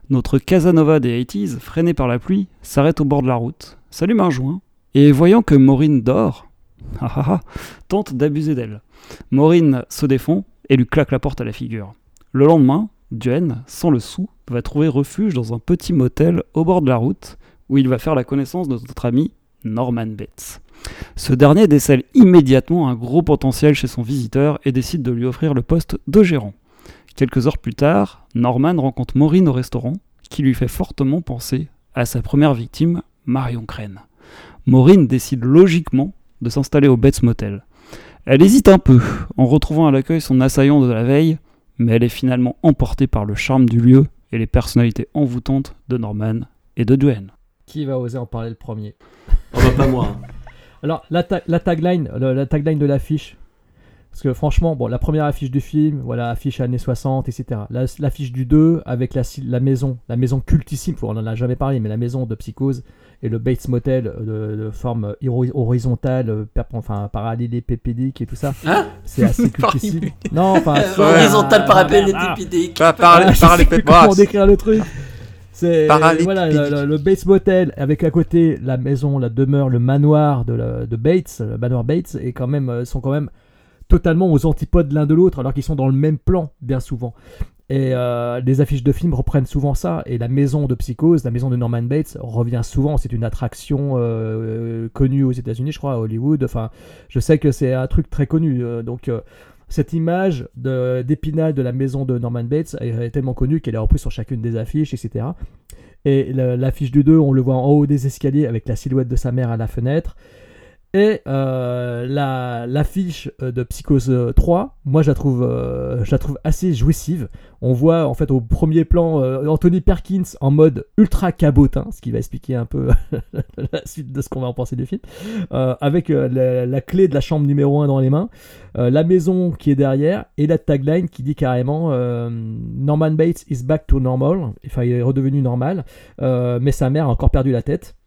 Notre Casanova des 80s, freiné par la pluie, s'arrête au bord de la route, s'allume un joint, et voyant que Maureen dort, tente d'abuser d'elle. Maureen se défend et lui claque la porte à la figure. Le lendemain, Duane, sans le sou, va trouver refuge dans un petit motel au bord de la route, où il va faire la connaissance de notre ami Norman Bates. Ce dernier décèle immédiatement un gros potentiel chez son visiteur et décide de lui offrir le poste de gérant. Quelques heures plus tard, Norman rencontre Maureen au restaurant, qui lui fait fortement penser à sa première victime, Marion Crane. Maureen décide logiquement de s'installer au Bates Motel. Elle hésite un peu, en retrouvant à l'accueil son assaillant de la veille, mais elle est finalement emportée par le charme du lieu et les personnalités envoûtantes de Norman et de Duane. Qui va oser en parler le premier? Oh bah pas moi. Alors, la tagline de l'affiche, parce que franchement, bon, la première affiche du film, voilà, affiche années 60, etc. L'affiche du 2, avec la maison cultissime, on n'en a jamais parlé, mais la maison de Psychose, et le Bates Motel de forme horizontale, parallélépipédique et tout ça, c'est assez cultissime. Non, enfin... Horizontal, parallélépipédique. Parallélépipédique. Comment décrire le truc? C'est voilà, le Bates Motel avec à côté la maison, la demeure, le manoir de Bates, le manoir Bates, et sont quand même totalement aux antipodes l'un de l'autre, alors qu'ils sont dans le même plan bien souvent. Et les affiches de films reprennent souvent ça, et la maison de Psychose, la maison de Norman Bates revient souvent. C'est une attraction connue aux États-Unis, je crois, à Hollywood. Enfin, je sais que c'est un truc très connu. Cette image d'Épinal de la maison de Norman Bates est tellement connue qu'elle est reprise sur chacune des affiches, etc. Et l'affiche du 2, on le voit en haut des escaliers avec la silhouette de sa mère à la fenêtre. Et l'affiche de Psychose 3, moi je la trouve assez jouissive. On voit en fait au premier plan Anthony Perkins en mode ultra cabotin, ce qui va expliquer un peu la suite de ce qu'on va en penser du film, avec la clé de la chambre numéro 1 dans les mains, la maison qui est derrière, et la tagline qui dit carrément Norman Bates is back to normal, enfin il est redevenu normal, mais sa mère a encore perdu la tête.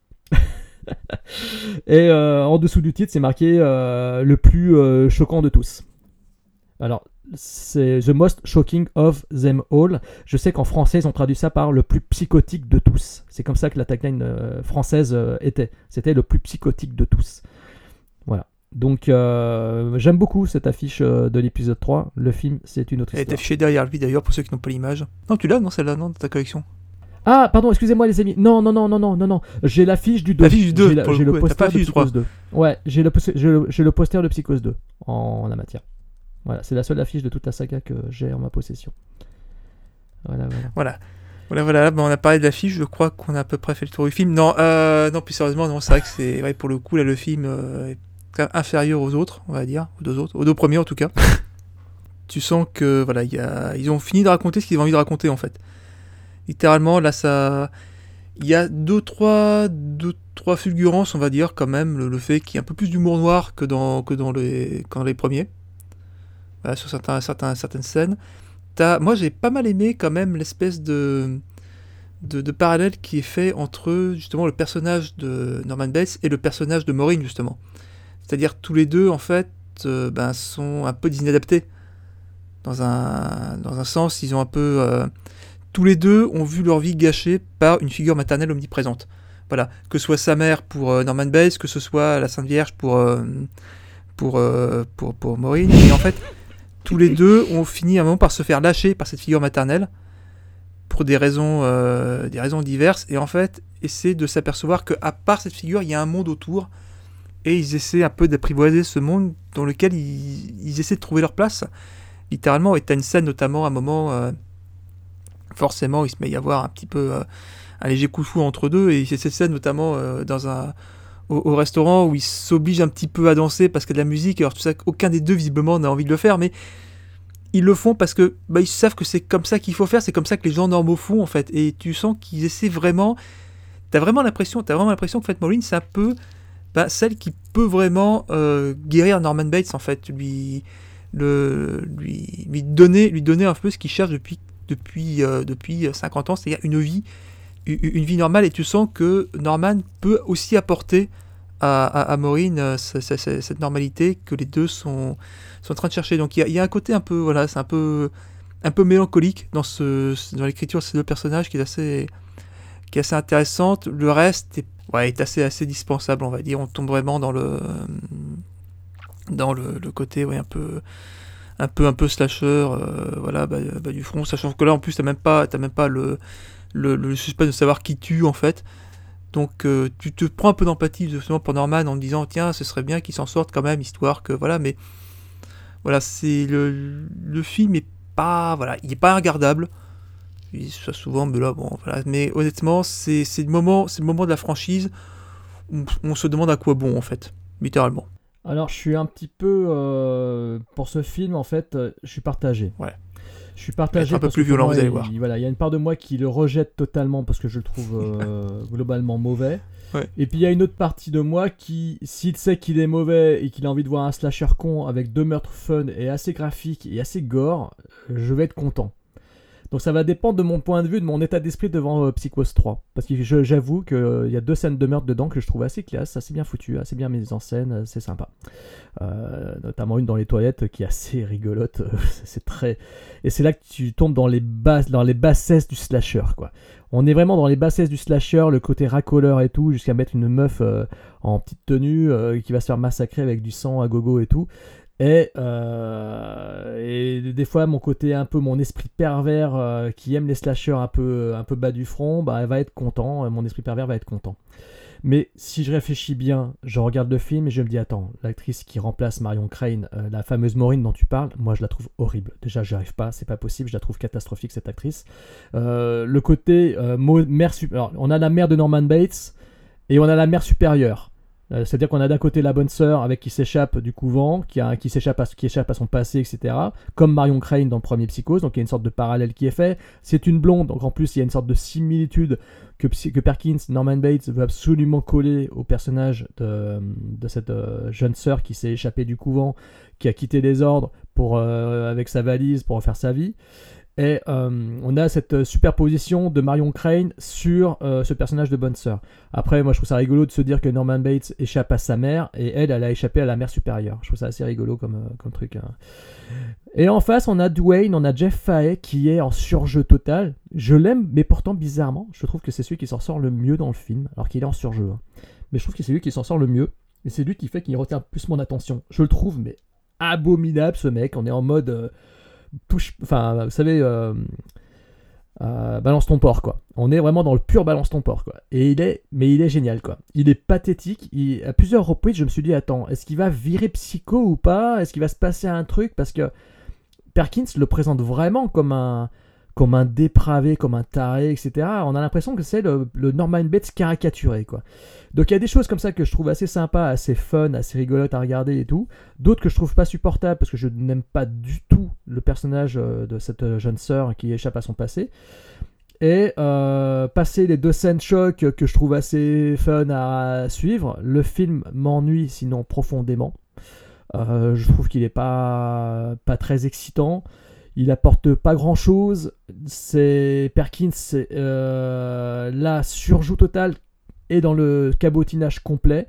Et en dessous du titre c'est marqué le plus choquant de tous. Alors c'est The Most Shocking of Them All. Je sais qu'en français ils ont traduit ça par le plus psychotique de tous. C'est comme ça que la tagline française était. C'était le plus psychotique de tous. Voilà. Donc j'aime beaucoup cette affiche de l'épisode 3. Le film c'est une autre histoire. Elle est affichée derrière lui d'ailleurs pour ceux qui n'ont pas l'image. Non, tu l'as, non, celle-là, non, de ta collection. Ah, pardon, excusez-moi les amis. Non. J'ai l'affiche du 2. L'affiche du 2, j'ai le poster de Psychose 2. Ouais, j'ai le poster de Psychose 2 en la matière. Voilà, c'est la seule affiche de toute la saga que j'ai en ma possession. Voilà. Ben, on a parlé de l'affiche, je crois qu'on a à peu près fait le tour du film. Non, plus sérieusement, non, c'est vrai que c'est... Ouais, pour le coup, là, le film est quand même inférieur aux autres, on va dire, aux deux premiers en tout cas. Tu sens que, voilà, ils ont fini de raconter ce qu'ils avaient envie de raconter, en fait. Littéralement, là, il y a deux, trois fulgurances, on va dire, quand même, le fait qu'il y ait un peu plus d'humour noir que dans les premiers. Voilà, sur certaines scènes. Moi, j'ai pas mal aimé, quand même, l'espèce de parallèle qui est fait entre, justement, le personnage de Norman Bates et le personnage de Maureen, justement. C'est-à-dire, tous les deux, en fait, sont un peu inadaptés. Dans un sens, ils ont un peu... tous les deux ont vu leur vie gâchée par une figure maternelle omniprésente. Voilà, que ce soit sa mère pour Norman Bates, que ce soit la Sainte Vierge pour Maureen. Et en fait, tous les deux ont fini à un moment par se faire lâcher par cette figure maternelle pour des raisons diverses. Et en fait, essaient de s'apercevoir qu'à part cette figure, il y a un monde autour. Et ils essaient un peu d'apprivoiser ce monde dans lequel ils essaient de trouver leur place. Littéralement, et t'as une scène notamment à un moment... forcément, il se met à y avoir un petit peu un léger coup de fou entre deux, et c'est cette scène notamment au restaurant où ils s'obligent un petit peu à danser parce qu'il y a de la musique. Alors tout ça, aucun des deux visiblement n'a envie de le faire, mais ils le font parce que ils savent que c'est comme ça qu'il faut faire, c'est comme ça que les gens normaux font en fait, et tu sens qu'ils essaient vraiment. T'as vraiment l'impression que en fait Maureen c'est un peu celle qui peut vraiment guérir Norman Bates en fait, lui donner un peu ce qu'il cherche depuis 50 ans, c'est-à-dire une vie normale, et tu sens que Norman peut aussi apporter à Maureen cette normalité que les deux sont en train de chercher. Donc il y a un côté un peu, voilà, c'est un peu un peu mélancolique dans l'écriture de ces deux personnages qui est assez intéressante. Le reste est assez dispensable, on va dire. On tombe vraiment dans le côté un peu slasher, du front, sachant que là en plus t'as même pas le suspense de savoir qui tue en fait. Donc tu te prends un peu d'empathie justement pour Norman en te disant tiens, ce serait bien qu'il s'en sorte quand même, histoire que mais c'est le film est pas il est pas regardable. Ça souvent, mais honnêtement, c'est le moment de la franchise où on se demande à quoi bon en fait, littéralement. Alors je suis un petit peu pour ce film en fait, je suis partagé. Ouais. Je suis partagé. Un peu plus violent, vous allez voir. Il y a une part de moi qui le rejette totalement parce que je le trouve globalement mauvais. Ouais. Et puis il y a une autre partie de moi qui, s'il sait qu'il est mauvais et qu'il a envie de voir un slasher con avec 2 meurtres fun et assez graphiques et assez gore, je vais être content. Donc ça va dépendre de mon point de vue, de mon état d'esprit devant Psychose 3. Parce que j'avoue qu'il y a 2 scènes de meurtre dedans que je trouve assez classe, assez bien foutues, assez bien mises en scène, c'est sympa. Notamment une dans les toilettes qui est assez rigolote. Et c'est là que tu tombes dans les bassesses du slasher, quoi. On est vraiment dans les bassesses du slasher, le côté racoleur et tout, jusqu'à mettre une meuf en petite tenue qui va se faire massacrer avec du sang à gogo et tout. Et des fois mon côté un peu, mon esprit pervers qui aime les slashers un peu bas du front, elle va être content, mon esprit pervers va être content. Mais si je réfléchis bien, je regarde le film et je me dis attends, l'actrice qui remplace Marion Crane, la fameuse Maureen dont tu parles, moi je la trouve horrible. Déjà j'y arrive pas, c'est pas possible, je la trouve catastrophique cette actrice. Le côté mère alors, on a la mère de Norman Bates et on a la mère supérieure. C'est-à-dire qu'on a d'un côté la bonne sœur avec qui s'échappe du couvent, qui échappe à son passé, etc. Comme Marion Crane dans le premier Psychose, donc il y a une sorte de parallèle qui est fait. C'est une blonde, donc en plus il y a une sorte de similitude que Perkins, Norman Bates veut absolument coller au personnage de cette jeune sœur qui s'est échappée du couvent, qui a quitté les ordres avec sa valise pour refaire sa vie. Et on a cette superposition de Marion Crane sur ce personnage de bonne sœur. Après, moi je trouve ça rigolo de se dire que Norman Bates échappe à sa mère et elle a échappé à la mère supérieure. Je trouve ça assez rigolo comme truc. Hein. Et en face, on a Dwayne, on a Jeff Fahey qui est en surjeu total. Je l'aime, mais pourtant bizarrement, je trouve que c'est celui qui s'en sort le mieux dans le film, alors qu'il est en surjeu. Hein. Mais je trouve que c'est lui qui s'en sort le mieux et c'est lui qui fait qu'il retient plus mon attention. Je le trouve, mais abominable ce mec. On est en mode... Enfin, vous savez, balance ton porc, quoi. On est vraiment dans le pur balance ton porc, quoi. Et il est génial, quoi. Il est pathétique. À plusieurs reprises, je me suis dit, attends, est-ce qu'il va virer psycho ou pas ? Est-ce qu'il va se passer un truc ? Parce que Perkins le présente vraiment comme un dépravé, comme un taré, etc. On a l'impression que c'est le Norman Bates caricaturé, quoi. Donc il y a des choses comme ça que je trouve assez sympa, assez fun, assez rigolote à regarder et tout. D'autres que je trouve pas supportables parce que je n'aime pas du tout le personnage de cette jeune sœur qui échappe à son passé. Et passer les 2 scènes choc que je trouve assez fun à suivre, le film m'ennuie sinon profondément. Je trouve qu'il est pas très excitant. Il apporte pas grand chose. Perkins là surjoue total et dans le cabotinage complet.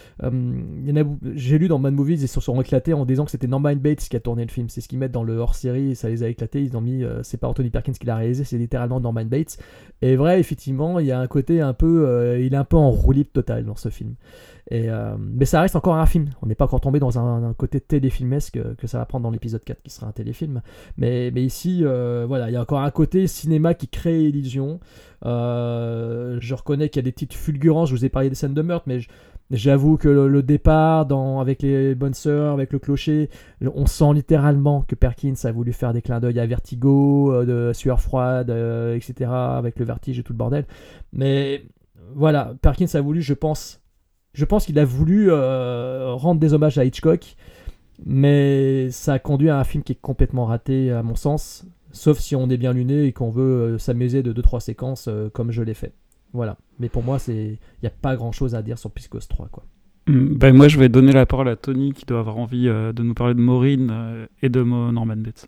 J'ai lu dans Mad Movies, ils se sont éclatés en disant que c'était Norman Bates qui a tourné le film. C'est ce qu'ils mettent dans le hors-série et ça les a éclatés. Ils ont mis, c'est pas Anthony Perkins qui l'a réalisé, c'est littéralement Norman Bates. Et vrai, effectivement, il y a un côté un peu, il est un peu en roue libre totale dans ce film. Mais ça reste encore un film. On n'est pas encore tombé dans un côté téléfilmesque que ça va prendre dans l'épisode 4 qui sera un téléfilm. Mais ici, voilà, il y a encore un côté cinéma qui crée illusion. Je reconnais qu'il y a des petites fulgurances. Je vous ai parlé des scènes de meurtre, mais j'avoue que le départ avec les bonnes sœurs, avec le clocher, on sent littéralement que Perkins a voulu faire des clins d'œil à Vertigo, de Sueur froide, etc., avec le vertige et tout le bordel. Mais voilà, Perkins a voulu, je pense qu'il a voulu rendre des hommages à Hitchcock, mais ça a conduit à un film qui est complètement raté à mon sens, sauf si on est bien luné et qu'on veut s'amuser de 2-3 séquences comme je l'ai fait. Voilà, mais pour moi, il n'y a pas grand-chose à dire sur Psychose 3, quoi. Moi, je vais donner la parole à Tony qui doit avoir envie de nous parler de Maureen et de Norman Bates.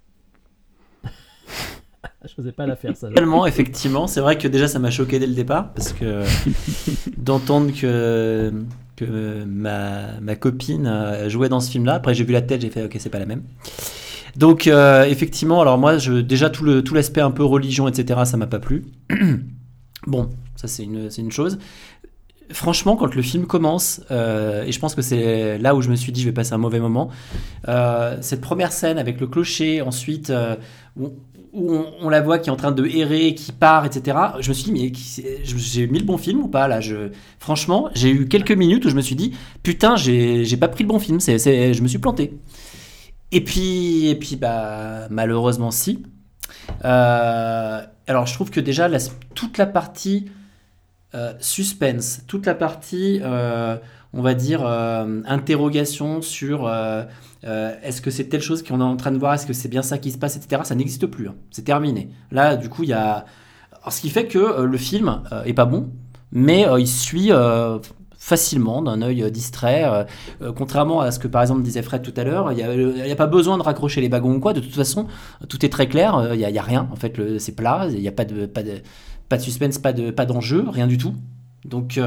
Je n'osais pas la faire, ça. Tellement, effectivement, c'est vrai que déjà ça m'a choqué dès le départ parce que d'entendre que ma copine jouait dans ce film-là. Après, j'ai vu la tête, j'ai fait ok, c'est pas la même. Donc effectivement, alors moi, déjà tout l'aspect un peu religion, etc., ça m'a pas plu. Bon, ça c'est une chose. Franchement, quand le film commence, et je pense que c'est là où je me suis dit je vais passer un mauvais moment, cette première scène avec le clocher, ensuite où on la voit qui est en train de errer, qui part, etc. Je me suis dit, mais j'ai mis le bon film ou pas là Franchement, j'ai eu quelques minutes où je me suis dit, putain, j'ai pas pris le bon film, je me suis planté. Et puis bah, malheureusement, si. Alors, je trouve que déjà, toute la partie suspense, toute la partie, on va dire, interrogation sur est-ce que c'est telle chose qu'on est en train de voir, est-ce que c'est bien ça qui se passe, etc., ça n'existe plus. Hein. C'est terminé. Là, du coup, il y a... Alors, ce qui fait que le film est pas bon, mais il suit facilement d'un œil distrait, contrairement à ce que par exemple disait Fred tout à l'heure. Il n'y a pas besoin de raccrocher les wagons ou quoi. De toute façon, tout est très clair. Il y a rien. En fait, c'est plat. Il n'y a pas de suspense, pas d'enjeu, rien du tout. Donc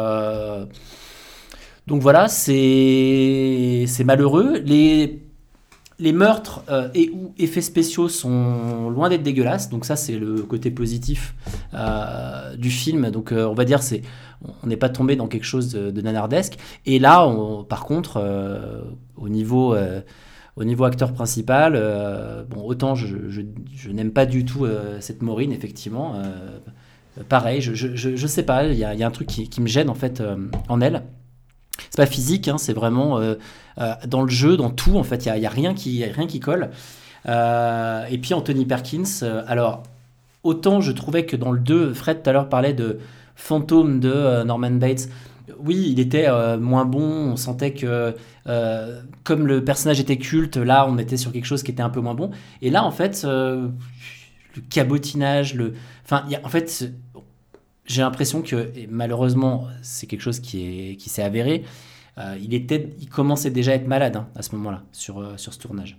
voilà, c'est malheureux. Les meurtres et ou effets spéciaux sont loin d'être dégueulasses. Donc ça, c'est le côté positif du film. Donc on va dire, on n'est pas tombé dans quelque chose de nanardesque. Et là, par contre, au niveau acteur principal, autant je n'aime pas du tout cette Maureen, effectivement. Pareil, je sais pas, il y a un truc qui me gêne en fait en elle. C'est pas physique, hein, c'est vraiment dans le jeu, dans tout en fait, il y a rien qui colle. Et puis Anthony Perkins, alors autant je trouvais que dans le 2, Fred tout à l'heure parlait de fantôme de Norman Bates. Oui, il était moins bon, on sentait que comme le personnage était culte, là on était sur quelque chose qui était un peu moins bon. Et là en fait, le cabotinage, en fait, j'ai l'impression que, et malheureusement c'est quelque chose qui s'est avéré, il commençait déjà à être malade à ce moment-là, sur ce tournage.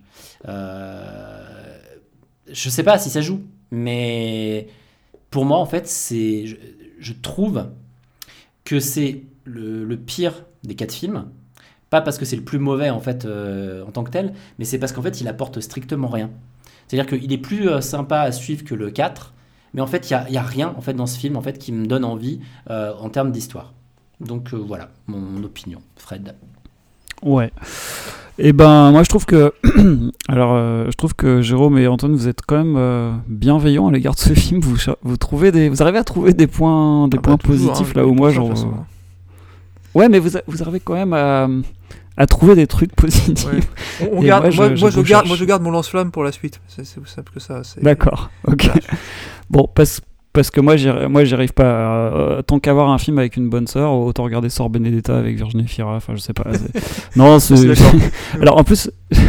Je sais pas si ça joue, mais pour moi en fait, je trouve que c'est le pire des 4 films, pas parce que c'est le plus mauvais en fait en tant que tel, mais c'est parce qu'en fait il apporte strictement rien. C'est-à-dire qu'il est plus sympa à suivre que le 4, mais en fait il y a rien en fait dans ce film en fait qui me donne envie en termes d'histoire. Donc voilà mon opinion, Fred. Ouais. Et ben moi je trouve que je trouve que Jérôme et Antoine, vous êtes quand même bienveillants à l'égard de ce film. Vous arrivez à trouver des points positifs là où moi genre ouais, mais vous arrivez quand même à trouver des trucs positifs. Ouais. Moi je garde mon lance-flamme pour la suite. C'est aussi simple que ça. D'accord. Ok. Bon, parce que moi j'y arrive pas. Tant qu'avoir un film avec une bonne sœur, autant regarder Sor Benedetta avec Virginie Fira. Enfin, je sais pas. Non, c'est. Alors en plus,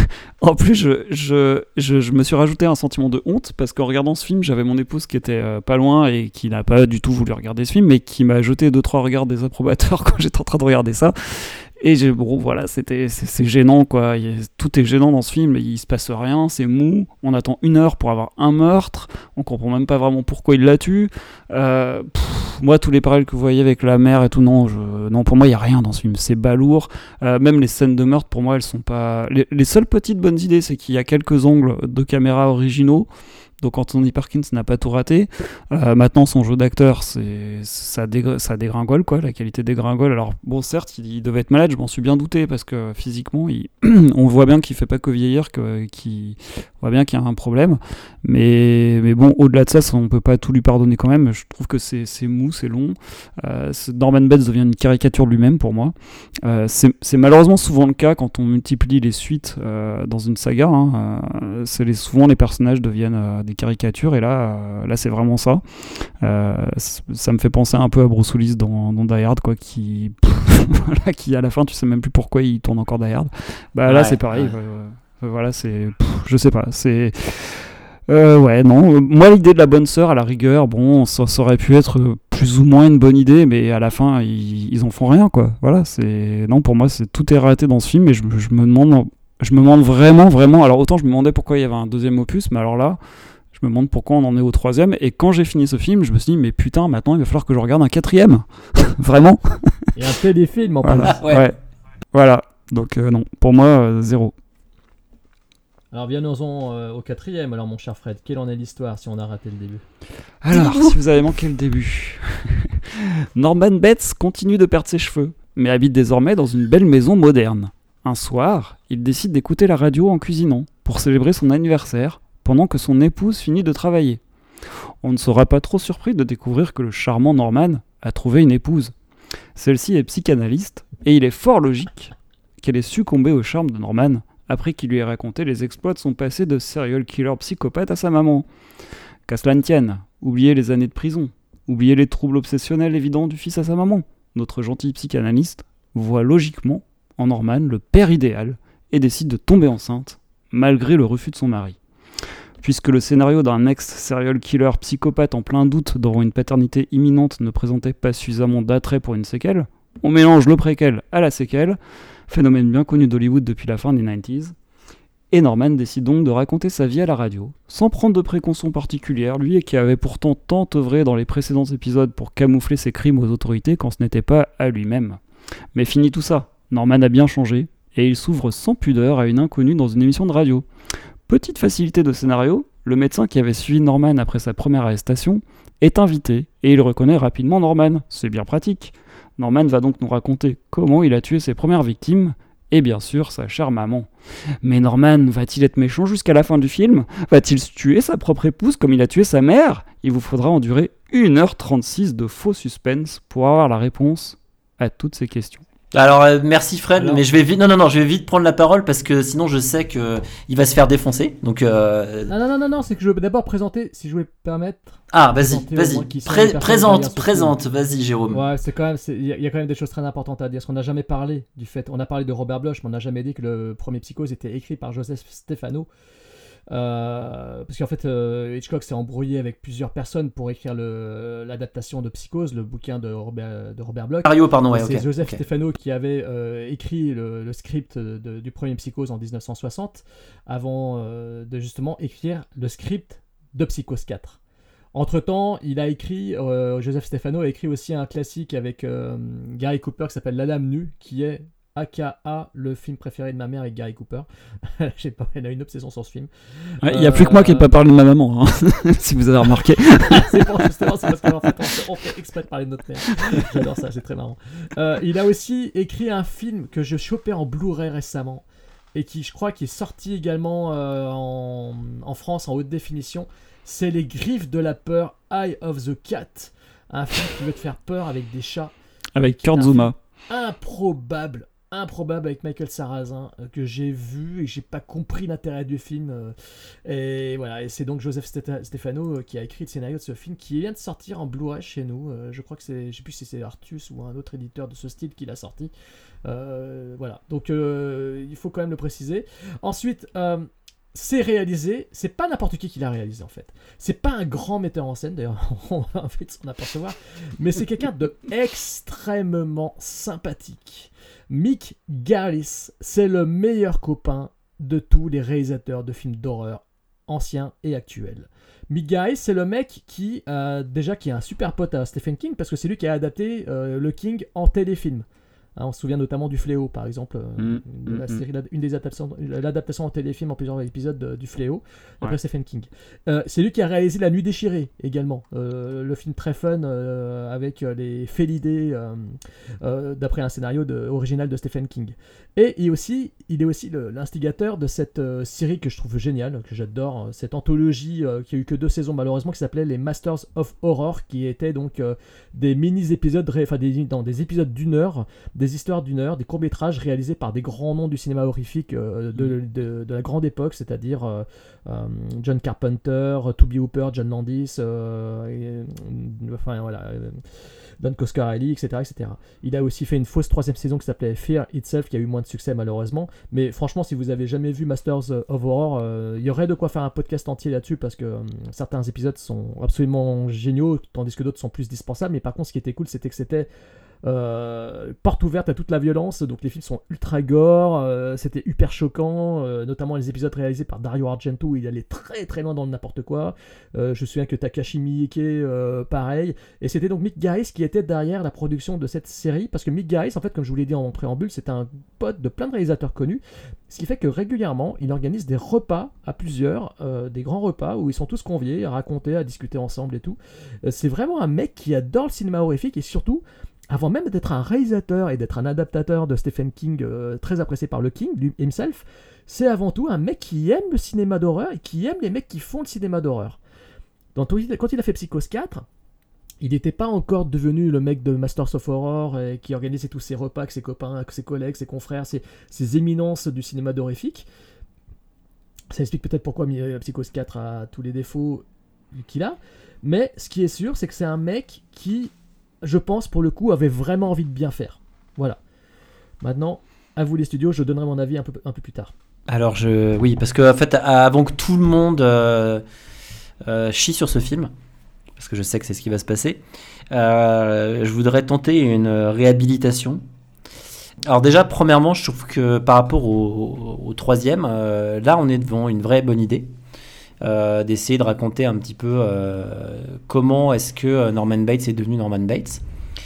je me suis rajouté un sentiment de honte parce qu'en regardant ce film, j'avais mon épouse qui était pas loin et qui n'a pas du tout voulu regarder ce film, mais qui m'a jeté 2-3 regards désapprobateurs quand j'étais en train de regarder ça. Et voilà, c'est gênant quoi. Tout est gênant dans ce film. Il se passe rien, c'est mou. On attend 1 heure pour avoir un meurtre. On comprend même pas vraiment pourquoi il la tue. Moi, tous les parallèles que vous voyez avec la mère et tout, non, pour moi, il y a rien dans ce film. C'est balourd. Même les scènes de meurtre, pour moi, elles sont pas. Les seules petites bonnes idées, c'est qu'il y a quelques angles de caméra originaux. Donc Anthony Perkins n'a pas tout raté. Maintenant son jeu d'acteur, ça dégringole quoi, la qualité dégringole. Alors bon, certes il devait être malade, je m'en suis bien douté parce que physiquement on voit bien qu'il fait pas que vieillir, on voit bien qu'il y a un problème. Mais bon, au-delà de ça, on peut pas tout lui pardonner quand même. Je trouve que c'est mou, c'est long. Norman Bates devient une caricature de lui-même pour moi. C'est malheureusement souvent le cas quand on multiplie les suites dans une saga. Souvent les personnages deviennent des caricatures et là c'est vraiment ça. Ça me fait penser un peu à Bruce Willis dans Die Hard quoi, qui à la fin tu sais même plus pourquoi il tourne encore Die Hard. Là c'est pareil. Voilà, je sais pas, c'est non. Moi l'idée de la bonne sœur à la rigueur, bon, ça aurait pu être plus ou moins une bonne idée, mais à la fin ils en font rien quoi. Voilà, non, pour moi tout est raté dans ce film et je me demande vraiment. Alors autant je me demandais pourquoi il y avait un 2e opus, mais alors là je me demande pourquoi on en est au 3e. Et quand j'ai fini ce film, je me suis dit mais putain, maintenant il va falloir que je regarde un 4e. Vraiment. Et un téléfilm en plus. Ouais. Voilà. Donc non, pour moi 0. Alors venons-en au 4e, alors mon cher Fred, quelle en est l'histoire si on a raté le début? Alors, si vous avez manqué le début. Norman Bates continue de perdre ses cheveux, mais habite désormais dans une belle maison moderne. Un soir, il décide d'écouter la radio en cuisinant, pour célébrer son anniversaire, pendant que son épouse finit de travailler. On ne sera pas trop surpris de découvrir que le charmant Norman a trouvé une épouse. Celle-ci est psychanalyste, et il est fort logique qu'elle ait succombé au charme de Norman, après qu'il lui ait raconté les exploits de son passé de serial killer psychopathe à sa maman. Qu'à cela ne tienne, oubliez les années de prison, oubliez les troubles obsessionnels évidents du fils à sa maman. Notre gentil psychanalyste voit logiquement en Norman le père idéal et décide de tomber enceinte, malgré le refus de son mari. Puisque le scénario d'un ex-serial killer psychopathe en plein doute devant une paternité imminente ne présentait pas suffisamment d'attrait pour une séquelle, on mélange le préquel à la séquelle, phénomène bien connu d'Hollywood depuis la fin des 90s, et Norman décide donc de raconter sa vie à la radio, sans prendre de précautions particulières, lui qui avait pourtant tant œuvré dans les précédents épisodes pour camoufler ses crimes aux autorités quand ce n'était pas à lui-même. Mais fini tout ça, Norman a bien changé, et il s'ouvre sans pudeur à une inconnue dans une émission de radio. Petite facilité de scénario, le médecin qui avait suivi Norman après sa première arrestation est invité, et il reconnaît rapidement Norman, c'est bien pratique. Norman va donc nous raconter comment il a tué ses premières victimes, et bien sûr sa chère maman. Mais Norman va-t-il être méchant jusqu'à la fin du film? Va-t-il tuer sa propre épouse comme il a tué sa mère? Il vous faudra endurer 1h36 de faux suspense pour avoir la réponse à toutes ces questions. Alors merci Fred, mais je vais vite prendre la parole parce que sinon je sais que il va se faire défoncer. Donc non, c'est que je veux d'abord présenter, si je voulais permettre. Ah vas-y, présente, vas-y Jérôme. Ouais, c'est quand même, il y a quand même des choses très importantes à dire. Parce qu'on n'a jamais parlé du fait, on a parlé de Robert Bloch, mais on n'a jamais dit que le premier Psychose était écrit par Joseph Stefano. Parce qu'en fait Hitchcock s'est embrouillé avec plusieurs personnes pour écrire l'adaptation de Psychose, le bouquin de Robert Bloch. C'est Joseph Stefano qui avait écrit le script du premier Psychose en 1960 avant de justement écrire le script de Psychose 4. Entre-temps, il a écrit, Joseph Stefano a écrit aussi un classique avec Gary Cooper qui s'appelle La Dame Nue, qui est aka le film préféré de ma mère avec Gary Cooper. Je sais pas, elle a une obsession sur ce film. Il n'y a plus que moi qui n'ai pas parlé de ma maman, hein, si vous avez remarqué. C'est parce qu'en fait, on fait exprès de parler de notre mère. J'adore ça, c'est très marrant. Il a aussi écrit un film que je chopais en Blu-ray récemment et qui, je crois, qui est sorti également en France en haute définition. C'est Les Griffes de la Peur, Eye of the Cat. Un film qui veut te faire peur avec des chats. Avec Kurt Zouma. Improbable avec Michael Sarrazin que j'ai vu et que j'ai pas compris l'intérêt du film et voilà, et c'est donc Joseph Stefano qui a écrit le scénario de ce film qui vient de sortir en Blu-ray chez nous. Je crois que je sais plus si c'est Artus ou un autre éditeur de ce style qui l'a sorti. Voilà, donc il faut quand même le préciser. Ensuite c'est réalisé, c'est pas n'importe qui l'a réalisé en fait. C'est pas un grand metteur en scène, d'ailleurs, on va en fait s'en apercevoir, mais c'est quelqu'un de extrêmement sympathique. Mick Garris, c'est le meilleur copain de tous les réalisateurs de films d'horreur anciens et actuels. Mick Garris, c'est le mec qui est un super pote à Stephen King parce que c'est lui qui a adapté le King en téléfilm. On se souvient notamment du Fléau, par exemple, de la série, l'adaptation en téléfilm en plusieurs épisodes du Fléau, d'après Stephen King. C'est lui qui a réalisé La Nuit déchirée, également, le film très fun avec les félidés, d'après un scénario original de Stephen King. Et il est aussi l'instigateur de cette série que je trouve géniale, que j'adore, cette anthologie qui a eu que 2 saisons malheureusement, qui s'appelait les Masters of Horror, qui étaient donc des mini-épisodes, des épisodes d'1 heure, des histoires d'1 heure, des courts-métrages réalisés par des grands noms du cinéma horrifique de la grande époque, c'est-à-dire John Carpenter, Tobe Hooper, John Landis, Don Coscarelli, etc., etc. Il a aussi fait une fausse 3e saison qui s'appelait Fear Itself, qui a eu moins de succès malheureusement. Mais franchement, si vous avez jamais vu Masters of Horror, il y aurait de quoi faire un podcast entier là-dessus parce que certains épisodes sont absolument géniaux, tandis que d'autres sont plus dispensables. Mais par contre, ce qui était cool, c'était que c'était porte ouverte à toute la violence, donc les films sont ultra gore, c'était hyper choquant, notamment les épisodes réalisés par Dario Argento où il allait très très loin dans le n'importe quoi. Je me souviens que Takashi Miike, pareil, et c'était donc Mick Garris qui était derrière la production de cette série, parce que Mick Garris, en fait, comme je vous l'ai dit en préambule, c'est un pote de plein de réalisateurs connus, ce qui fait que régulièrement il organise des repas à plusieurs, des grands repas où ils sont tous conviés à raconter, à discuter ensemble et tout. C'est vraiment un mec qui adore le cinéma horrifique, et surtout avant même d'être un réalisateur et d'être un adaptateur de Stephen King, très apprécié par le King himself, c'est avant tout un mec qui aime le cinéma d'horreur et qui aime les mecs qui font le cinéma d'horreur. Quand il a fait Psychose 4, il n'était pas encore devenu le mec de Masters of Horror qui organisait tous ses repas avec ses copains, avec ses collègues, ses confrères, ses éminences du cinéma d'horrifique. Ça explique peut-être pourquoi Psychose 4 a tous les défauts qu'il a. Mais ce qui est sûr, c'est que c'est un mec qui, je pense, pour le coup, avait vraiment envie de bien faire. Voilà. Maintenant, à vous les studios, je donnerai mon avis un peu plus tard. Alors, oui, parce que en fait, avant que tout le monde chie sur ce film, parce que je sais que c'est ce qui va se passer, je voudrais tenter une réhabilitation. Alors déjà, premièrement, je trouve que par rapport au troisième, là, on est devant une vraie bonne idée. D'essayer de raconter un petit peu comment est-ce que Norman Bates est devenu Norman Bates.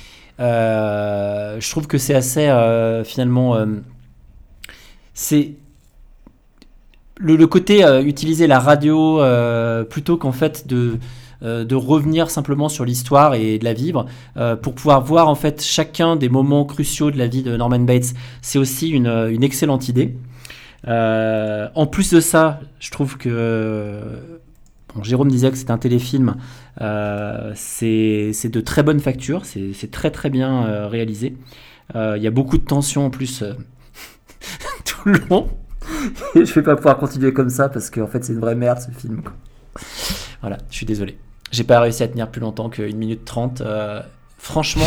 Je trouve que c'est assez finalement c'est le côté utiliser la radio plutôt qu'en fait de revenir simplement sur l'histoire et de la vivre pour pouvoir voir en fait chacun des moments cruciaux de la vie de Norman Bates. C'est aussi une excellente idée. En plus de ça, je trouve que Jérôme disait que c'est un téléfilm, c'est de très bonne facture, c'est très très bien réalisé. Il y a beaucoup de tension en plus tout le long. Je vais pas pouvoir continuer comme ça parce qu'en fait c'est une vraie merde ce film. Voilà, je suis désolé. J'ai pas réussi à tenir plus longtemps que 1 minute 30. Franchement,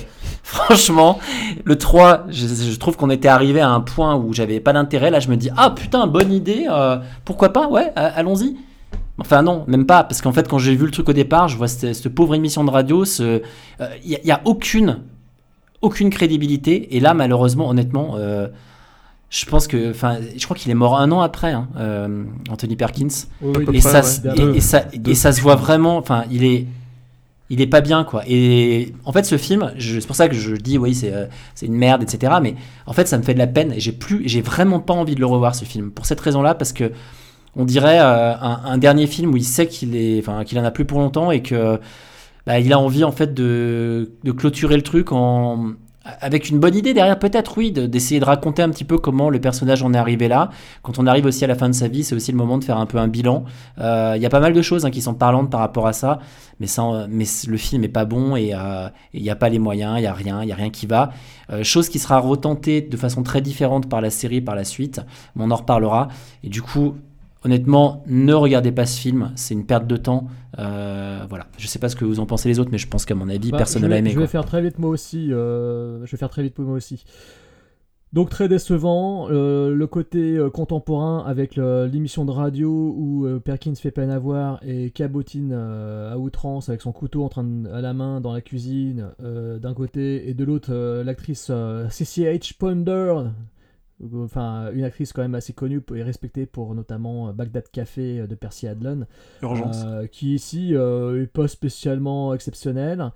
le 3, je trouve qu'on était arrivé à un point où j'avais pas d'intérêt. Là, je me dis, ah putain, bonne idée, pourquoi pas, ouais, allons-y. Enfin non, même pas, parce qu'en fait, quand j'ai vu le truc au départ, je vois cette pauvre émission de radio, y a aucune crédibilité. Et là, malheureusement, honnêtement, je pense que, enfin, je crois qu'il est mort 1 an après, hein, Anthony Perkins. Oui, et ça se voit vraiment. Enfin, il est pas bien, quoi. Et en fait, ce film, c'est pour ça que je dis oui, c'est une merde, etc. Mais en fait, ça me fait de la peine et j'ai vraiment pas envie de le revoir, ce film. Pour cette raison-là, parce que on dirait un dernier film où il sait qu'il en a plus pour longtemps et que il a envie en fait de clôturer le truc avec une bonne idée derrière, peut-être, oui, d'essayer de raconter un petit peu comment le personnage en est arrivé là. Quand on arrive aussi à la fin de sa vie, c'est aussi le moment de faire un peu un bilan. Il y a pas mal de choses qui sont parlantes par rapport à ça, mais le film est pas bon et il n'y a pas les moyens, il y a rien qui va. Chose qui sera retentée de façon très différente par la série par la suite, mais on en reparlera. Et du coup, honnêtement, ne regardez pas ce film, c'est une perte de temps. Voilà, je sais pas ce que vous en pensez les autres, mais je pense qu'à mon avis, personne ne l'a aimé. Je vais faire très vite moi aussi. Donc très décevant, le côté contemporain avec l'émission de radio où Perkins fait peine à voir et cabotine à outrance avec son couteau à la main dans la cuisine d'un côté, et de l'autre l'actrice CCH Ponder. Enfin, une actrice quand même assez connue et respectée pour notamment Bagdad Café de Percy Adlon, qui ici est pas spécialement exceptionnelle.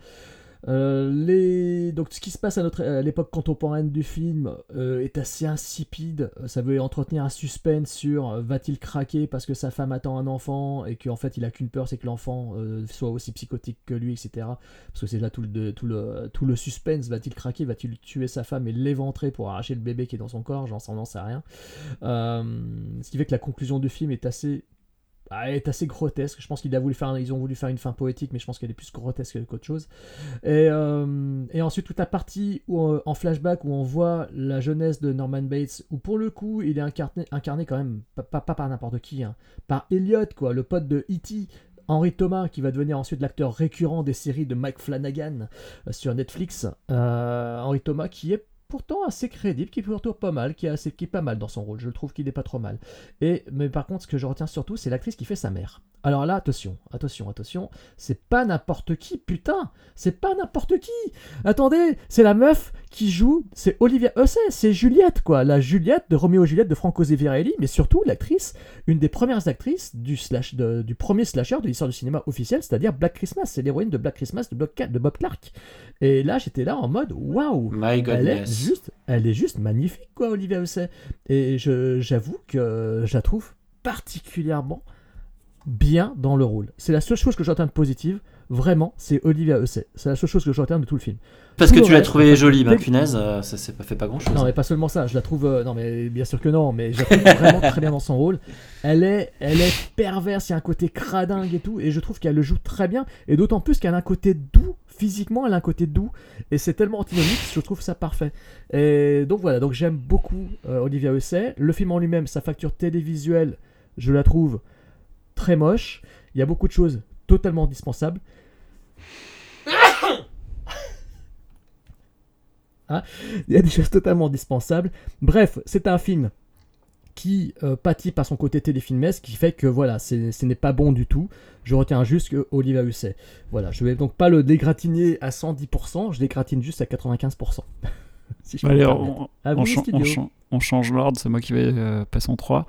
Donc ce qui se passe à l'époque contemporaine du film est assez insipide. Ça veut entretenir un suspense sur va-t-il craquer parce que sa femme attend un enfant et qu'en fait il a qu'une peur, c'est que l'enfant soit aussi psychotique que lui, etc. Parce que c'est là tout le suspense. Va-t-il craquer, va-t-il tuer sa femme et l'éventrer pour arracher le bébé qui est dans son corps, j'en sais rien. Ce qui fait que la conclusion du film est assez grotesque. Je pense qu'ils ont voulu faire une fin poétique, mais je pense qu'elle est plus grotesque qu'autre chose. Et ensuite toute la partie en flashback où on voit la jeunesse de Norman Bates, où pour le coup il est incarné quand même pas par n'importe qui, par Elliot, quoi, le pote de E.T., Henry Thomas, qui va devenir ensuite l'acteur récurrent des séries de Mike Flanagan sur Netflix. Henry Thomas qui est pourtant assez crédible, qui est plutôt pas mal, qui est pas mal dans son rôle. Je trouve qu'il est pas trop mal. Mais par contre, ce que je retiens surtout, c'est l'actrice qui fait sa mère. Alors là, attention, c'est pas n'importe qui, putain, c'est pas n'importe qui. Attendez, c'est la meuf qui joue, c'est Olivia Hussey, c'est Juliette, quoi, la Juliette de Roméo et Juliette de Franco Zeffirelli, mais surtout l'actrice, une des premières actrices du premier slasher de l'histoire du cinéma officiel, c'est-à-dire Black Christmas, c'est l'héroïne de Black Christmas de Bob Clark. Et là, j'étais là en mode, waouh, elle est juste magnifique, quoi, Olivia Hussey. Et j'avoue que je la trouve particulièrement bien dans le rôle. C'est la seule chose que j'entends de positive, vraiment, c'est Olivia Hussey. C'est la seule chose que j'entends de tout le film. Parce que tu l'as trouvée jolie, punaise, ça s'est pas fait pas grand chose. Non, mais pas seulement ça, je la trouve. Non, mais bien sûr que non, mais je la trouve vraiment très bien dans son rôle. Elle est perverse, il y a un côté cradingue et tout, et je trouve qu'elle le joue très bien, et d'autant plus qu'elle a un côté doux. Physiquement, elle a un côté doux, et c'est tellement antinomique, je trouve ça parfait. Et donc voilà, donc j'aime beaucoup Olivia Hussey. Le film en lui-même, sa facture télévisuelle, je la trouve très moche. Il y a beaucoup de choses totalement indispensables. Il y a des choses totalement indispensables. Bref, c'est un film qui pâtit par son côté téléfilmesque, qui fait que voilà, ce n'est pas bon du tout. Je retiens juste que Olivia Hussey. Voilà, je vais donc pas le dégratiner à 110%, je dégratine juste à 95%. Si je Allez, on change l'ordre, c'est moi qui vais passer en 3.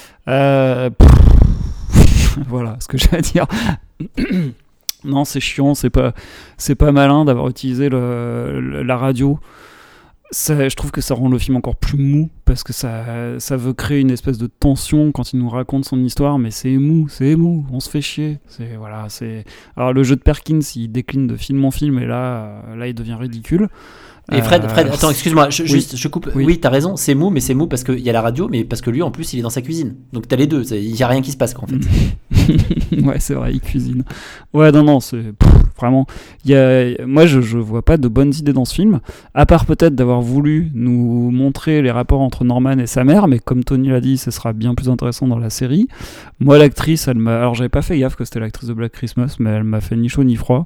Voilà ce que j'ai à dire. Non, c'est chiant, c'est pas malin d'avoir utilisé la radio. Je trouve que ça rend le film encore plus mou, parce que ça veut créer une espèce de tension quand il nous raconte son histoire, mais c'est mou, on se fait chier. Alors le jeu de Perkins, il décline de film en film, et là il devient ridicule. Et Fred, attends, excuse-moi, je coupe. Oui, t'as raison, c'est mou, mais c'est mou parce qu'il y a la radio, mais parce que lui, en plus, il est dans sa cuisine. Donc t'as les deux, il y a rien qui se passe, quoi, en fait. Ouais, c'est vrai, il cuisine. Ouais, non, c'est vraiment. Moi, je vois pas de bonnes idées dans ce film, à part peut-être d'avoir voulu nous montrer les rapports entre Norman et sa mère, mais comme Tony l'a dit, ce sera bien plus intéressant dans la série. Moi, l'actrice, alors j'avais pas fait gaffe que c'était l'actrice de Black Christmas, mais elle m'a fait ni chaud ni froid.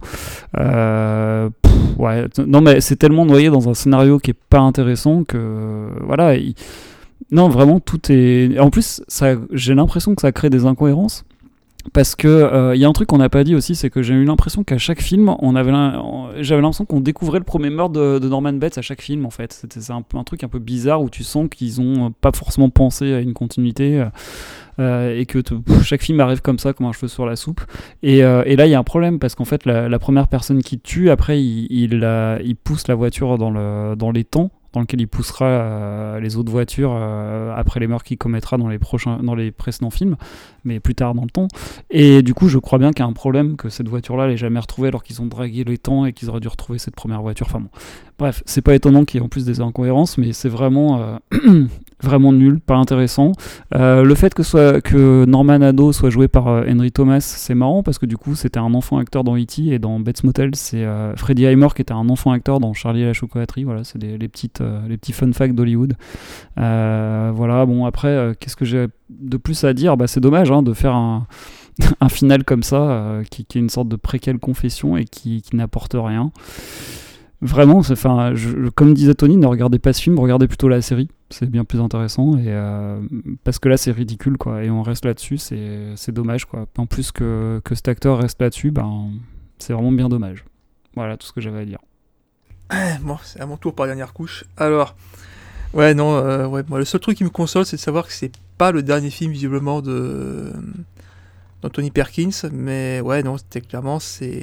Ouais, non, mais c'est tellement noyé dans un scénario qui est pas intéressant que voilà. Non, vraiment, tout est. En plus, j'ai l'impression que ça crée des incohérences. Parce que y a un truc qu'on n'a pas dit aussi, c'est que j'ai eu l'impression qu'à chaque film, j'avais l'impression qu'on découvrait le premier meurtre de Norman Bates à chaque film, en fait. C'est un truc un peu bizarre où tu sens qu'ils ont pas forcément pensé à une continuité et que chaque film arrive comme ça, comme un cheveu sur la soupe. Et là, il y a un problème parce qu'en fait, la première personne qui tue, après, il pousse la voiture dans l'étang dans lequel il poussera les autres voitures après les meurtres qu'il commettra dans les précédents films, mais plus tard dans le temps. Et du coup, je crois bien qu'il y a un problème, que cette voiture-là n'est jamais retrouvée alors qu'ils ont dragué les temps et qu'ils auraient dû retrouver cette première voiture. Enfin bon. Bref, c'est pas étonnant qu'il y ait en plus des incohérences, mais c'est vraiment vraiment nul, pas intéressant. Le fait que Norman ado soit joué par Henry Thomas, c'est marrant parce que du coup, c'était un enfant acteur dans E.T. et dans Bates Motel, c'est Freddie Highmore qui était un enfant acteur dans Charlie et la chocolaterie. Voilà, c'est les petits fun facts d'Hollywood. Voilà, bon après, qu'est-ce que j'ai de plus à dire ? C'est dommage de faire un final comme ça, qui est une sorte de préquel confession et qui n'apporte rien. Vraiment, comme disait Tony, ne regardez pas ce film, regardez plutôt la série, c'est bien plus intéressant, et parce que là c'est ridicule, quoi, et on reste là-dessus, c'est dommage, quoi. En plus que cet acteur reste là-dessus, c'est vraiment bien dommage. Voilà tout ce que j'avais à dire. Bon, c'est à mon tour par dernière couche. Alors, ouais, non, moi le seul truc qui me console, c'est de savoir que c'est pas le dernier film visiblement d'Anthony Perkins, mais ouais, non, c'était clairement,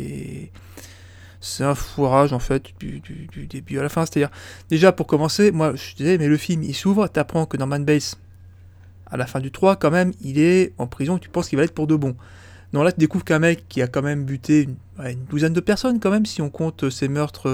c'est un foirage en fait du début à la fin. C'est-à-dire, déjà pour commencer, moi je disais, mais le film il s'ouvre, t'apprends que Norman Bates, à la fin du 3, quand même, il est en prison, tu penses qu'il va être pour de bon. Non, là tu découvres qu'un mec qui a quand même buté une douzaine de personnes, quand même, si on compte ses meurtres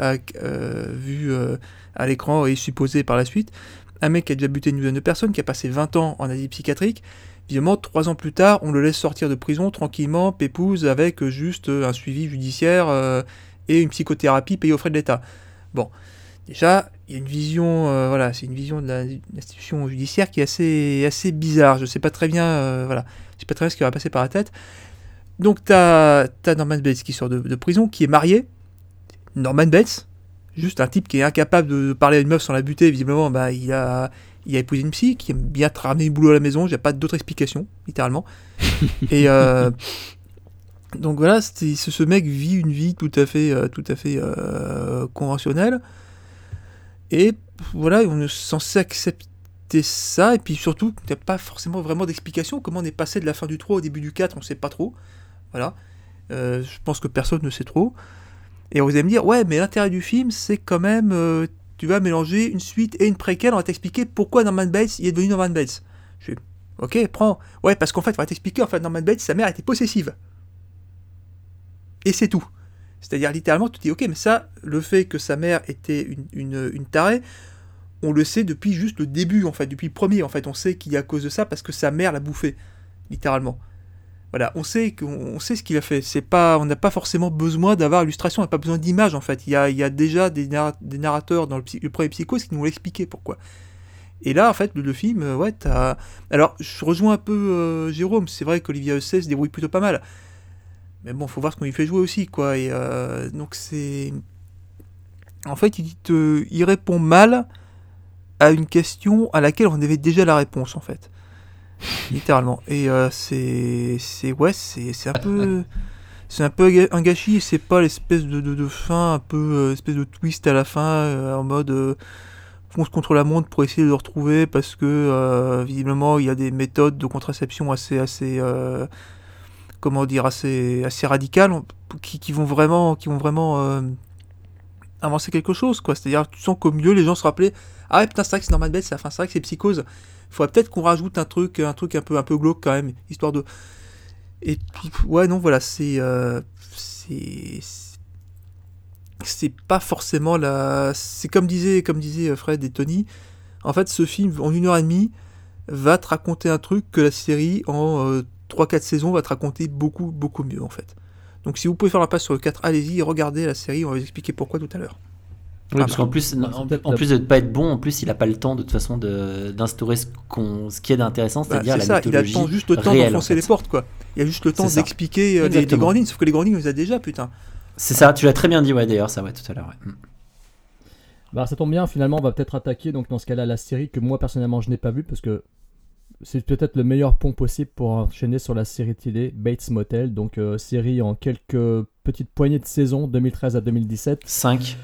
vus à l'écran et supposés par la suite. Un mec qui a déjà buté une douzaine de personnes, qui a passé 20 ans en asile psychiatrique. Évidemment, 3 ans plus tard, on le laisse sortir de prison tranquillement, pépouze, avec juste un suivi judiciaire et une psychothérapie payée aux frais de l'État. Bon, déjà, il y a une vision, c'est une vision de l'institution judiciaire qui est assez bizarre. Je sais pas très bien, je sais pas très bien ce qui va passer par la tête. Donc, t'as Norman Bates qui sort de prison, qui est marié. Norman Bates, juste un type qui est incapable de parler à une meuf sans la buter, visiblement, bah, il a épousé une psy, qui aime bien te ramener du boulot à la maison, j'ai pas d'autre explication, littéralement. Et donc voilà, ce mec vit une vie tout à fait conventionnelle, et voilà, on est censé accepter ça, et puis surtout, il n'y a pas forcément vraiment d'explication, comment on est passé de la fin du 3 au début du 4, on sait pas trop, voilà. Je pense que personne ne sait trop. Et vous allez me dire, ouais, mais l'intérêt du film, c'est quand même, tu vas mélanger une suite et une préquelle, on va t'expliquer pourquoi Norman Bates il est devenu Norman Bates. Je fais, ok, prends. Ouais, parce qu'en fait, on va t'expliquer, en fait, Norman Bates, sa mère était possessive. Et c'est tout. C'est-à-dire, littéralement, tu te dis, ok, mais ça, le fait que sa mère était une tarée, on le sait depuis juste le début, en fait, depuis le premier, en fait, on sait qu'il est à cause de ça, parce que sa mère l'a bouffé, littéralement. Voilà, on sait ce qu'il a fait. On n'a pas forcément besoin d'avoir illustration, on n'a pas besoin d'images en fait. Il y a déjà des narrateurs dans le premier Psychose qui nous l'ont expliqué pourquoi. Et là, en fait, le film, ouais, t'as. Alors, je rejoins un peu Jérôme. C'est vrai qu'Olivia Hussey se débrouille plutôt pas mal. Mais bon, faut voir ce qu'on lui fait jouer aussi, quoi. Et donc c'est. En fait, il répond mal à une question à laquelle on avait déjà la réponse, en fait. Littéralement. Et c'est un peu un gâchis. C'est pas l'espèce de fin un peu espèce de twist à la fin en mode fonce contre la montre pour essayer de le retrouver parce que visiblement il y a des méthodes de contraception assez comment dire assez radicales qui vont vraiment avancer quelque chose, quoi. C'est-à-dire tu sens qu'au milieu les gens se rappelaient, ah ouais, putain, c'est vrai que c'est Norman Bates, c'est vrai que c'est Psychose. Il faudrait peut-être qu'on rajoute un truc un peu glauque quand même, histoire de. Et puis ouais, non, voilà, c'est pas forcément la. C'est comme disaient Fred et Tony. En fait, ce film en 1h30 va te raconter un truc que la série en 3-4 saisons va te raconter beaucoup beaucoup mieux en fait. Donc si vous pouvez faire la passe sur le 4, allez-y, regardez la série, on va vous expliquer pourquoi tout à l'heure. Oui, parce qu'en plus, en plus de ne pas être bon, en plus, il n'a pas le temps de toute façon d'instaurer ce qui est d'intéressant, c'est-à-dire la mythologie. Il a juste le temps d'enfoncer les portes, quoi. Il a juste le temps d'expliquer les grandes lignes, sauf que les grandes lignes, on les a déjà, putain. C'est ça, tu l'as très bien dit, ouais, d'ailleurs, ça, ouais, tout à l'heure, ouais. Bah, ça tombe bien, finalement, on va peut-être attaquer, donc dans ce cas-là, la série que moi, personnellement, je n'ai pas vue, parce que c'est peut-être le meilleur pont possible pour enchaîner sur la série télé Bates Motel, donc série en quelques petites poignées de saisons, 2013 à 2017. 5.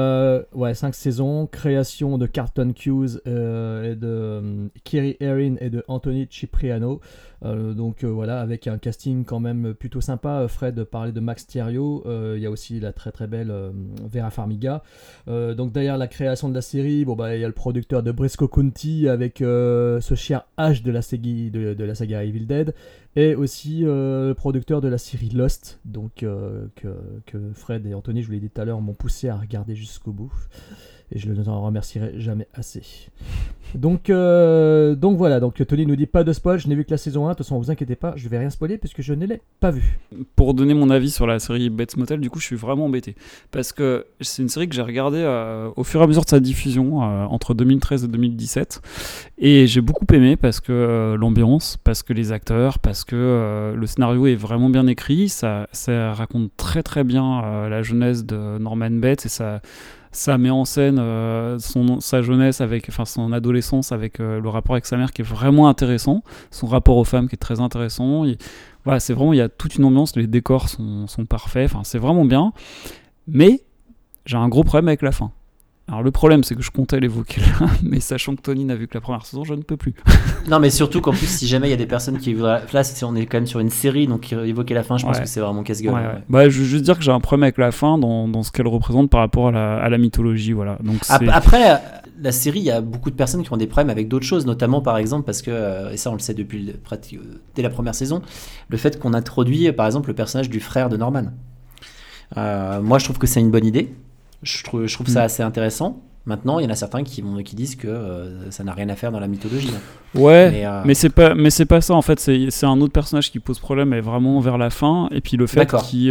5 saisons, création de Carlton Cuse et de Kerry Erin et de Anthony Cipriano. Voilà, avec un casting quand même plutôt sympa. Fred parlait de Max Thierry, il y a aussi la très très belle Vera Farmiga. Donc derrière la création de la série, il y a le producteur de Briscoe County avec ce cher H de la saga Evil Dead, et aussi le producteur de la série Lost, donc que Fred et Anthony, je vous l'ai dit tout à l'heure, m'ont poussé à regarder jusqu'au bout, et je ne les en remercierai jamais assez. Donc voilà, donc Tony nous dit pas de spoil, je n'ai vu que la saison 1, de toute façon vous inquiétez pas, je vais rien spoiler puisque je ne l'ai pas vue. Pour donner mon avis sur la série Bates Motel, du coup je suis vraiment embêté, parce que c'est une série que j'ai regardée au fur et à mesure de sa diffusion, entre 2013 et 2017, et j'ai beaucoup aimé parce que l'ambiance, parce que les acteurs, parce que le scénario est vraiment bien écrit, ça raconte très très bien la jeunesse de Norman Bates, et ça met en scène sa jeunesse, son adolescence avec le rapport avec sa mère qui est vraiment intéressant, son rapport aux femmes qui est très intéressant. Voilà, c'est vraiment, il y a toute une ambiance, les décors sont parfaits, c'est vraiment bien. Mais j'ai un gros problème avec la fin. Alors le problème, c'est que je comptais l'évoquer là, mais sachant que Tony n'a vu que la première saison, je ne peux plus. Non, mais surtout qu'en plus, si jamais il y a des personnes qui voudraient... Là, on est quand même sur une série, donc évoquer la fin, je pense que c'est vraiment casse-gueule. Ouais. Bah, je veux juste dire que j'ai un problème avec la fin dans ce qu'elle représente par rapport à la mythologie. Voilà. Donc, après, la série, il y a beaucoup de personnes qui ont des problèmes avec d'autres choses, notamment par exemple parce que, et ça on le sait dès la première saison, le fait qu'on introduit par exemple le personnage du frère de Norman. Moi, je trouve que c'est une bonne idée. Je trouve ça assez intéressant. Maintenant, il y en a certains qui disent que ça n'a rien à faire dans la mythologie. Ouais, mais c'est pas ça en fait. C'est un autre personnage qui pose problème, mais vraiment vers la fin. Et puis le fait qu'il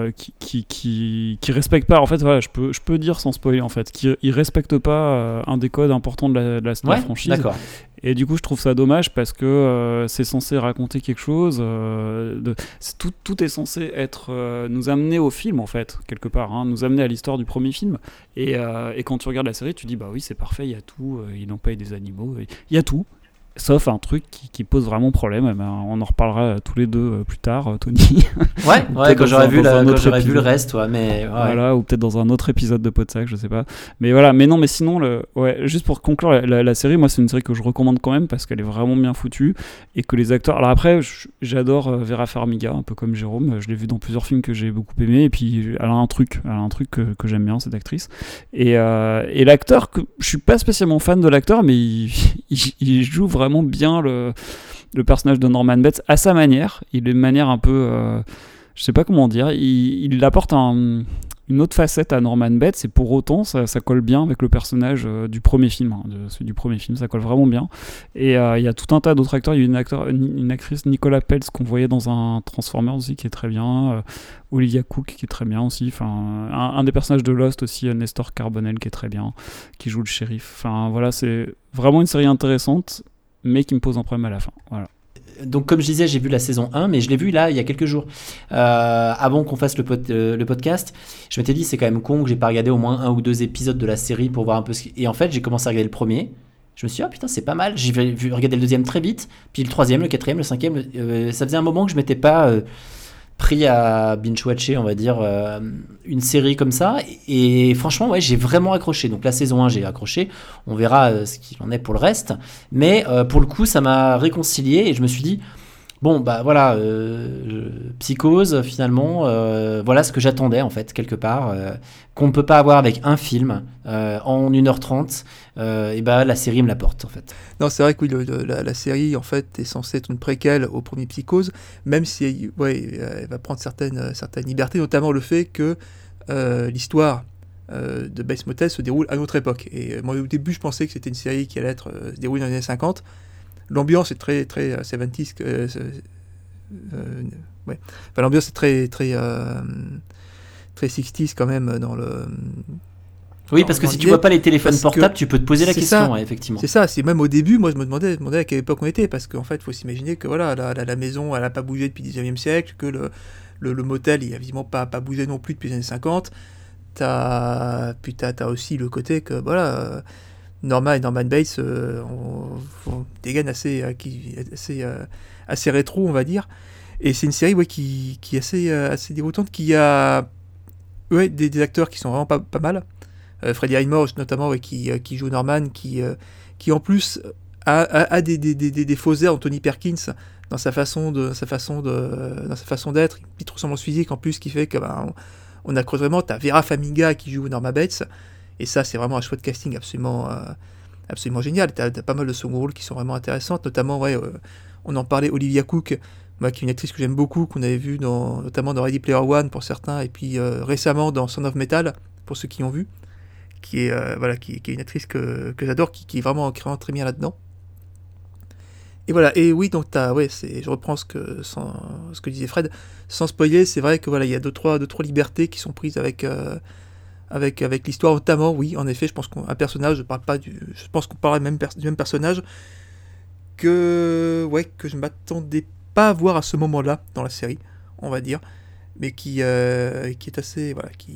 respecte pas. En fait, voilà, je peux dire sans spoiler en fait, qu'il respecte pas un des codes importants de la franchise. D'accord. Et du coup, je trouve ça dommage parce que c'est censé raconter quelque chose. Tout est censé nous amener au film en fait, quelque part, hein, nous amener à l'histoire du premier film. Et quand tu regardes la série, tu dis bah oui, c'est parfait, il y a tout, ils n'ont pas eu des animaux, il y a tout. Sauf un truc qui pose vraiment problème. On en reparlera tous les deux plus tard, Tony. Ouais, quand j'aurais vu le reste, mais voilà, ou peut-être dans un autre épisode de Podsac, je sais pas. Mais voilà, mais sinon, juste pour conclure la série, moi c'est une série que je recommande quand même parce qu'elle est vraiment bien foutue et que les acteurs. Alors après, j'adore Vera Farmiga, un peu comme Jérôme. Je l'ai vue dans plusieurs films que j'ai beaucoup aimé et puis elle a un truc que j'aime bien, cette actrice. Et l'acteur, je suis pas spécialement fan de l'acteur, mais il joue vraiment bien le personnage de Norman Bates à sa manière. Il est de manière un peu je sais pas comment dire, il apporte une autre facette à Norman Bates et pour autant ça colle bien avec le personnage du premier film, celui du premier film, ça colle vraiment bien. Et il y a tout un tas d'autres acteurs. Il y a une actrice, Nicola Peltz, qu'on voyait dans un Transformers aussi, qui est très bien, Olivia Cooke qui est très bien aussi, enfin un des personnages de Lost aussi, Nestor Carbonell qui est très bien, qui joue le shérif. Enfin voilà, c'est vraiment une série intéressante mais qui me pose un problème à la fin. Voilà. Donc comme je disais, j'ai vu la saison 1, mais je l'ai vu là il y a quelques jours, avant qu'on fasse le podcast. Je m'étais dit c'est quand même con que j'ai pas regardé au moins 1 ou 2 épisodes de la série pour voir un peu et en fait j'ai commencé à regarder le premier. Je me suis dit putain c'est pas mal, j'ai regardé le deuxième très vite, puis le troisième, le quatrième, le cinquième, ça faisait un moment que je m'étais pas pris à binge-watcher, on va dire, une série comme ça. Et franchement, ouais, j'ai vraiment accroché. Donc la saison 1, j'ai accroché. On verra ce qu'il en est pour le reste. Mais pour le coup, ça m'a réconcilié et je me suis dit, bon, bah voilà, Psychose, finalement, voilà ce que j'attendais, en fait, quelque part, qu'on ne peut pas avoir avec un film en 1h30. Et bah la série me l'apporte, en fait. Non, c'est vrai que oui, la série, en fait, est censée être une préquelle au premier Psychose, même si elle va prendre certaines libertés, notamment le fait que l'histoire de Bates Motel se déroule à notre époque. Et moi, au début, je pensais que c'était une série qui allait se dérouler dans les années 50. L'ambiance est très 70s. Ouais. Enfin, l'ambiance est très 60s quand même dans le. Oui, parce que si tu vois pas les téléphones portables, tu peux te poser la question, ouais, effectivement. C'est ça, c'est même au début, moi je me demandais à quelle époque on était, parce qu'en fait, il faut s'imaginer que voilà, la maison, elle a pas bougé depuis le 19e siècle, que le motel, il a visiblement pas bougé non plus depuis les années 50. T'as aussi le côté que, voilà, Norma et Norman Bates ont des gaines assez rétro, on va dire. Et c'est une série qui est assez déroutante, qui a des acteurs qui sont vraiment pas mal. Freddie Highmore notamment qui joue Norman, qui en plus a des faux airs d'Anthony Perkins dans sa façon d'être, une petite ressemblance physique en plus qui fait que on accroche vraiment. T'as Vera Farmiga qui joue Norma Bates et ça c'est vraiment un choix de casting absolument génial. T'as pas mal de second rôles qui sont vraiment intéressantes, notamment on en parlait, Olivia Cooke, qui est une actrice que j'aime beaucoup, qu'on avait vue notamment dans Ready Player One pour certains, et puis récemment dans Son of Metal pour ceux qui ont vu, qui est une actrice que j'adore, qui est vraiment très bien là-dedans. Et voilà, et oui, donc je reprends ce que disait Fred, sans spoiler, c'est vrai que voilà, il y a deux trois libertés qui sont prises avec l'histoire, notamment, oui, en effet, je pense qu'un personnage, je pense qu'on parle du même personnage que je m'attendais pas à voir à ce moment-là dans la série, on va dire, mais qui est assez,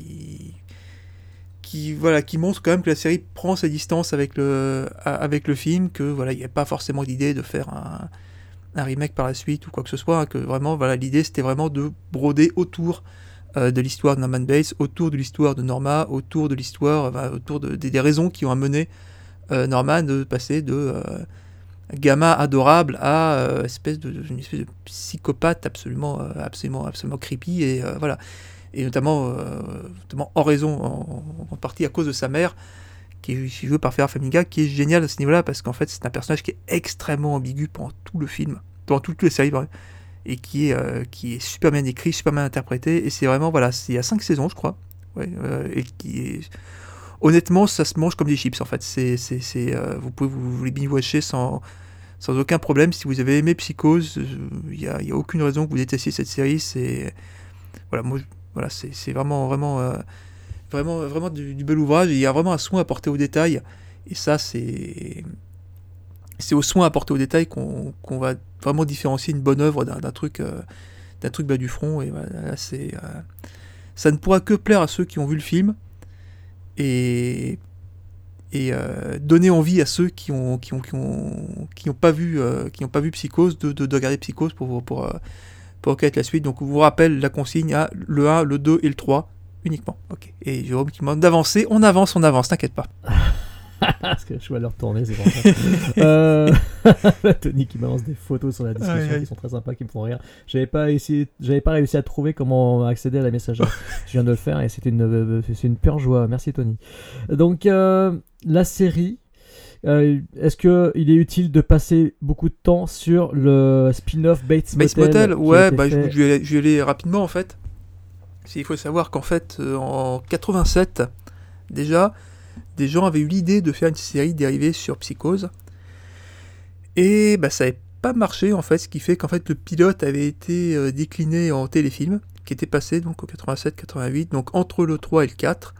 qui montre quand même que la série prend ses distances avec le film, que voilà, il n'y a pas forcément l'idée de faire un remake par la suite ou quoi que ce soit, que vraiment voilà, l'idée c'était vraiment de broder autour de l'histoire de Norman Bates, autour de l'histoire de Norma, autour de l'histoire, autour des raisons qui ont amené Norman de passer de gamin adorable à une espèce de psychopathe absolument creepy, et voilà. Et notamment en raison, en partie à cause de sa mère, qui est jouée par Vera Farmiga, qui est géniale à ce niveau-là, parce qu'en fait c'est un personnage qui est extrêmement ambigu pendant tout le film, pendant toute la série, et qui est super bien écrit, super bien interprété, et c'est vraiment, voilà, il y a 5 saisons je crois, et qui est honnêtement, ça se mange comme des chips en fait. Vous pouvez vous les binge-watcher sans aucun problème. Si vous avez aimé Psychose, il y a aucune raison que vous détestiez cette série. C'est vraiment du bel ouvrage. Il y a vraiment un soin apporté aux détails. Et ça, c'est au soin apporté aux détails qu'on va vraiment différencier une bonne œuvre d'un truc bas du front. Et voilà, ça ne pourra que plaire à ceux qui ont vu le film et donner envie à ceux qui n'ont pas vu Psychose de regarder Psychose pour connaître la suite. Donc, on vous rappelle la consigne à le 1, le 2 et le 3 uniquement. Ok. Et Jérôme qui demande d'avancer. On avance, t'inquiète pas. Parce que je vais leur tourner, c'est pour ça. Tony qui balance des photos sur la discussion qui sont très sympas, qui me font rire. J'avais pas réussi à trouver comment accéder à la messagerie. Je viens de le faire et c'est une pure joie. Merci Tony. Donc la série, est-ce qu'il est utile de passer beaucoup de temps sur le spin-off Bates Motel? Ouais, je vais aller rapidement en fait. Il faut savoir qu'en fait, en 87, déjà, des gens avaient eu l'idée de faire une série dérivée sur Psychose. Et ça n'avait pas marché en fait, ce qui fait qu'en fait le pilote avait été décliné en téléfilm, qui était passé donc au 87-88, donc entre le 3 et le 4.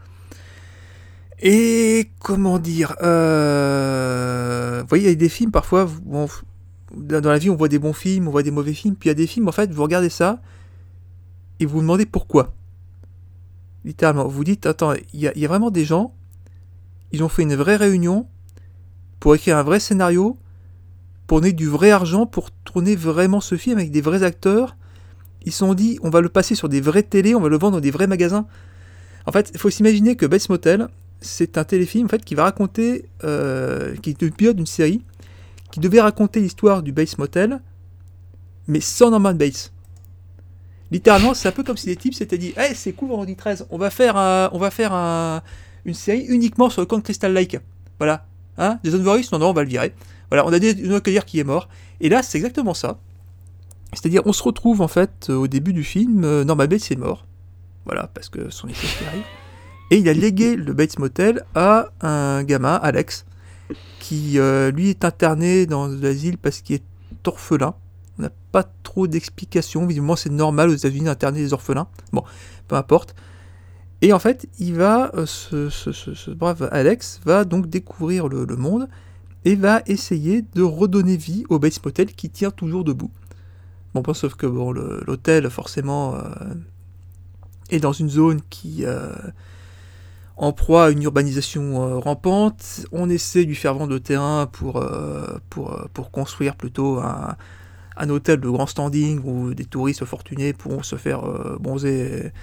Et comment dire, vous voyez, il y a des films parfois, dans la vie on voit des bons films, on voit des mauvais films, puis il y a des films en fait, vous regardez ça, et vous vous demandez pourquoi. Littéralement, vous dites, attends, il y a vraiment des gens, ils ont fait une vraie réunion pour écrire un vrai scénario, pour donner du vrai argent, pour tourner vraiment ce film avec des vrais acteurs. Ils se sont dit, on va le passer sur des vraies télés, on va le vendre dans des vrais magasins. En fait, il faut s'imaginer que Bates Motel, c'est un téléfilm en fait, qui va raconter, qui est le pilote d'une série, qui devait raconter l'histoire du Bates Motel, mais sans Norman Bates. Littéralement, c'est un peu comme si les types s'étaient dit, hey, c'est cool vendredi 13, on va faire une série uniquement sur le camp de Crystal Lake. Voilà. Hein, Jason Voorhees, non, on va le virer. Voilà, on a dit qui est mort. Et là, c'est exactement ça. C'est-à-dire, on se retrouve en fait au début du film, Norman Bates est mort. Voilà, parce que son épouse qui arrive. Et il a légué le Bates Motel à un gamin, Alex, qui lui est interné dans l'asile parce qu'il est orphelin. On n'a pas trop d'explications. Visiblement, c'est normal aux États-Unis d'interner les orphelins. Bon, peu importe. Et en fait, il va, ce brave Alex va donc découvrir le monde et va essayer de redonner vie au Bates Motel qui tient toujours debout. Bon, sauf que l'hôtel, forcément, est dans une zone qui en proie à une urbanisation rampante. On essaie de lui faire vendre le terrain pour construire plutôt un hôtel de grand standing où des touristes fortunés pourront se faire bronzer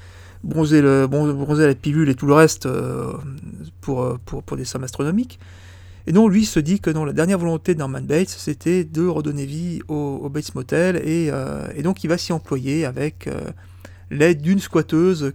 la pilule et tout le reste pour des sommes astronomiques. Et donc lui se dit que non, la dernière volonté de Norman Bates, c'était de redonner vie au Bates Motel, et donc il va s'y employer avec l'aide d'une squatteuse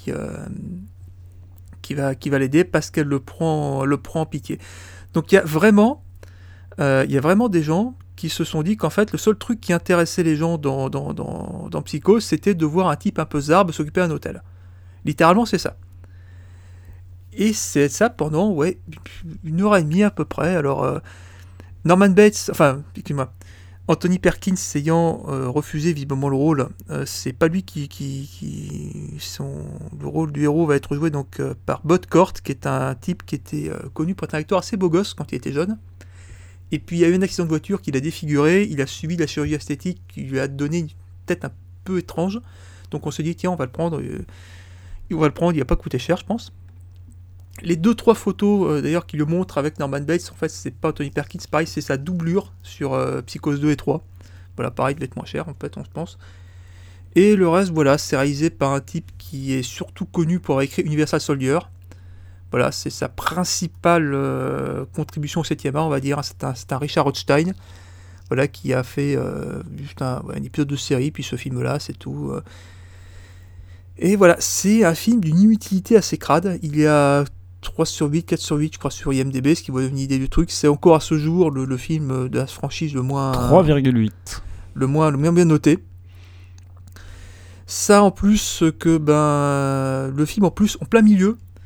qui va l'aider parce qu'elle le prend en pitié. Donc il y a vraiment des gens qui se sont dit qu'en fait le seul truc qui intéressait les gens dans Psychose, c'était de voir un type un peu zarbe s'occuper d'un hôtel. Littéralement, c'est ça. Et c'est ça pendant 1h30 à peu près. Alors, Norman Bates, Anthony Perkins ayant refusé visiblement le rôle, c'est pas lui le rôle du héros va être joué donc par Bud Cort, qui est un type qui était connu pour être un acteur assez beau gosse quand il était jeune. Et puis il y a eu un accident de voiture qui l'a défiguré, il a subi de la chirurgie esthétique qui lui a donné une tête un peu étrange. Donc on se dit, tiens, on va le prendre, il n'a pas coûté cher, je pense. Les 2-3 photos d'ailleurs qui le montrent avec Norman Bates, en fait c'est pas Anthony Perkins, pareil, c'est sa doublure sur Psychose 2 et 3. Voilà, pareil, il devait être moins cher en fait, on se pense. Et le reste, voilà, c'est réalisé par un type qui est surtout connu pour avoir écrit Universal Soldier. Voilà, c'est sa principale contribution au 7e art, on va dire. C'est un Richard Rothstein, voilà, qui a fait juste un épisode de série, puis ce film-là, c'est tout. Et voilà, c'est un film d'une inutilité assez crade. Il y a 3/8, 4/8, je crois, sur IMDb, ce qui vous donne une idée du truc. C'est encore à ce jour le film de la franchise le moins... 3,8. Le moins bien noté. Ça, en plus, que le film, en plus, en plein milieu,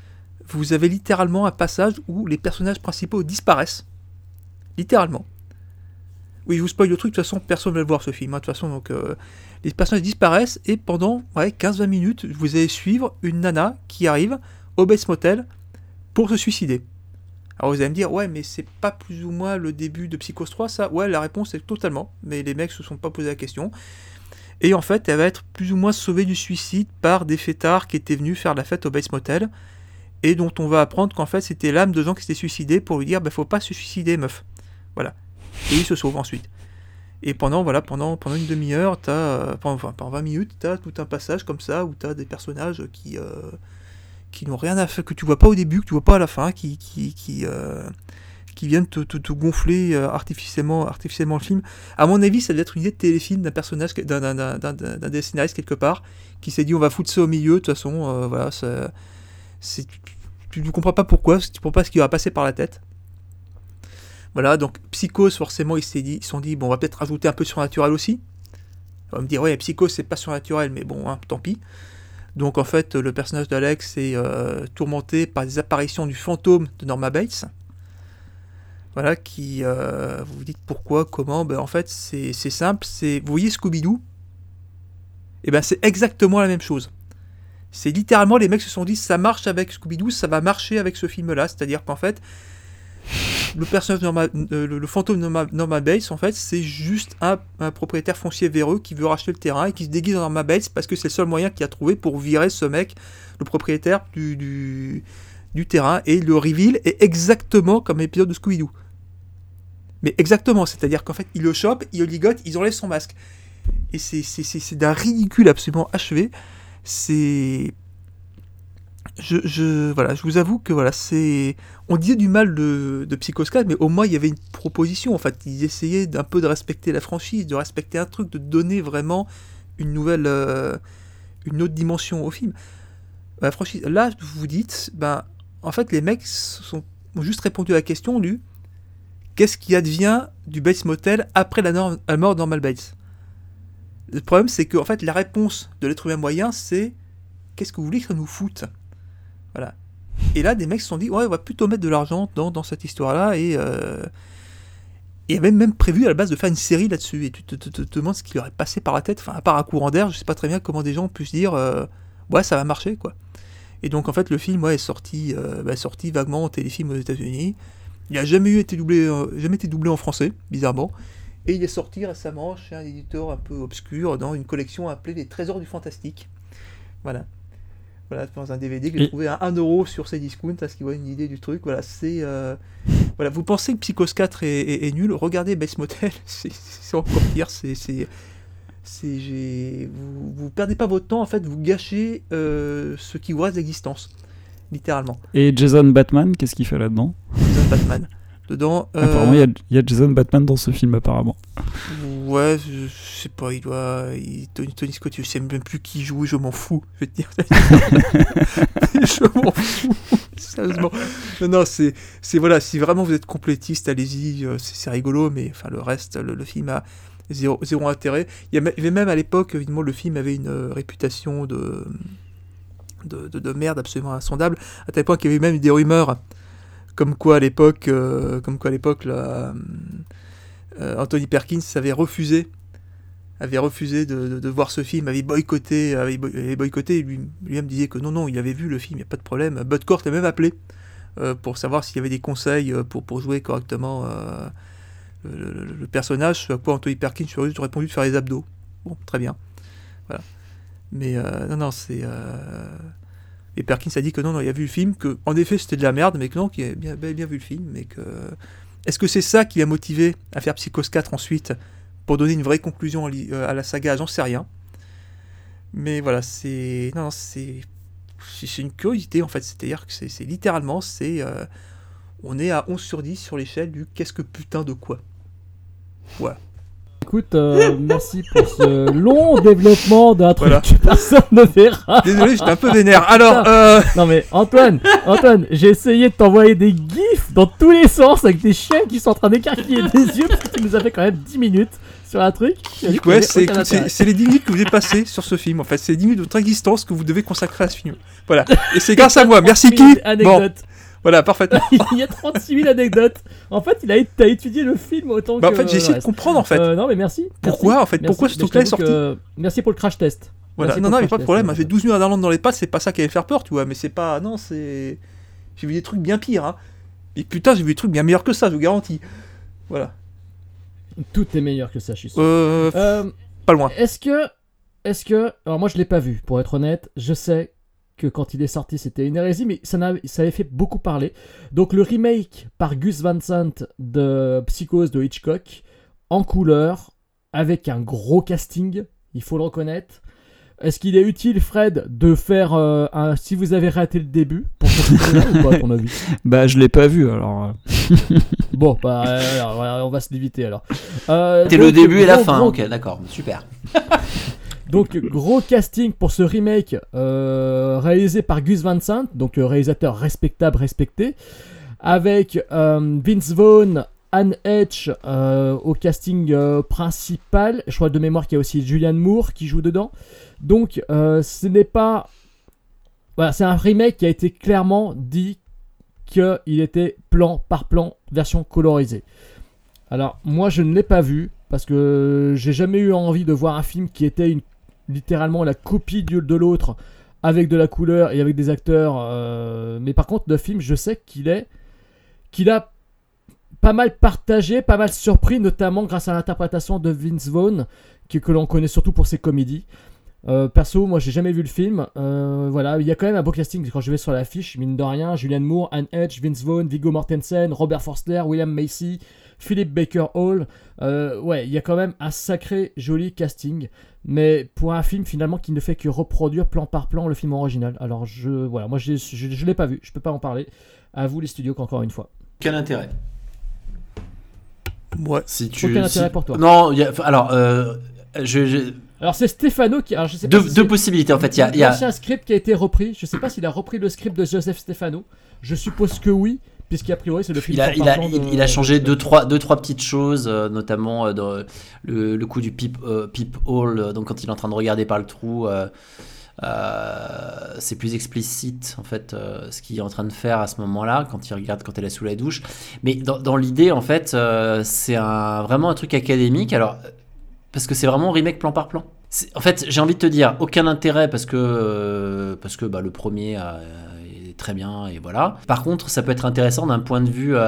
vous avez littéralement un passage où les personnages principaux disparaissent. Littéralement. Oui, je vous spoil le truc, de toute façon, personne ne va le voir ce film. De toute façon, donc, les personnages disparaissent et pendant 15-20 minutes, vous allez suivre une nana qui arrive au Bates Motel pour se suicider. Alors vous allez me dire, ouais, mais c'est pas plus ou moins le début de Psychose 3, ça? Ouais, la réponse est totalement, mais les mecs se sont pas posé la question. Et en fait, elle va être plus ou moins sauvée du suicide par des fêtards qui étaient venus faire la fête au Bates Motel, et dont on va apprendre qu'en fait, c'était l'âme de gens qui s'étaient suicidés pour lui dire, faut pas se suicider, meuf. Voilà. Et il se sauve ensuite. Et pendant une demi-heure, pendant 20 minutes, t'as tout un passage comme ça, où t'as des personnages qui n'ont rien à faire, que tu vois pas au début, que tu vois pas à la fin, qui viennent te gonfler artificiellement le film. À mon avis, ça doit être une idée de téléfilm d'un personnage, d'un des scénaristes quelque part, qui s'est dit on va foutre ça au milieu, de toute façon, voilà, tu ne comprends pas pourquoi, tu ne comprends pas ce qui va passer par la tête. Voilà, donc Psychose, forcément, ils se sont dit, bon, on va peut-être rajouter un peu de surnaturel aussi. On va me dire, ouais, Psychose, c'est pas surnaturel, mais bon, tant pis. Donc, en fait, le personnage d'Alex est tourmenté par des apparitions du fantôme de Norma Bates. Voilà, qui... vous vous dites pourquoi, comment? En fait, c'est simple, vous voyez Scooby-Doo? Et c'est exactement la même chose. C'est littéralement, les mecs se sont dit, ça marche avec Scooby-Doo, ça va marcher avec ce film-là. C'est-à-dire qu'en fait... Le personnage le fantôme de Norma Bates, en fait, c'est juste un propriétaire foncier véreux qui veut racheter le terrain et qui se déguise en Norma Bates parce que c'est le seul moyen qu'il a trouvé pour virer ce mec, le propriétaire du terrain. Et le reveal est exactement comme l'épisode de Scooby-Doo. Mais exactement, c'est-à-dire qu'en fait, il le chope, il le ligote, ils enlèvent son masque. Et c'est d'un ridicule absolument achevé. Je vous avoue que voilà, on disait du mal de Psychose 4, mais au moins il y avait une proposition. En fait, ils essayaient d'un peu de respecter la franchise, de respecter un truc, de donner vraiment une autre dimension au film. La franchise, là, vous dites, en fait, les mecs ont juste répondu à la question du qu'est-ce qui advient du Bates Motel après la mort de Norma Bates. Le problème, c'est que en fait, la réponse de l'être humain moyen, c'est qu'est-ce que vous voulez que ça nous foute? Voilà. Et là, des mecs se sont dit, ouais, on va plutôt mettre de l'argent dans cette histoire-là, et il avait même prévu à la base de faire une série là-dessus, et tu te demandes ce qui leur est passé par la tête, enfin, à part un courant d'air, je sais pas très bien comment des gens puissent dire, ouais, ça va marcher, quoi. Et donc, en fait, le film, est sorti vaguement en téléfilm aux États-Unis. Il n'a jamais été doublé en français, bizarrement, et il est sorti récemment chez un éditeur un peu obscur, dans une collection appelée Les Trésors du Fantastique. Voilà, dans un DVD que j'ai trouvé à 1€ sur Cdiscount, à ce qui voit une idée du truc. Voilà, voilà, vous pensez que Psychose 4 est nul, regardez Bates Motel, c'est encore pire, vous perdez pas votre temps, en fait, vous gâchez ce qui vous reste d'existence, littéralement. Et Jason Bateman, qu'est-ce qu'il fait là-dedans? Jason Bateman. Dedans, apparemment, il y a Jason Bateman dans ce film, apparemment. Ouais, je sais pas, Tony Scott, je sais même plus qui joue, je m'en fous, je vais te dire. Je m'en fous, sérieusement. Non, c'est voilà, si vraiment vous êtes complétiste, allez-y, c'est rigolo, mais enfin, le reste, le film a zéro intérêt. Il y avait même à l'époque, évidemment, le film avait une réputation de merde absolument insondable, à tel point qu'il y avait même des rumeurs comme quoi à l'époque Anthony Perkins avait refusé de voir ce film, avait boycotté, et lui-même disait que non, il avait vu le film, il n'y a pas de problème. Bud Cort l'a même appelé pour savoir s'il y avait des conseils pour jouer correctement le personnage, à quoi Anthony Perkins a juste répondu de faire les abdos. Bon, très bien. Voilà. Mais non, c'est... Et Perkins a dit que non, il a vu le film, que en effet c'était de la merde, mais que non, qu'il a bien vu le film, mais que... Est-ce que c'est ça qui l'a motivé à faire Psychose 4 ensuite, pour donner une vraie conclusion à la saga? J'en sais rien. Mais voilà, c'est une curiosité en fait, c'est-à-dire que c'est littéralement, on est à 11/10 sur l'échelle du qu'est-ce que putain de quoi. Voilà. écoute, merci pour ce long développement d'un truc Voilà. que personne ne verra. Désolé, j'étais un peu vénère. Alors, Non mais Antoine, j'ai essayé de t'envoyer des gifs dans tous les sens avec des chiens qui sont en train d'écarquiller des yeux parce que tu nous as fait quand même 10 minutes sur un truc. ouais, c'est les 10 minutes que vous avez passées sur ce film. En fait, c'est les 10 minutes de votre existence que vous devez consacrer à ce film. Voilà. Et c'est grâce à moi. Merci qui Bon. Voilà, parfaitement. Il y a 36 000 anecdotes. En fait, t'as étudié le film autant que... En fait, j'ai essayé de comprendre, en fait. Non, mais merci. Pourquoi, en fait, pourquoi ce truc-là est sorti Merci pour le crash test. Voilà. Non, mais pas de problème. J'ai 12 000 d'Irlande dans les pattes, c'est pas ça qui allait faire peur, tu vois. Mais c'est pas... Non, c'est... J'ai vu des trucs bien pires, hein. Et putain, j'ai vu des trucs bien meilleurs que ça, je vous garantis. Voilà. Tout est meilleur que ça, je suis sûr. Pas loin. Est-ce que... Alors moi, je l'ai pas vu, pour être honnête. Je sais que quand il est sorti, c'était une hérésie, mais ça avait fait beaucoup parler. Donc le remake par Gus Van Sant de Psychose de Hitchcock, en couleur, avec un gros casting, il faut le reconnaître. Est-ce qu'il est utile, Fred, de faire si vous avez raté le début, pour ce film-là, ou pas, à ton avis ? Bah, je l'ai pas vu, alors... Bon, alors, on va se l'éviter, alors. C'était le début et la fin, ok, d'accord, super. Donc, gros casting pour ce remake réalisé par Gus Van Sant, donc réalisateur respecté, avec Vince Vaughn, Anne Hedge au casting principal. Je crois de mémoire qu'il y a aussi Julianne Moore qui joue dedans. Donc, ce n'est pas... Voilà, c'est un remake qui a été clairement dit qu'il était plan par plan, version colorisée. Alors, moi, je ne l'ai pas vu, parce que j'ai jamais eu envie de voir un film qui était littéralement la copie de l'autre, avec de la couleur et avec des acteurs. Mais par contre, le film, je sais qu'il a pas mal partagé, pas mal surpris, notamment grâce à l'interprétation de Vince Vaughn, que l'on connaît surtout pour ses comédies. Perso, moi j'ai jamais vu le film. Voilà, il y a quand même un beau casting quand je vais sur l'affiche, mine de rien. Julianne Moore, Anne Hedge, Vince Vaughn, Viggo Mortensen, Robert Forster, William Macy, Philip Baker Hall. Ouais, il y a quand même un sacré joli casting. Mais pour un film finalement qui ne fait que reproduire plan par plan le film original. Alors voilà, moi je l'ai pas vu, je peux pas en parler. À vous les studios qu'encore une fois. Quel intérêt ? Ouais. Aucun intérêt pour toi. Non, alors alors c'est Stefano qui... Alors, je sais pas si deux possibilités en fait. Il y a un script qui a été repris. Je sais pas s'il a repris le script de Joseph Stefano. Je suppose que oui, puisqu'a priori c'est le film. Il a changé deux trois petites choses, notamment dans le coup du peep hole. Donc quand il est en train de regarder par le trou, c'est plus explicite en fait ce qu'il est en train de faire à ce moment-là quand il regarde quand elle est sous la douche. Mais dans l'idée en fait, c'est vraiment un truc académique. Alors parce que c'est vraiment remake plan par plan. En fait, j'ai envie de te dire, aucun intérêt parce que le premier est très bien et voilà. Par contre, ça peut être intéressant d'un point de vue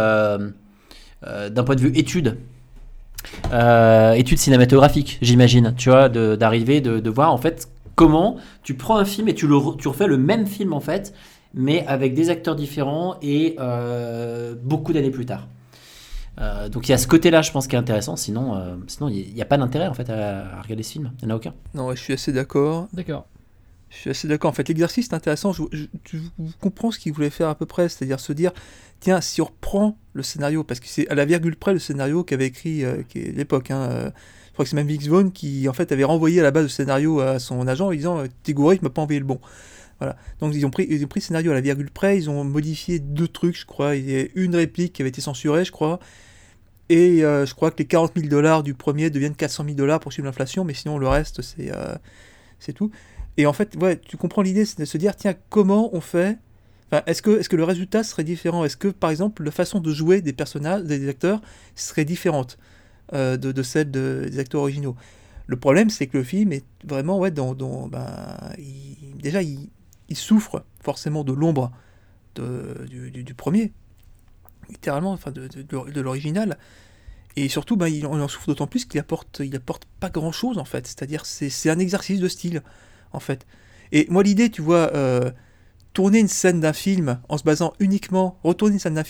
étude cinématographique, j'imagine. Tu vois, d'arriver de voir en fait comment tu prends un film et tu refais le même film en fait, mais avec des acteurs différents et beaucoup d'années plus tard. Donc il y a ce côté-là, je pense, qui est intéressant. Sinon, il n'y a pas d'intérêt en fait à regarder ce film. Il n'y en a aucun. Non, je suis assez d'accord. Je suis assez d'accord. En fait, l'exercice est intéressant. Je comprends ce qu'il voulait faire à peu près, c'est-à-dire se dire, tiens, si on reprend le scénario, parce que c'est à la virgule près le scénario qu'avait écrit qui est l'époque. Je crois que c'est même Vince Vaughn qui en fait avait renvoyé à la base le scénario à son agent en disant, t'es gouré, tu m'as pas envoyé le bon. Voilà. Donc ils ont pris le scénario à la virgule près, ils ont modifié 2 trucs, je crois. Il y a une réplique qui avait été censurée, je crois. Et je crois que les $40,000 du premier deviennent $400,000 pour suivre l'inflation, mais sinon le reste c'est tout. Et en fait, ouais, tu comprends l'idée, c'est de se dire, tiens, comment on fait ? Enfin, est-ce que le résultat serait différent ? Est-ce que, par exemple, la façon de jouer des personnages, des acteurs, serait différente de celle des acteurs originaux ? Le problème, c'est que le film est vraiment, ouais, il souffre forcément de l'ombre du premier, littéralement, enfin de l'original. Et surtout, on en souffre d'autant plus qu'il apporte pas grand-chose, en fait. C'est-à-dire, c'est un exercice de style, en fait. Et moi, l'idée, tu vois, retourner une scène d'un film en se basant uniquement sur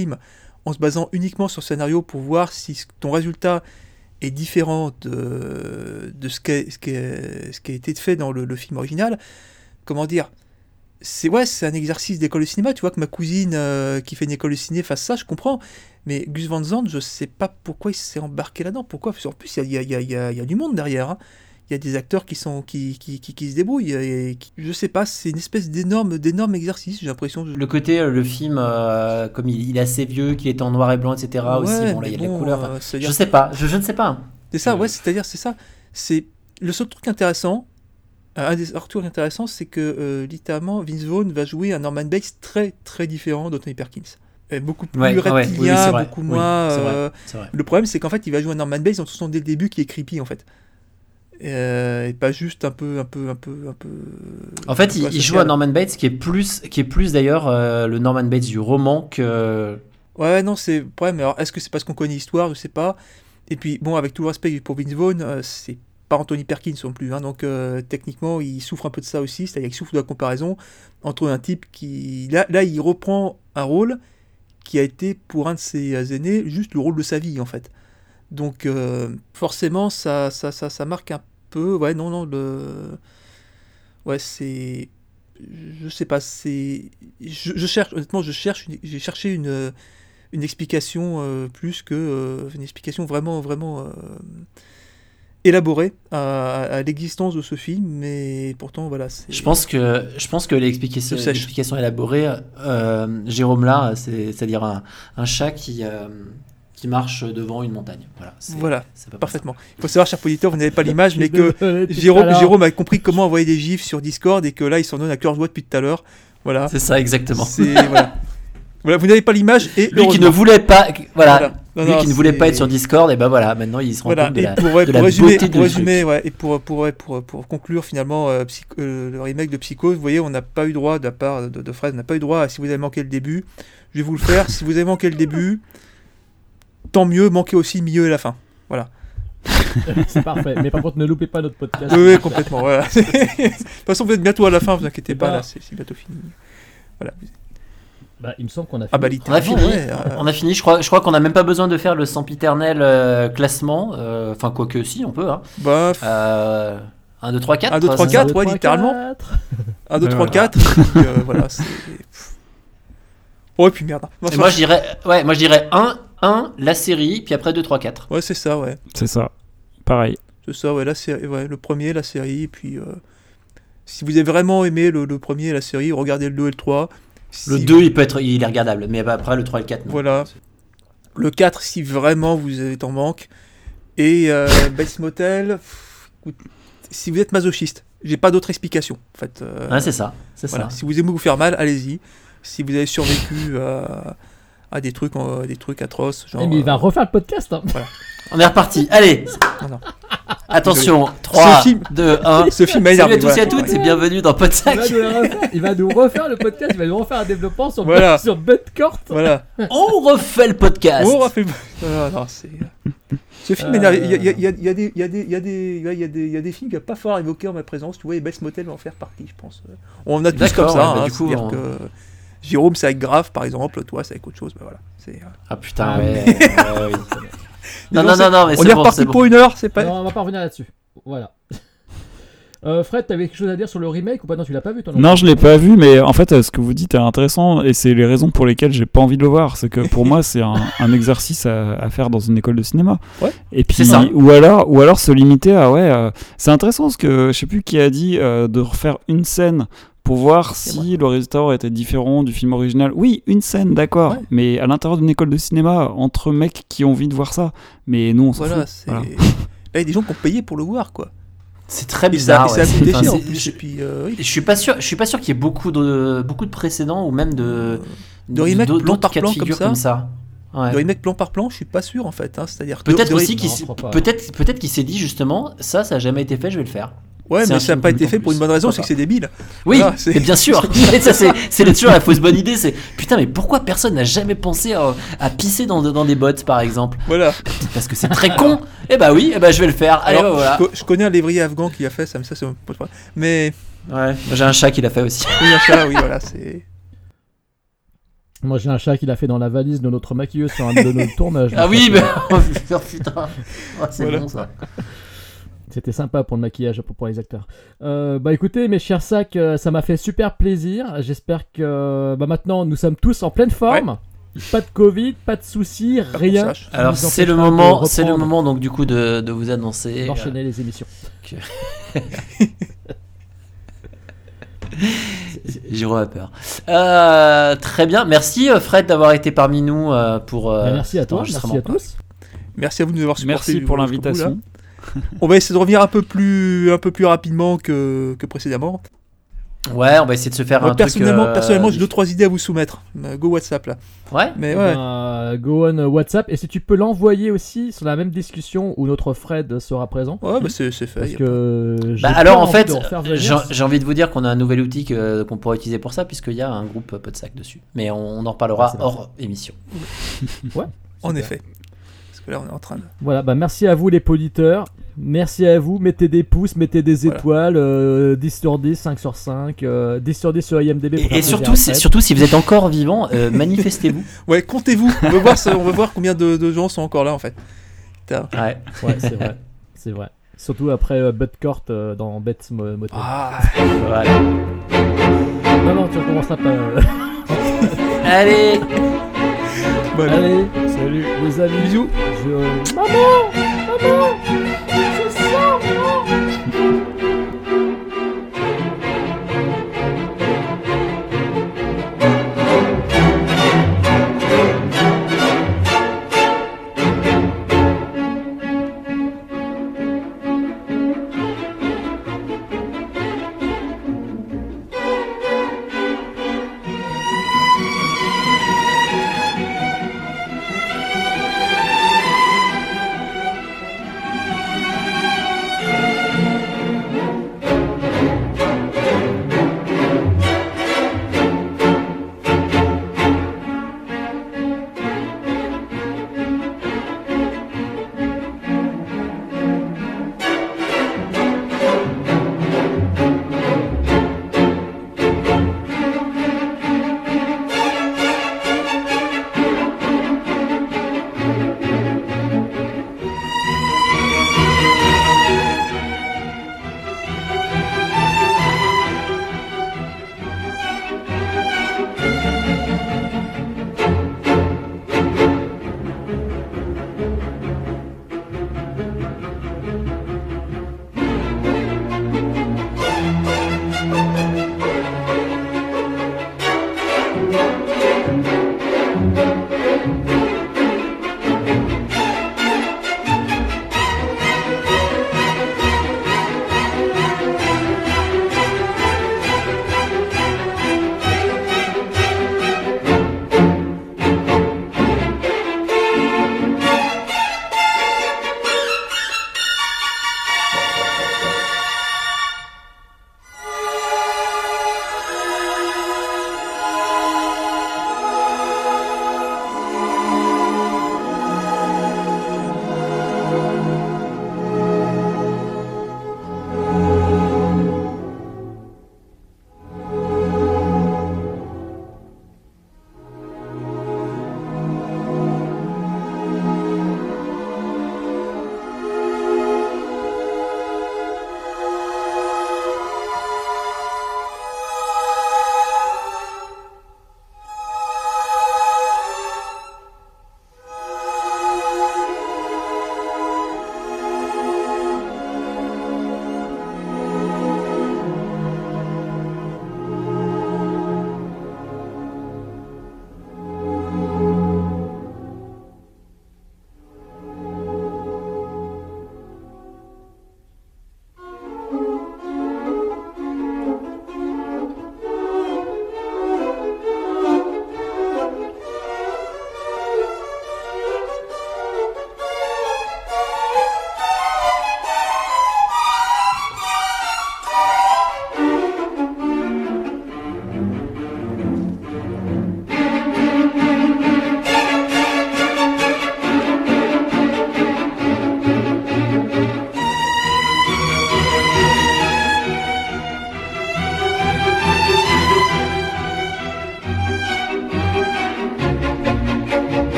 le scénario pour voir si ton résultat est différent de ce qui a été fait dans le film original, comment dire, c'est un exercice d'école de cinéma, tu vois, que ma cousine qui fait une école de ciné fasse ça, je comprends, Mais Gus Van Sant, je sais pas pourquoi il s'est embarqué là-dedans. Pourquoi ? Parce qu'en plus, il y a du monde derrière. Hein. Il y a des acteurs qui se débrouillent. Je sais pas, c'est une espèce d'énorme exercice, j'ai l'impression. Le côté, le film, comme il est assez vieux, qu'il est en noir et blanc, etc. Ouais, aussi, bon, là, il y a de la couleur. Je sais pas, je ne sais pas. C'est ça, ouais, c'est-à-dire, c'est ça. C'est le seul truc intéressant. Un des trucs intéressants, c'est que littéralement, Vince Vaughn va jouer un Norman Bates très très différent d'Anthony Perkins. Beaucoup plus reptilien, beaucoup moins. C'est vrai. Le problème, c'est qu'en fait, il va jouer un Norman Bates, on sent dès le début qui est creepy en fait. Et pas juste un peu. En fait, il joue un Norman Bates qui est plus d'ailleurs le Norman Bates du roman que. Ouais, non, c'est le problème. Alors, est-ce que c'est parce qu'on connaît l'histoire ? Je sais pas. Et puis, bon, avec tout le respect pour Vince Vaughn, c'est pas Anthony Perkins non plus. Hein, donc, techniquement, il souffre un peu de ça aussi. C'est-à-dire qu'il souffre de la comparaison entre un type qui. Là, il reprend un rôle qui a été, pour un de ses aînés, juste le rôle de sa vie, en fait. Donc, forcément, ça marque un peu. Ouais, non, ouais, c'est. Je sais pas, c'est. Honnêtement, j'ai cherché une explication plus que. Une explication vraiment élaborée à l'existence de ce film, mais pourtant, voilà. Je pense que l'explication élaborée, Jérôme là, c'est-à-dire un chat qui marche devant une montagne. Voilà, c'est parfaitement. Il faut savoir, cher auditeur, vous n'avez pas l'image, mais que Jérôme a compris comment envoyer des gifs sur Discord et que là, il s'en donne à cœur joie depuis tout à l'heure. Voilà. C'est ça, exactement. Voilà, vous n'avez pas l'image et lui qui ne voulait pas, ne voulait pas être sur Discord, et ben voilà, maintenant il se rend compte de la beauté du truc. Et pour conclure finalement le remake de Psychose, vous voyez, on n'a pas eu droit de la part de Fred, on n'a pas eu droit à si vous avez manqué le début. Je vais vous le faire. Si vous avez manqué le début, tant mieux, manquez aussi le milieu et la fin. Voilà. C'est parfait. Mais par contre, ne loupez pas notre podcast. Oui, complètement. Voilà. De toute façon, vous êtes bientôt à la fin, vous inquiétez pas. Là, c'est bientôt fini. Voilà. Il me semble qu'on a fini. On a fini. On a fini. Je crois qu'on n'a même pas besoin de faire le sempiternel classement. Enfin, quoique si, on peut. Hein. 1, 2, 3, 4. 1, 2, 3, 4, ouais, littéralement. 1, 2, 3, 4. Voilà, c'est. Oh, et puis merde. Moi, je dirais 1, la série, puis après 2, 3, 4. Ouais, c'est ça, ouais. C'est ça. Pareil. C'est ça, ouais, la série, ouais, le premier, la série, et puis. Si vous avez vraiment aimé le premier et la série, regardez le 2 et le 3. Le 2, il est regardable, mais après le 3 et le 4, non. Voilà. Le 4, si vraiment vous êtes en manque. Et Bates Motel, si vous êtes masochiste, j'ai pas d'autre explication. En fait, c'est ça. Voilà. Si vous aimez vous faire mal, allez-y. Si vous avez survécu à des trucs atroces. Genre, mais il va refaire le podcast. Hein. Voilà. On est reparti. Allez. Non. Attention, 3, 2, 1. Ce film m'a énervé. Salut à tous et à toutes, et bienvenue dans Podsac. Il va nous refaire le podcast, il va nous refaire un développement sur Budcourt. Voilà. On refait le podcast. Non, c'est. Ce film m'énerve. Il y a des films qu'il va pas falloir évoquer en ma présence. Tu vois, et Bates Motel va en faire partie, je pense. On a tous comme ça. Du coup, que Jérôme, c'est avec Grave, par exemple. Toi, c'est avec autre chose. Voilà. Ah putain, ouais. Non, mais on est reparti pour une heure, c'est pas. Non, on va pas revenir là-dessus. Voilà. Fred, t'avais quelque chose à dire sur le remake ou pas ? Non, tu l'as pas vu toi ? Non, je l'ai pas vu, mais en fait, ce que vous dites est intéressant et c'est les raisons pour lesquelles j'ai pas envie de le voir. C'est que pour moi, c'est un exercice à faire dans une école de cinéma. Ouais. Et puis, ou alors se limiter à c'est intéressant parce que je sais plus qui a dit de refaire une scène pour voir si le résultat aurait été différent du film original. Oui, une scène, d'accord, mais à l'intérieur d'une école de cinéma, entre mecs qui ont envie de voir ça. Mais nous, on s'en fout. Là, il y a des gens qui ont payé pour le voir, quoi. C'est très bizarre. Et ça a coûté cher en plus. Je suis pas sûr qu'il y ait beaucoup de précédents ou même de remake plan par plan comme ça. Ouais. De remake plan par plan, je suis pas sûr en fait. C'est-à-dire peut-être aussi peut-être qu'il s'est dit justement ça a jamais été fait, je vais le faire. Ouais, mais ça n'a pas été fait pour une bonne raison, c'est que c'est débile. Oui, voilà, mais bien sûr. Ça, c'est toujours la fausse bonne idée. C'est putain, mais pourquoi personne n'a jamais pensé à pisser dans des bottes, par exemple ? Voilà. Parce que c'est très con. Eh bah oui, je vais le faire. Allez, alors, voilà. Je connais un lévrier afghan qui a fait ça, mais ça c'est pas. Mais ouais, j'ai un chat qui l'a fait aussi. Oui, un chat, oui, voilà, c'est. Moi j'ai un chat qui l'a fait dans la valise de notre maquilleuse sur un de nos tournages. Ah oui, mais putain, c'est voilà. Bon ça. C'était sympa pour le maquillage, pour les acteurs. Écoutez, mes chers sacs, ça m'a fait super plaisir. J'espère que maintenant, nous sommes tous en pleine forme. Pas de Covid, pas de soucis, rien. Alors c'est le moment donc du coup de vous annoncer. D'enchaîner les émissions. Jérôme a peur. Très bien, merci Fred d'avoir été parmi nous pour. Merci à toi, merci à tous. Merci à vous de nous avoir supportés. Merci pour l'invitation. On va essayer de revenir un peu plus rapidement que précédemment. Ouais, on va essayer de se faire un personnellement, j'ai 2-3 idées à vous soumettre. Go WhatsApp là. Ouais. Mais go on WhatsApp. Et si tu peux l'envoyer aussi sur la même discussion où notre Fred sera présent. Ouais, bah c'est fait. Parce que alors en fait, j'ai envie de vous dire qu'on a un nouvel outil qu'on pourra utiliser pour ça, puisqu'il y a un groupe Podsac dessus. Mais on en reparlera hors émission. Ouais. En effet. Parce que là, on est en train de. Voilà, merci à vous les poditeurs. Merci à vous, mettez des pouces, mettez des étoiles, 10 sur 10, 5 sur 5, 10 sur 10 sur IMDb. Et surtout si vous êtes encore vivant, manifestez-vous. Ouais, comptez-vous. On va voir combien de gens sont encore là en fait. Ouais, c'est vrai. Surtout après Butcourt dans Bets Moto. Ah, voilà. Non, tu recommenceras pas. Allez. Bon, allez, salut les amis. Bisous. Maman.